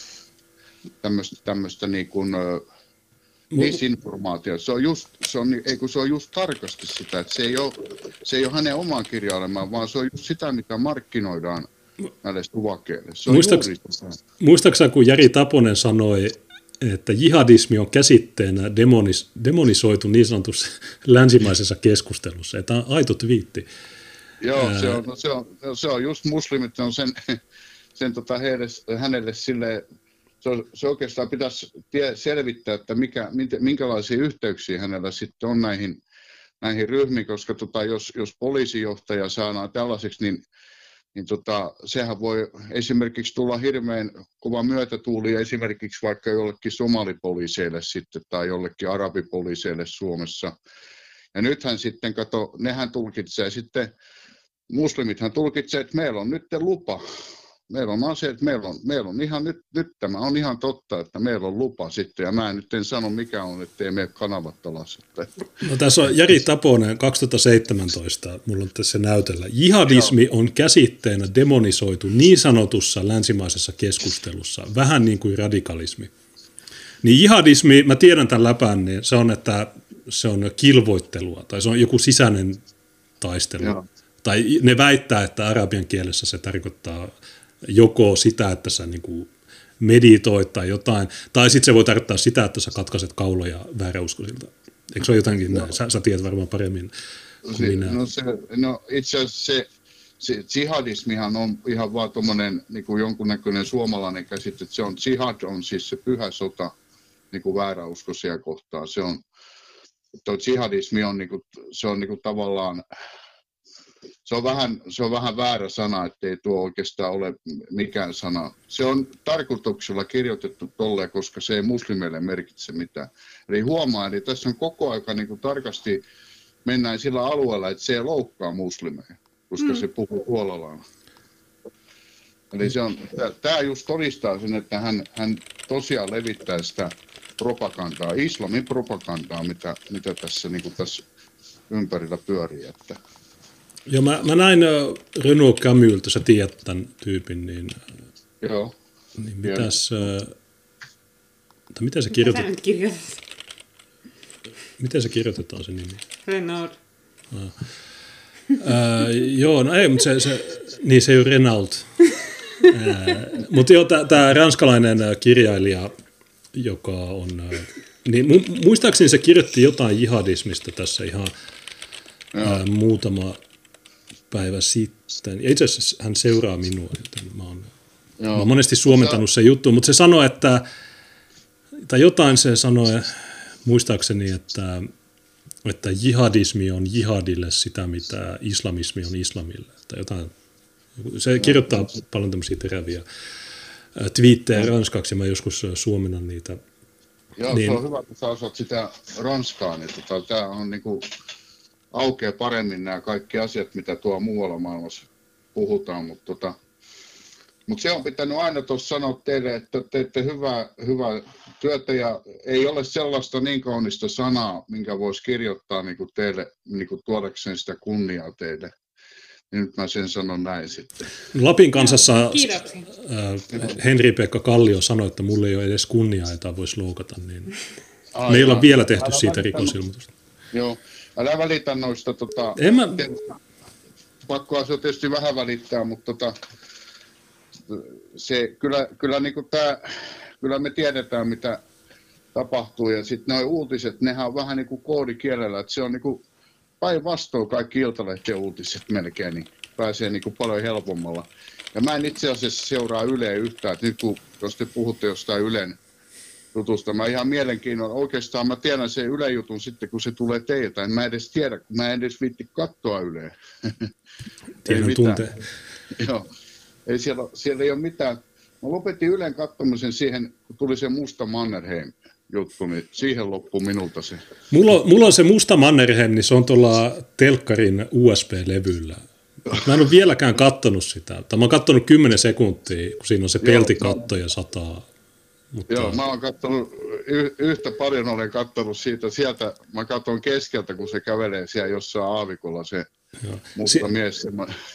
tämmöistä niin kuin, disinformaatiota. Se on just tarkasti sitä, että se ei ole hänen omaan kirjailemaan, vaan se on just sitä, mitä markkinoidaan näille tuvakeille. Muistaakseni, kun Jari Taponen sanoi, että jihadismi on käsitteenä demonisoitu niin sanotussa länsimaisessa keskustelussa. Tämä on aito twiitti. Joo, se on just muslimit, on hänelle silleen, se oikeastaan pitäisi selvittää, että minkälaisia yhteyksiä hänellä sitten on näihin ryhmiin, koska jos poliisijohtaja saadaan tällaiseksi, niin sehän voi esimerkiksi tulla hirveän kova myötätuuli esimerkiksi vaikka jollekin somalipoliiseille sitten tai jollekin arabipoliiseille Suomessa. Ja nythän sitten, nehän tulkitsee sitten, muslimithan tulkitsee, että meillä on nyt lupa. Meillä on aseet, meillä on ihan nyt tämä on ihan totta, että meillä on lupa sitten, ja mä nyt en sano mikä on, ettei mene kanavat alas. No tässä on Jari Taponen 2017, mulla on tässä näytöllä. Jihadismi on käsitteenä demonisoitu niin sanotussa länsimaisessa keskustelussa, vähän niin kuin radikalismi. Niin jihadismi, mä tiedän tämän läpän, niin se on, että se on kilvoittelua, tai se on joku sisäinen taistelu. Joo. Tai ne väittää, että arabian kielessä se tarkoittaa joko sitä, että sä niin kuin meditoit tai jotain, tai sitten se voi tarkoittaa sitä, että sä katkaiset kauloja vääräuskoisilta. Eikö se ole jotenkin näin? Sä tiedät varmaan paremmin kuin minä. No itse asiassa se jihadismihan on ihan vaan tuommoinen niin kuin jonkunnäköinen suomalainen käsite. Jihad on siis se pyhä sota niin kuin vääräuskoisia kohtaan. Tuo jihadismi on, niin kuin, se on niin kuin tavallaan, se on vähän väärä sana, ettei tuo oikeastaan ole mikään sana. Se on tarkoituksella kirjoitettu tolleen, koska se ei muslimeille merkitse mitään. Eli huomaa, eli tässä on koko aika niin kuin tarkasti mennään sillä alueella, että se ei loukkaa muslimeja, koska se puhuu huolellaan. Eli tämä just todistaa sen, että hän tosiaan levittää sitä propagandaa, islamin propagandaa, mitä tässä, niin kuin tässä ympärillä pyörii. Että. Joo, mä näin Renaud Camilta, sä tiedät tämän tyypin, niin, joo. Niin miten se kirjoitetaan? Miten se kirjoitetaan se nimi? Renaud. Joo, no ei, mutta se ei ole Renaud. Mutta joo, tämä ranskalainen kirjailija, joka on, niin muistaakseni se kirjoitti jotain jihadismista tässä ihan muutama päivä sitten. Ja itse asiassa hän seuraa minua, joten mä oon monesti suomentanut sen juttu, mutta se sanoi, tai jotain se sanoi muistaakseni, että jihadismi on jihadille sitä, mitä islamismi on islamille. Tai jotain. Se kirjoittaa paljon tämmöisiä teräviä twiittejä ranskaksi, ja mä joskus suomennan niitä. Joo, niin. Se on hyvä, että sä osaat sitä ranskaa, niin tämä on niinku aukeaa paremmin nämä kaikki asiat, mitä tuo muualla maailmassa puhutaan, mutta se on pitänyt aina tuossa sanoa teille, että teette hyvää työtä ja ei ole sellaista niin kaunista sanaa, minkä voisi kirjoittaa niinku teille niinku tuodakseen sitä kunniaa teille. Niin nyt mä sen sanon näin sitten. Lapin kansassa Henri-Pekka Kallio sanoi, että mulla ei ole edes kunniaa, jota voisi loukata, niin me ei olla vielä tehty siitä rikosilmoitusta. Joo, älä välitä noista, pakkoa se on tietysti vähän välittää, mutta se kyllä niinku kyllä me tiedetään mitä tapahtuu ja sitten nuo uutiset, nehän on vähän niin kuin koodikielellä, että se on niinku päinvastoin kaikki Iltalehtien uutiset melkein, niin pääsee niin kuin paljon helpommalla. Ja mä en itse asiassa seuraa Yleä yhtään, että nyt jos te puhutte jostain Ylen jutusta, mä ihan mielenkiinnolla, oikeastaan mä tiedän sen Ylen jutun sitten, kun se tulee teiltä, en mä edes tiedä, mä en edes viitti katsoa Yleä. Tiedän tunteen. Joo, ei siellä ei ole mitään. Mä lopetin Ylen katsomisen siihen, kun tuli se Musta Mannerheim juttu, niin siihen loppui minulta se. Mulla on se Musta Mannerheim, niin se on tuolla telkkarin USB-levyllä. Mä en ole vieläkään kattonut sitä. Mä oon kattonut 10 sekuntia, kun siinä on se peltikatto ja sataa. Mutta... Joo, mä oon kattonut, yhtä paljon olen kattonut siitä. Sieltä mä katson keskeltä, kun se kävelee siellä jossain aavikolla se musta mies.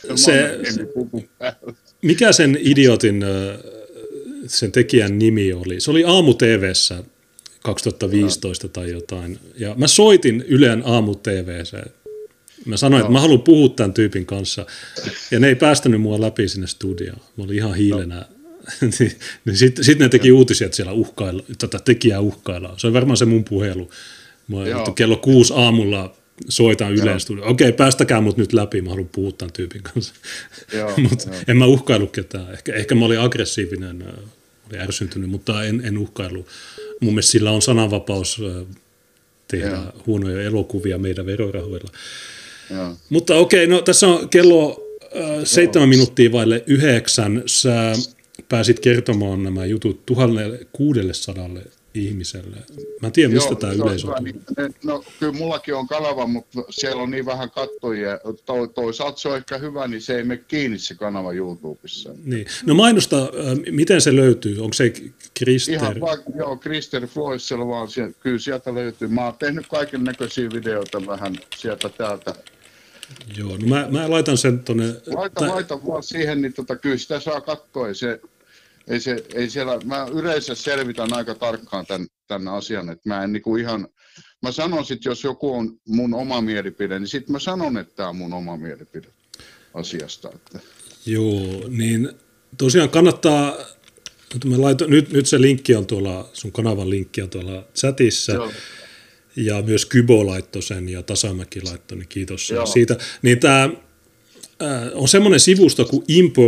Mikä sen idiotin, sen tekijän nimi oli? Se oli Aamu-TV:ssä 2015 tai jotain. Ja mä soitin Ylen Aamu-TV:seen. Mä sanoin, että mä haluan puhua tämän tyypin kanssa. Ja ne ei päästänyt mua läpi sinne studioon. Mä olin ihan hiilenä. Sitten ne teki uutisia, että siellä tätä tekijää uhkaillaan. Se on varmaan se mun puhelu. Kello 6 aamulla soitan Yleen studioon. Okei, päästäkää mut nyt läpi, mä haluan puhua tämän tyypin kanssa. Mutta en mä uhkailu ketään. Ehkä mä olin aggressiivinen, olin ärsyntynyt, mutta en uhkailu. Mun mielestä sillä on sananvapaus tehdä huonoja elokuvia meidän verorahoilla. Mutta okei, no tässä on kello 7 minuuttia vaille 9. Sä pääsit kertomaan nämä jutut 1600 ihmiselle. Mä en tiedä, mistä tämä yleisö on. No kyllä mullakin on kanava, mutta siellä on niin vähän katsojia. Toisaalta se on ehkä hyvä, niin se ei mene kiinni se kanava YouTubessa. Niin. No mainosta, miten se löytyy? Onko se Krister? Ihan vaan, Krister Floissella vaan. Kyllä sieltä löytyy. Mä oon tehnyt kaiken näköisiä videoita vähän sieltä täältä. Joo, no mä laitan sen tuonne. Laita vaan siihen, niin kyllä sitä saa katsoa. Ei siellä, mä yleensä selvitän aika tarkkaan tämän asian, että mä en niinku ihan, mä sanon sit, jos joku on mun oma mielipide, niin sit mä sanon, että tää on mun oma mielipide asiasta. Että. Joo, niin tosiaan kannattaa, nyt se linkki on tuolla, sun kanavan linkki on tuolla chatissa. Joo. Ja myös Kybo laittoi sen ja Tasamäki laittoi, niin kiitos siitä. Niin tämä on semmoinen sivusto kuin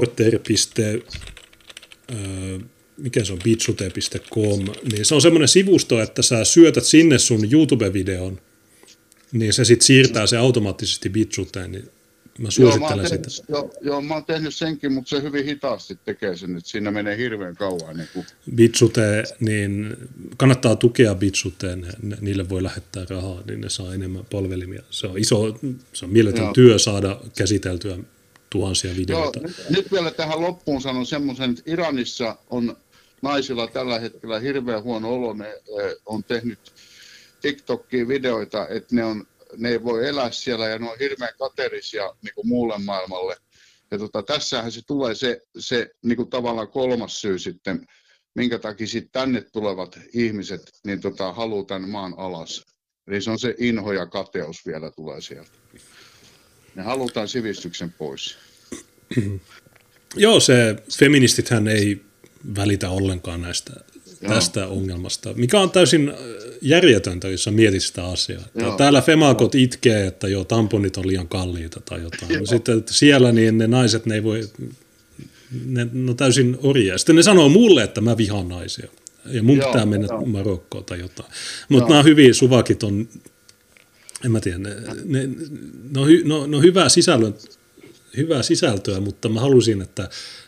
mikä se on, bitsute.com, niin se on semmoinen sivusto, että sä syötät sinne sun YouTube-videon, niin se sitten siirtää se automaattisesti Bitsuteen, niin mä suosittelen sitä. Joo, mä oon tehnyt senkin, mutta se hyvin hitaasti tekee sen, että siinä menee hirveän kauan. Niin Bitsute, niin kannattaa tukea Bitsuteen, niille voi lähettää rahaa, niin ne saa enemmän palvelimia. Se on mieletön työ saada käsiteltyä tuhansia videoita. Joo, nyt vielä tähän loppuun sanon semmoisen, että Iranissa on naisilla tällä hetkellä hirveän huono olo. Ne on tehnyt TikTokiin videoita, että ne ei voi elää siellä ja ne on hirveän kateellisia niin kuin muulle maailmalle. Ja tässähän se tulee se niin kuin tavallaan kolmas syy sitten, minkä takia sitten tänne tulevat ihmiset niin haluaa tämän maan alas. Eli se on se inho ja kateus vielä tulee sieltä. Ne halutaan sivistyksen pois. Joo, se feministithän ei välitä ollenkaan tästä ongelmasta, mikä on täysin järjetöntä, jos sä mietit sitä asiaa. Täällä femakot itkee, että tamponit on liian kalliita tai jotain. No sitten siellä niin ne naiset, ne ei voi, ne on täysin orjia. Sitten ne sanoo mulle, että mä vihaan naisia. Ja mun pitää mennä Marokkoon tai jotain. Mutta nämä hyviä suvakit on, en mä tiedä, ne on hyvää sisältöä, mutta mä halusin, että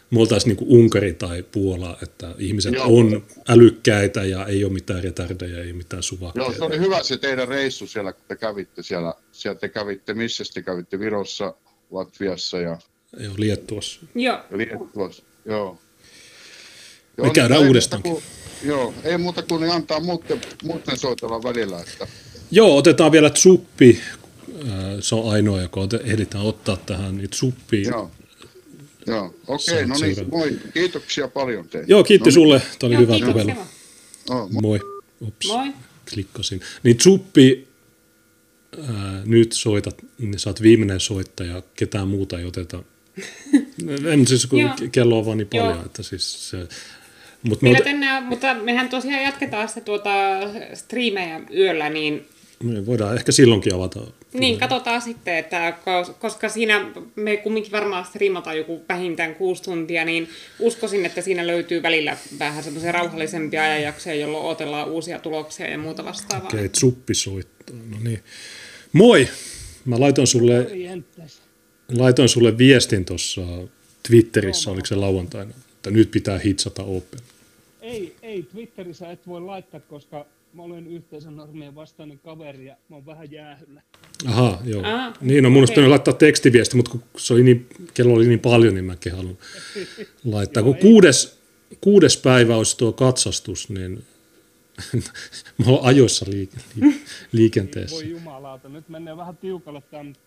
me oltaisiin niin kuin Unkari tai Puola, että ihmiset on älykkäitä ja ei ole mitään retardeja, ei mitään suvakkeita. Joo, se oli hyvä se teidän reissu siellä, kun te kävitte siellä. Siellä te kävitte, missä te kävitte? Virossa, Latviassa ja... Joo, Liettuassa. Joo. Liettuassa, joo. Me käydään uudestaankin. Joo, ei muuta kuin niin antaa muuten soitella välillä. Että... Joo, otetaan vielä Tsuppi. Se on ainoa, joka ehditään ottaa tähän. Niin Tsuppi. Joo. Okei, no niin, moi. Kiitoksia paljon teille. Joo, kiitti sulle. Tämä oli hyvä puhelu. Moi. Ups, moi. Klikkasin. Niin Tsuppi, nyt soitat, niin sä oot viimeinen soittaja, ketään muuta ei oteta. En siis, kun kello on vaan niin paljon, että siis se... Mutta mehän tosiaan jatketaan se striimejä yöllä, niin... Me voidaan ehkä silloinkin avata. Niin, katsotaan sitten, että koska siinä me kumminkin varmaan striimataan joku vähintään 6 tuntia, niin uskoisin, että siinä löytyy välillä vähän semmoisia rauhallisempia ajanjaksoja, jolloin odotellaan uusia tuloksia ja muuta vastaavaa. Okei, Tsuppi soittaa. No niin. Moi! Mä laitoin sulle viestin tuossa Twitterissä, oliko se lauantaina, että nyt pitää hitsata Open. Ei, Twitterissä et voi laittaa, koska mä olen yhteisön normien vastainen kaveri ja mä oon vähän jäähyllä. Aha, joo. Niin, mun olisi laittaa tekstiviesti, mutta kun se oli kello oli niin paljon, niin mäkin haluan laittaa. Kun 6. päivä olisi tuo katsastus, niin mä olen ajoissa liikenteessä. Voi jumalauta, nyt menee vähän tiukalle tämän.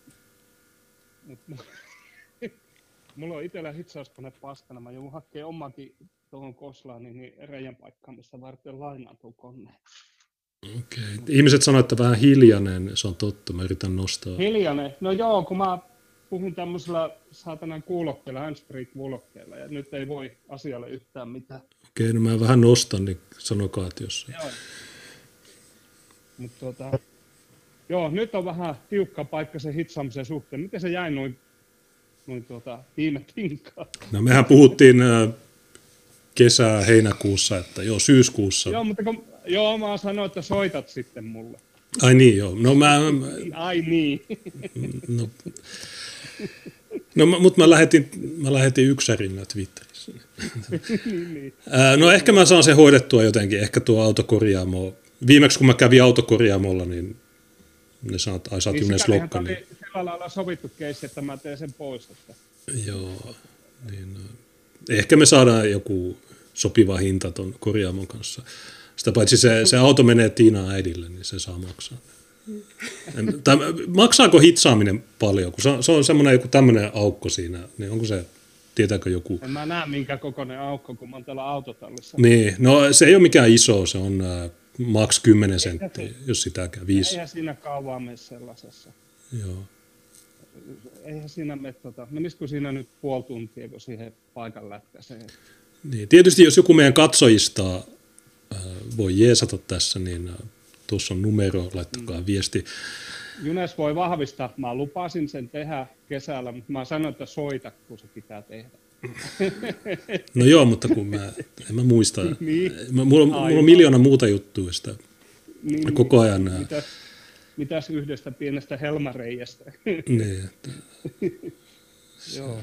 Mulla on itsellä hitsauskone paskana, mä joudun hakkeen omakin tuohon Koslaaniin niin reijän paikkaamista varten lainaan tuon koneen. Okei. Ihmiset sanoo, että vähän hiljainen, se on totta, mä yritän nostaa. Hiljainen? No joo, kun mä puhun tämmöisellä saatanan kuulokkeella, handsfree-kuulokkeella, ja nyt ei voi asialle yhtään mitään. Okei, no mä vähän nostan, niin sanokaa, että jos... Joo. Mutta joo, nyt on vähän tiukka paikka sen hitsaamisen suhteen. Miten se jäi noin viime tinkaan? No mehän puhuttiin heinäkuussa, että syyskuussa. Joo, mutta mä sanoin, että soitat sitten mulle. Ai niin, joo. No Ai niin. Mutta mä lähetin yksärinä Twitterissä. niin. No ehkä mä saan sen hoidettua jotenkin, ehkä tuo autokorjaamo. Viimeksi kun mä kävin autokorjaamolla, niin ne saat Junes Lokka. Niin sillä lailla sovittu keissi, että mä teen sen pois. Että... Joo, niin ehkä me saadaan joku sopiva hinta ton korjaamon kanssa. Sitä paitsi se auto menee Tiinaan äidille, niin se saa maksaa. Maksaako hitsaaminen paljon? Kun se on semmoinen joku tämmöinen aukko siinä, niin onko se, tietääkö joku? En mä näe minkä kokoinen aukko, kun mä oon täällä autotallissa. Niin, no se ei ole mikään iso, se on maks 10 senttiä, jos sitäkään 5. Eihän siinä kauan mene sellaisessa. Joo. Eihän siinä mene, menisikö siinä nyt puoli tuntia, kun siihen paikan lätkäseen? Niin, tietysti jos joku meidän katsojista voi jeesata tässä, niin tuossa on numero, laittakaa viesti. Junes voi vahvistaa, mä lupasin sen tehdä kesällä, mutta mä sanoin, että soita, kun se pitää tehdä. No joo, mutta kun en mä muista. Niin. Mulla on miljoona muuta juttuja sitä koko ajan. Mitäs yhdestä pienestä helmareijästä? Niin, että... Joo.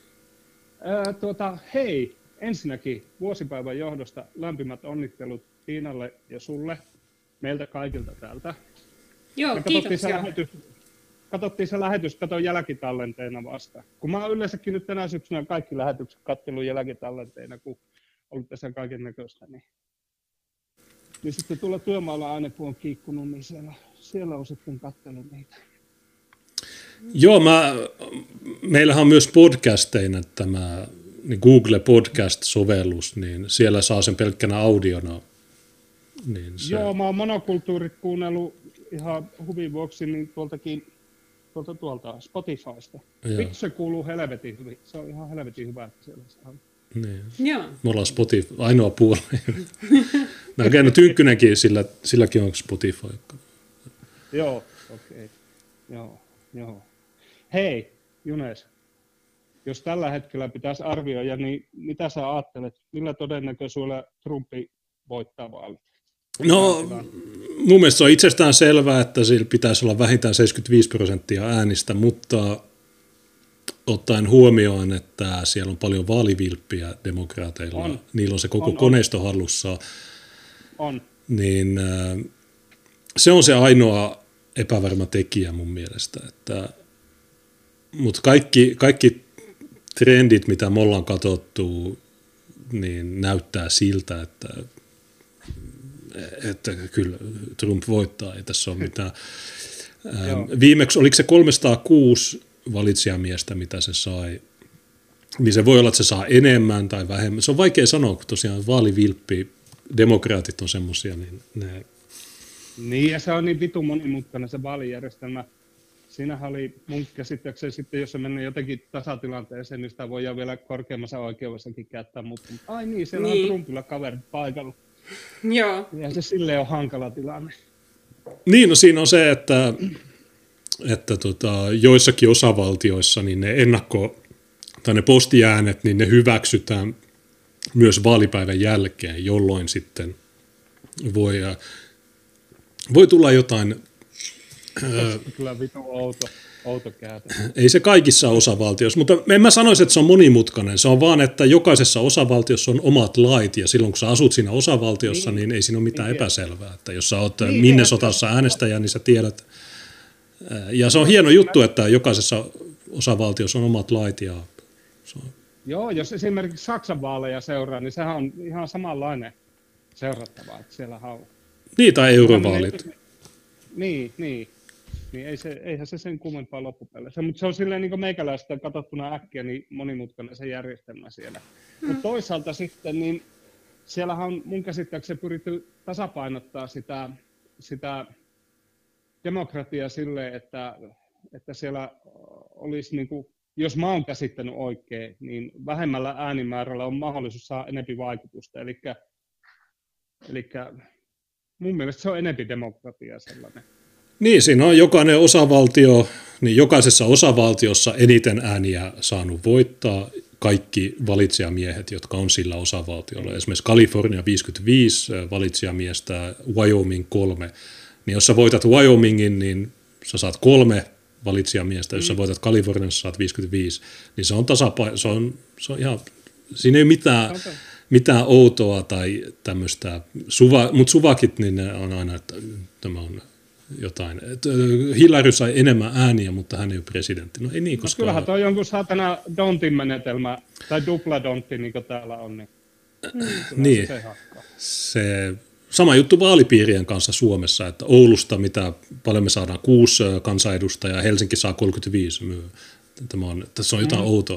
Hei, ensinnäkin vuosipäivän johdosta lämpimät onnittelut Tiinalle ja sulle, meiltä kaikilta täältä. Joo, kiitoksia. Katsottiin se lähetys, katon jälkitallenteena vasta. Kun mä oon yleensäkin nyt tänä syksynä kaikki lähetykset kattelun jälkitallenteena, kun ollut tässä kaiken näköistä, niin sitten tuolla työmaalla aina kun on kiikkunut, niin siellä on sitten katsellut niitä. Joo, meillähän on myös podcasteina tämä Google Podcast-sovellus, niin siellä saa sen pelkkänä audiona. Niin se... Joo, mä oon monokulttuurit kuunnellut ihan huvin vuoksi niin tuolta Spotifysta. Vittu se kuuluu helvetin hyvin. Se on ihan helvetin hyvä, että siellä saa. Niin. Joo. Me ollaan Spotify, ainoa puolue. No Tynkkynenkin, silläkin on Spotify. Joo, okei. Joo. Hei, Junes, jos tällä hetkellä pitäisi arvioida, niin mitä sä ajattelet? Millä todennäköisyydellä Trumpi voittaa vaalit? No, mun mielestä se on itsestään selvää, että sillä pitäisi olla vähintään 75% äänistä, mutta ottaen huomioon, että siellä on paljon vaalivilppiä demokraateilla, niillä on se koko koneisto hallussa, niin se on se ainoa epävarma tekijä mun mielestä. Mutta kaikki trendit, mitä me ollaan katsottu, niin näyttää siltä, että kyllä Trump voittaa, ei tässä ole mitään. Viimeksi oliko se 306 valitsijamiestä, mitä se sai, niin se voi olla, että se saa enemmän tai vähemmän. Se on vaikea sanoa, kun tosiaan vaalivilppi, demokraatit on semmoisia, niin ne... Niin, ja se on niin vitun monimutkainen se vaalijärjestelmä. Siinähän oli mun käsittääkseni sitten, jos se menee jotenkin tasatilanteeseen, niin sitä voidaan vielä korkeammassa oikeudessakin käyttää. Mutta ai niin, siellä on Trumpilla kaverit paikalla. Joo. Ja se silleen on hankala tilanne. Niin, no siinä on se, että joissakin osavaltioissa niin ne tai ne postiäänet, niin ne hyväksytään myös vaalipäivän jälkeen, jolloin sitten voi tulla jotain... Kyllä vitun outo käytä. Ei se kaikissa osavaltioissa, mutta en mä sanoisi, että se on monimutkainen. Se on vaan, että jokaisessa osavaltiossa on omat lait, ja silloin kun sä asut siinä osavaltiossa, niin ei siinä ole mitään epäselvää. Että jos sä oot Minnesotassa äänestäjä, niin sä tiedät. Ja se on hieno juttu, että jokaisessa osavaltiossa on omat lait. Joo, jos esimerkiksi Saksan vaaleja seuraa, niin sehän on ihan samanlainen seurattavaa, että siellä on... Niin, tai eurovaalit. Niin, eihän se sen kummempaa loppupeleissä. Mutta se on silleen niin kuin meikäläistä katsottuna äkkiä niin monimutkainen se järjestelmä siellä. Mutta toisaalta sitten, niin siellähän on mun käsittääkseni pyritty tasapainottaa sitä demokratiaa silleen, että siellä olisi, niin kuin, jos mä oon käsittänyt oikein, niin vähemmällä äänimäärällä on mahdollisuus saada enempi vaikutusta. Eli mun mielestä se on enempi demokratia sellainen. Niin, siinä on jokainen osavaltio, niin jokaisessa osavaltiossa eniten ääniä saanut voittaa kaikki valitsijamiehet, jotka on sillä osavaltiolla. Esimerkiksi Kalifornia 55 valitsijamiestä, Wyoming 3. Niin jos sä voitat Wyomingin, niin sä saat 3 valitsijamiestä. Jos sä voitat Kalifornian, sä saat 55. Niin se on se on ihan, siinä ei ole mitään outoa tai tämmöistä, mutta suvakit, niin ne on aina, että tämä on jotain. Hillary sai enemmän ääniä, mutta hän ei ole presidentti. No ei niin, koska... Kyllähän tuo jonkun saatana Dontin menetelmä, tai dupla Dontti, niin kuin täällä on. Niin, se sama juttu vaalipiirien kanssa Suomessa, että Oulusta, mitä paljon me saadaan, 6 kansanedustajaa, Helsinki saa 35. Tässä on jotain outoa.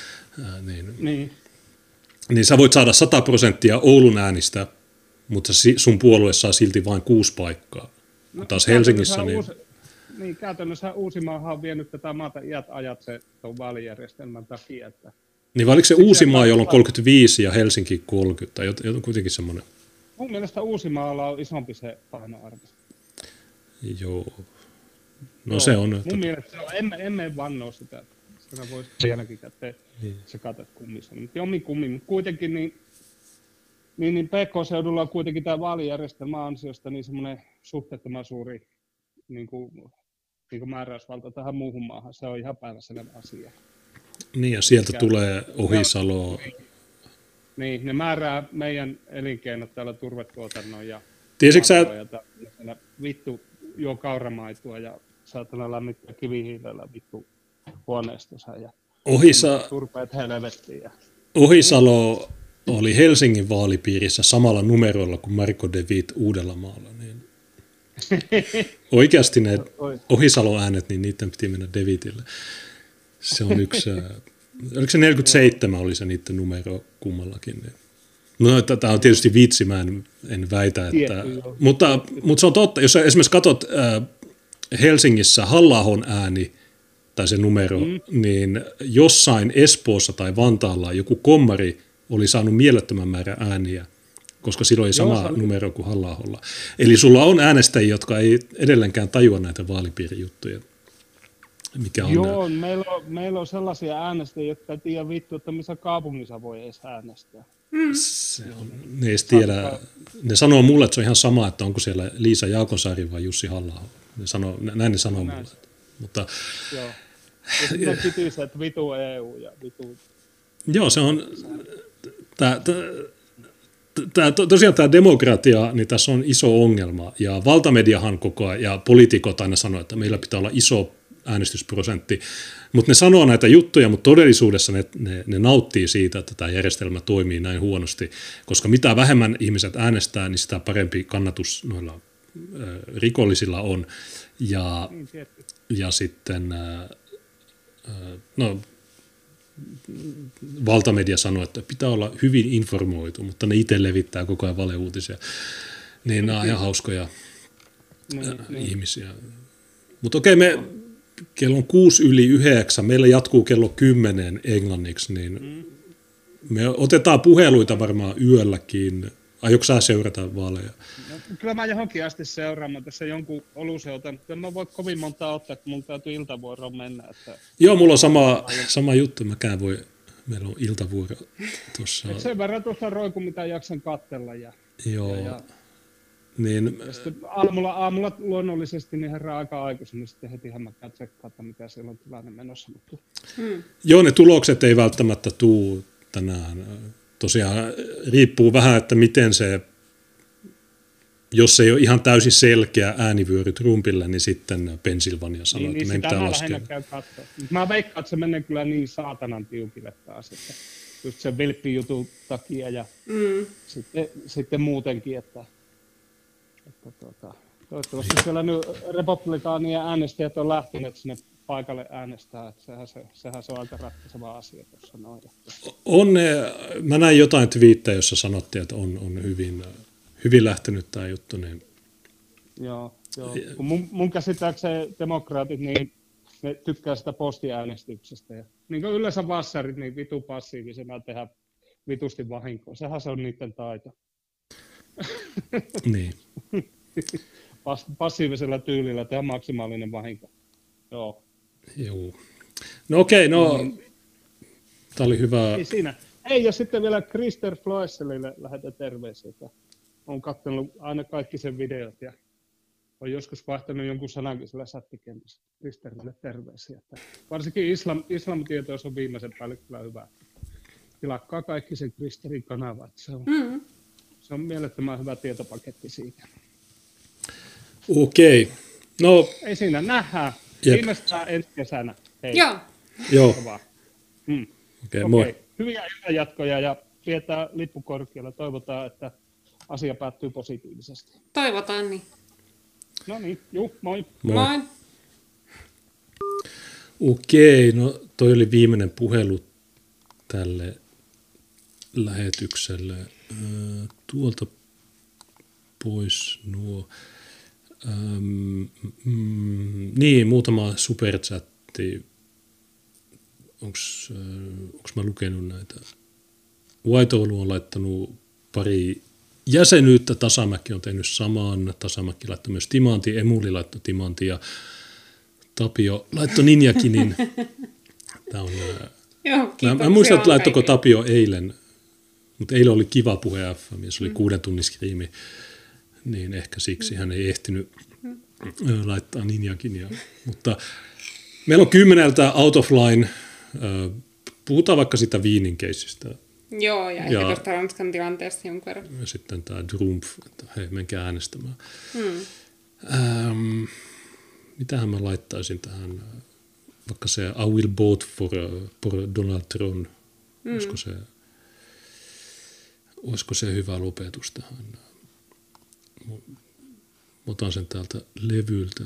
Niin sä voit saada 100% Oulun äänistä, mutta sun puolue saa silti vain 6 paikkaa. No, taas Helsingissä... Niin, käytännössä Uusimaahan on vienyt tätä maata iät ajat se tuon vaalijärjestelmän takia. Että... Niin, vai oliko se Uusimaa, jolla on 35 ja Helsinki 30, tai kuitenkin semmoinen? Mun mielestä Uusimaalla on isompi se painoarvo. Joo. No se on. Mun mielestä emme vannoo sitä. Sitä voisi jälkeen käteen sekata kummissa. Mutta jomminkummin, mutta kuitenkin niin PK-seudulla on kuitenkin tämä vaalijärjestelmä ansiosta niin semmoinen suhteettoman suuri niin kuin määräysvalta tähän muuhun maahan. Se on ihan päiväselvä asia. Niin, ja sieltä tulee Ohisalo. Niin, ne määrää meidän elinkeinot täällä turvetuotannon ja vittu juo kauramaitua ja saatana lämmittää kivihiilellä vittu huoneistossa ja turpeet helvettiin. Ohisalo oli Helsingin vaalipiirissä samalla numerolla kuin Marko de Witt Uudellamaalla. Niin oikeasti ne Ohisalo-äänet, niin niiden piti mennä de Wittille. Se on yksi... Oliko se 47 oli se niiden numero kummallakin? No tämä on tietysti vitsi, mä en väitä, että... Mutta se on totta, jos esimerkiksi katsot Helsingissä Halla-ahon ääni, tai se numero, niin jossain Espoossa tai Vantaalla joku kommari oli saanut mielettömän määrän ääniä, koska silloin ei sama numero kuin Halla-aholla. Eli sulla on äänestäjiä, jotka ei edelleenkään tajua näitä vaalipiirijuttuja. Mikä on Joo, meillä on sellaisia äänestäjiä, jotka ei tiedä vittu, että missä kaupungissa voi edes äänestää. Ne ei tiedä. Ne sanoo mulle, että se on ihan sama, että onko siellä Liisa Jaakonsaari vai Jussi Halla-aho. Näin ne sanoo mulle. Mutta Ja sitten kitisi, että vitu EU ja vitu... Joo, se on... Tosiaan tämä demokratia, niin tässä on iso ongelma. Ja valtamediahan koko ajan, ja poliitikot aina sanoo, että meillä pitää olla iso äänestysprosentti. Mutta ne sanoo näitä juttuja, mutta todellisuudessa ne nauttii siitä, että tämä järjestelmä toimii näin huonosti. Koska mitä vähemmän ihmiset äänestää, niin sitä parempi kannatus noilla rikollisilla on. Ja sitten... valtamedia sanoo, että pitää olla hyvin informoitu, mutta ne itse levittää koko ajan valeuutisia. Niin nämä on ihan hauskoja ihmisiä. Mutta okei, me kello on 8:06, meillä jatkuu kello 10 englanniksi, niin me otetaan puheluita varmaan yölläkin. Aiotko sä seurata vaaleja? No, kyllä mä johonkin asti seuraamaan tässä jonkun olusen otan. Kyllä mä voin kovin monta ottaa, kun mun täytyy iltavuoroon mennä. Että... Joo, mulla on sama juttu. Meillä on iltavuoro tuossa. Et sen verran tuossa roiku, mitä jaksan katsella. Joo. Niin... Ja sitten aamulla luonnollisesti niin herää aika aikaisin, niin sitten heti mä käyn tsekkaan, että mikä siellä on tilanne menossa. Joo, ne tulokset ei välttämättä tule tänään. Tosiaan riippuu vähän, että miten se, jos se ei ole ihan täysin selkeä äänivyöry Trumpille, niin sitten Pennsylvania sanoo, että meidän pitää laskea. Mä veikkaan, että se menee kyllä niin saatanan tiukille taas, että just sen vilppijutun takia ja sitten muutenkin, että toivottavasti siellä nyt republikaanien äänestäjät on lähteneet sinne paikalle äänestää, että sehän se on aika ratkaiseva asia tuossa noin. Mä näin jotain twiittejä, jossa sanottiin, että on hyvin lähtenyt tämä juttu. Niin... Joo. Kun mun käsittääkseen demokraatit, niin ne tykkää sitä postiäänestyksestä. Ja niin kuin yleensä vassarit, niin vitu passiivisena tehdä vitusti vahinkoa. Sehän se on niiden taito. Niin. Passiivisella tyylillä tehdä maksimaalinen vahinko. Joo. No okei, tämä oli hyvä. Ei siinä. Ei, ja sitten vielä Krister Floesselille lähetän terveisiä. Olen katsonut aina kaikki sen videot ja olen joskus vaihtanut jonkun sanankin sillä chattikempissä. Kristerille terveisiä. Varsinkin islamitietoisuus on viimeisen päälle kyllä hyvä. Tilakkaa kaikki sen Kristerin kanava. Se on mielettömän hyvä tietopaketti siitä. Okei. No. Ei siinä, nähdään. Jep. Viimeistään ensi kesänä. Hei. Joo. Okei, moi. Hyviä iltajatkoja ja pidetään lippu korkealla. Toivotaan, että asia päättyy positiivisesti. Toivotaan niin. No niin, moi. Moi. Okei, no toi oli viimeinen puhelu tälle lähetykselle. Tuolta pois nuo. Niin, muutama superchatti. Onks mä lukenut näitä? Whiteoulu on laittanut pari jäsenyyttä, Tasamäki on tehnyt saman, Tasamäki laittoi myös timantin, Emuli laittoi timantin ja Tapio laittoi Ninjakinin. Tää on, mä muistan, että laittoiko Tapio eilen, mutta eilen oli kiva puhe FM ja se oli 6 tunnin skriimi, niin ehkä siksi hän ei ehtinyt laittaa Ninjakinia. Mutta meillä on 10 out of line. Puhutaan vaikka sitä Wienin keissistä. Joo, ja ehkä tuosta Ranskan tilanteesta jonkun verran. Ja sitten tämä Drumpf, että hei, menkää äänestämään. Mitähän mä laittaisin tähän, vaikka se I will vote for Donald Trump. Olisiko se hyvä lopetus tähän? Otan sen täältä levyltä.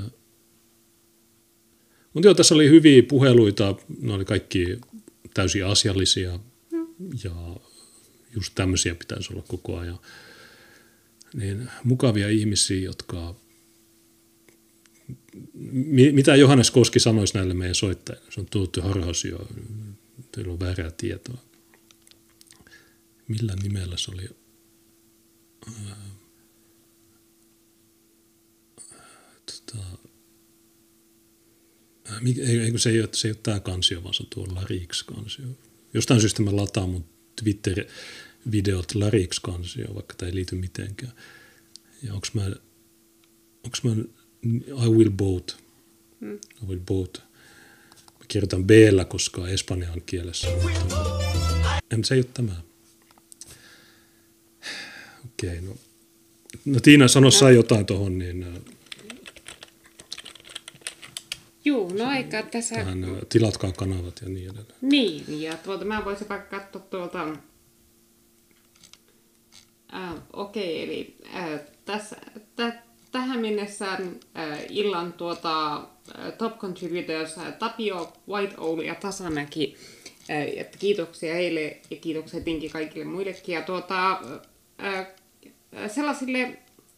Mutta joo, tässä oli hyviä puheluita, ne oli kaikki täysin asiallisia ja just tämmöisiä pitäisi olla koko ajan. Niin mukavia ihmisiä, jotka, mitä Johannes Koski sanoisi näille meidän soittajille, se on tullut harhaus jo, teillä on väärää tietoa. Millä nimellä se oli? Se ei ole tämä kansio, vaan se on tuo Larix-kansio. Jostain syystä mä lataan mun Twitter-videot Larix-kansio, vaikka tämä ei liity mitenkään. Ja onks mä I will vote. I will vote. kirjoitan B-llä, koska espanjan kielessä. Se ei ole tämä. Okei, no Tiina, sano sä jotain tuohon, niin... Juu, no eikä tässä... Tähän tilatkaa kanavat ja niin edelleen. Niin, ja mä voisin vaikka katsoa tuolta... Okei, eli tähän mennessä illan top contributors Tapio, White-Oulu ja Tasamäki. Että kiitoksia heille ja kiitoksia tietenkin kaikille muillekin. Ja sellaisille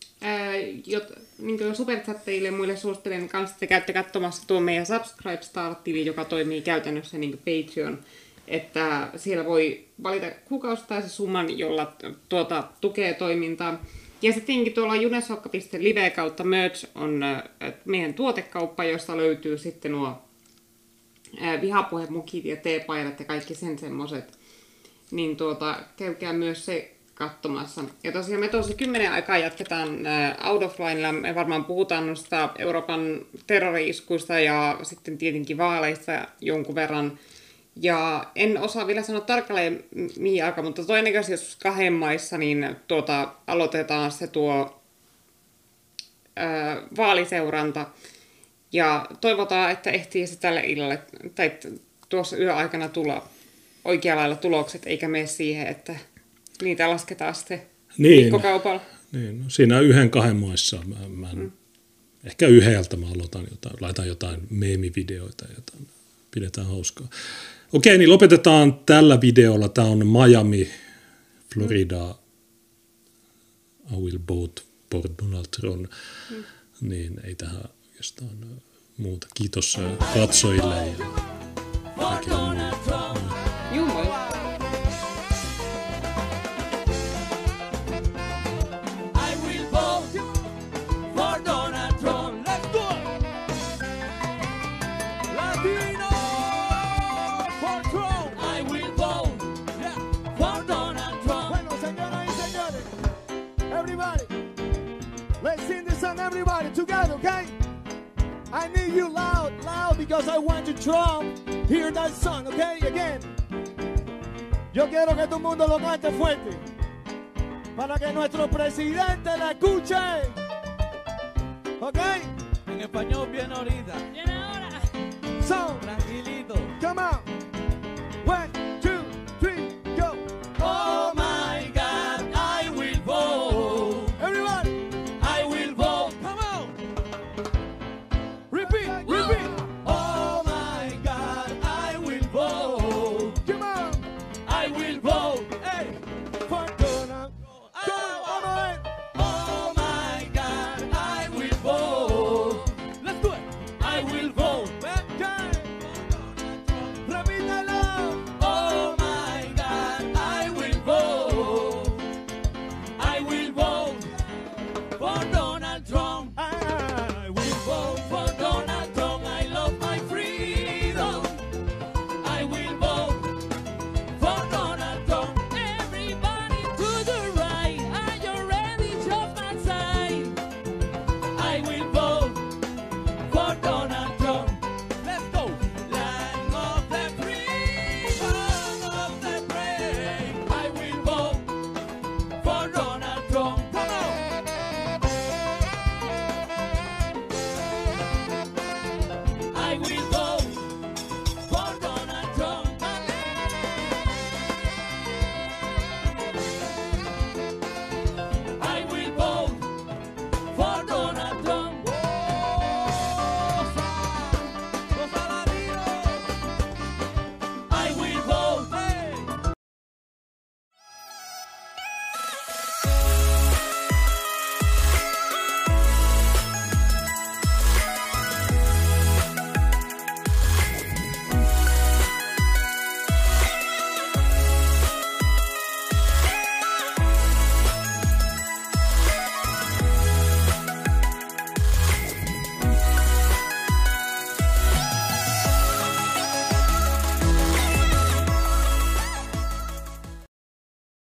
niin superchatteille muille suosittelen kanssa, että käytte katsomassa tuon meidän Subscribe Star-tili, joka toimii käytännössä niin kuin Patreon. Että siellä voi valita kuukausittaisen summan, jolla tukee toimintaa. Ja sitten tietenkin tuolla junesokka.live kautta merch on meidän tuotekauppa, josta löytyy sitten nuo vihapuhemukit ja teepaidat ja kaikki sen semmoset. Niin käykää myös se katsomassa. Ja tosiaan me tuossa 10 aikaa jatketaan Out of Linella. Me varmaan puhutaan noista Euroopan terrori-iskuista ja sitten tietenkin vaaleista jonkun verran. Ja en osaa vielä sanoa tarkalleen mihin aikaan, mutta todennäköisesti jos 2 maissa, niin aloitetaan se vaaliseuranta. Ja toivotaan, että ehtii se tälle illalle tai tuossa yöaikana tulla oikealla lailla tulokset, eikä mene siihen, että niitä lasketaan sitten viikkokaupalla. Niin, no siinä 1-2 maissa. Ehkä yhdeltä mä laitan jotain meemivideoita ja jotain. Pidetään hauskaa. Okei, niin lopetetaan tällä videolla. Tämä on Miami, Florida. I will vote for Donald Trump. Niin ei tähän oikeastaan muuta. Kiitos katsojille ja kaikille muille. Everybody together, okay? I need you loud, because I want to Trump hear that song, okay? Again. Yo quiero que todo el mundo lo cante fuerte, para que nuestro presidente la escuche, okay? En español bien ahorita.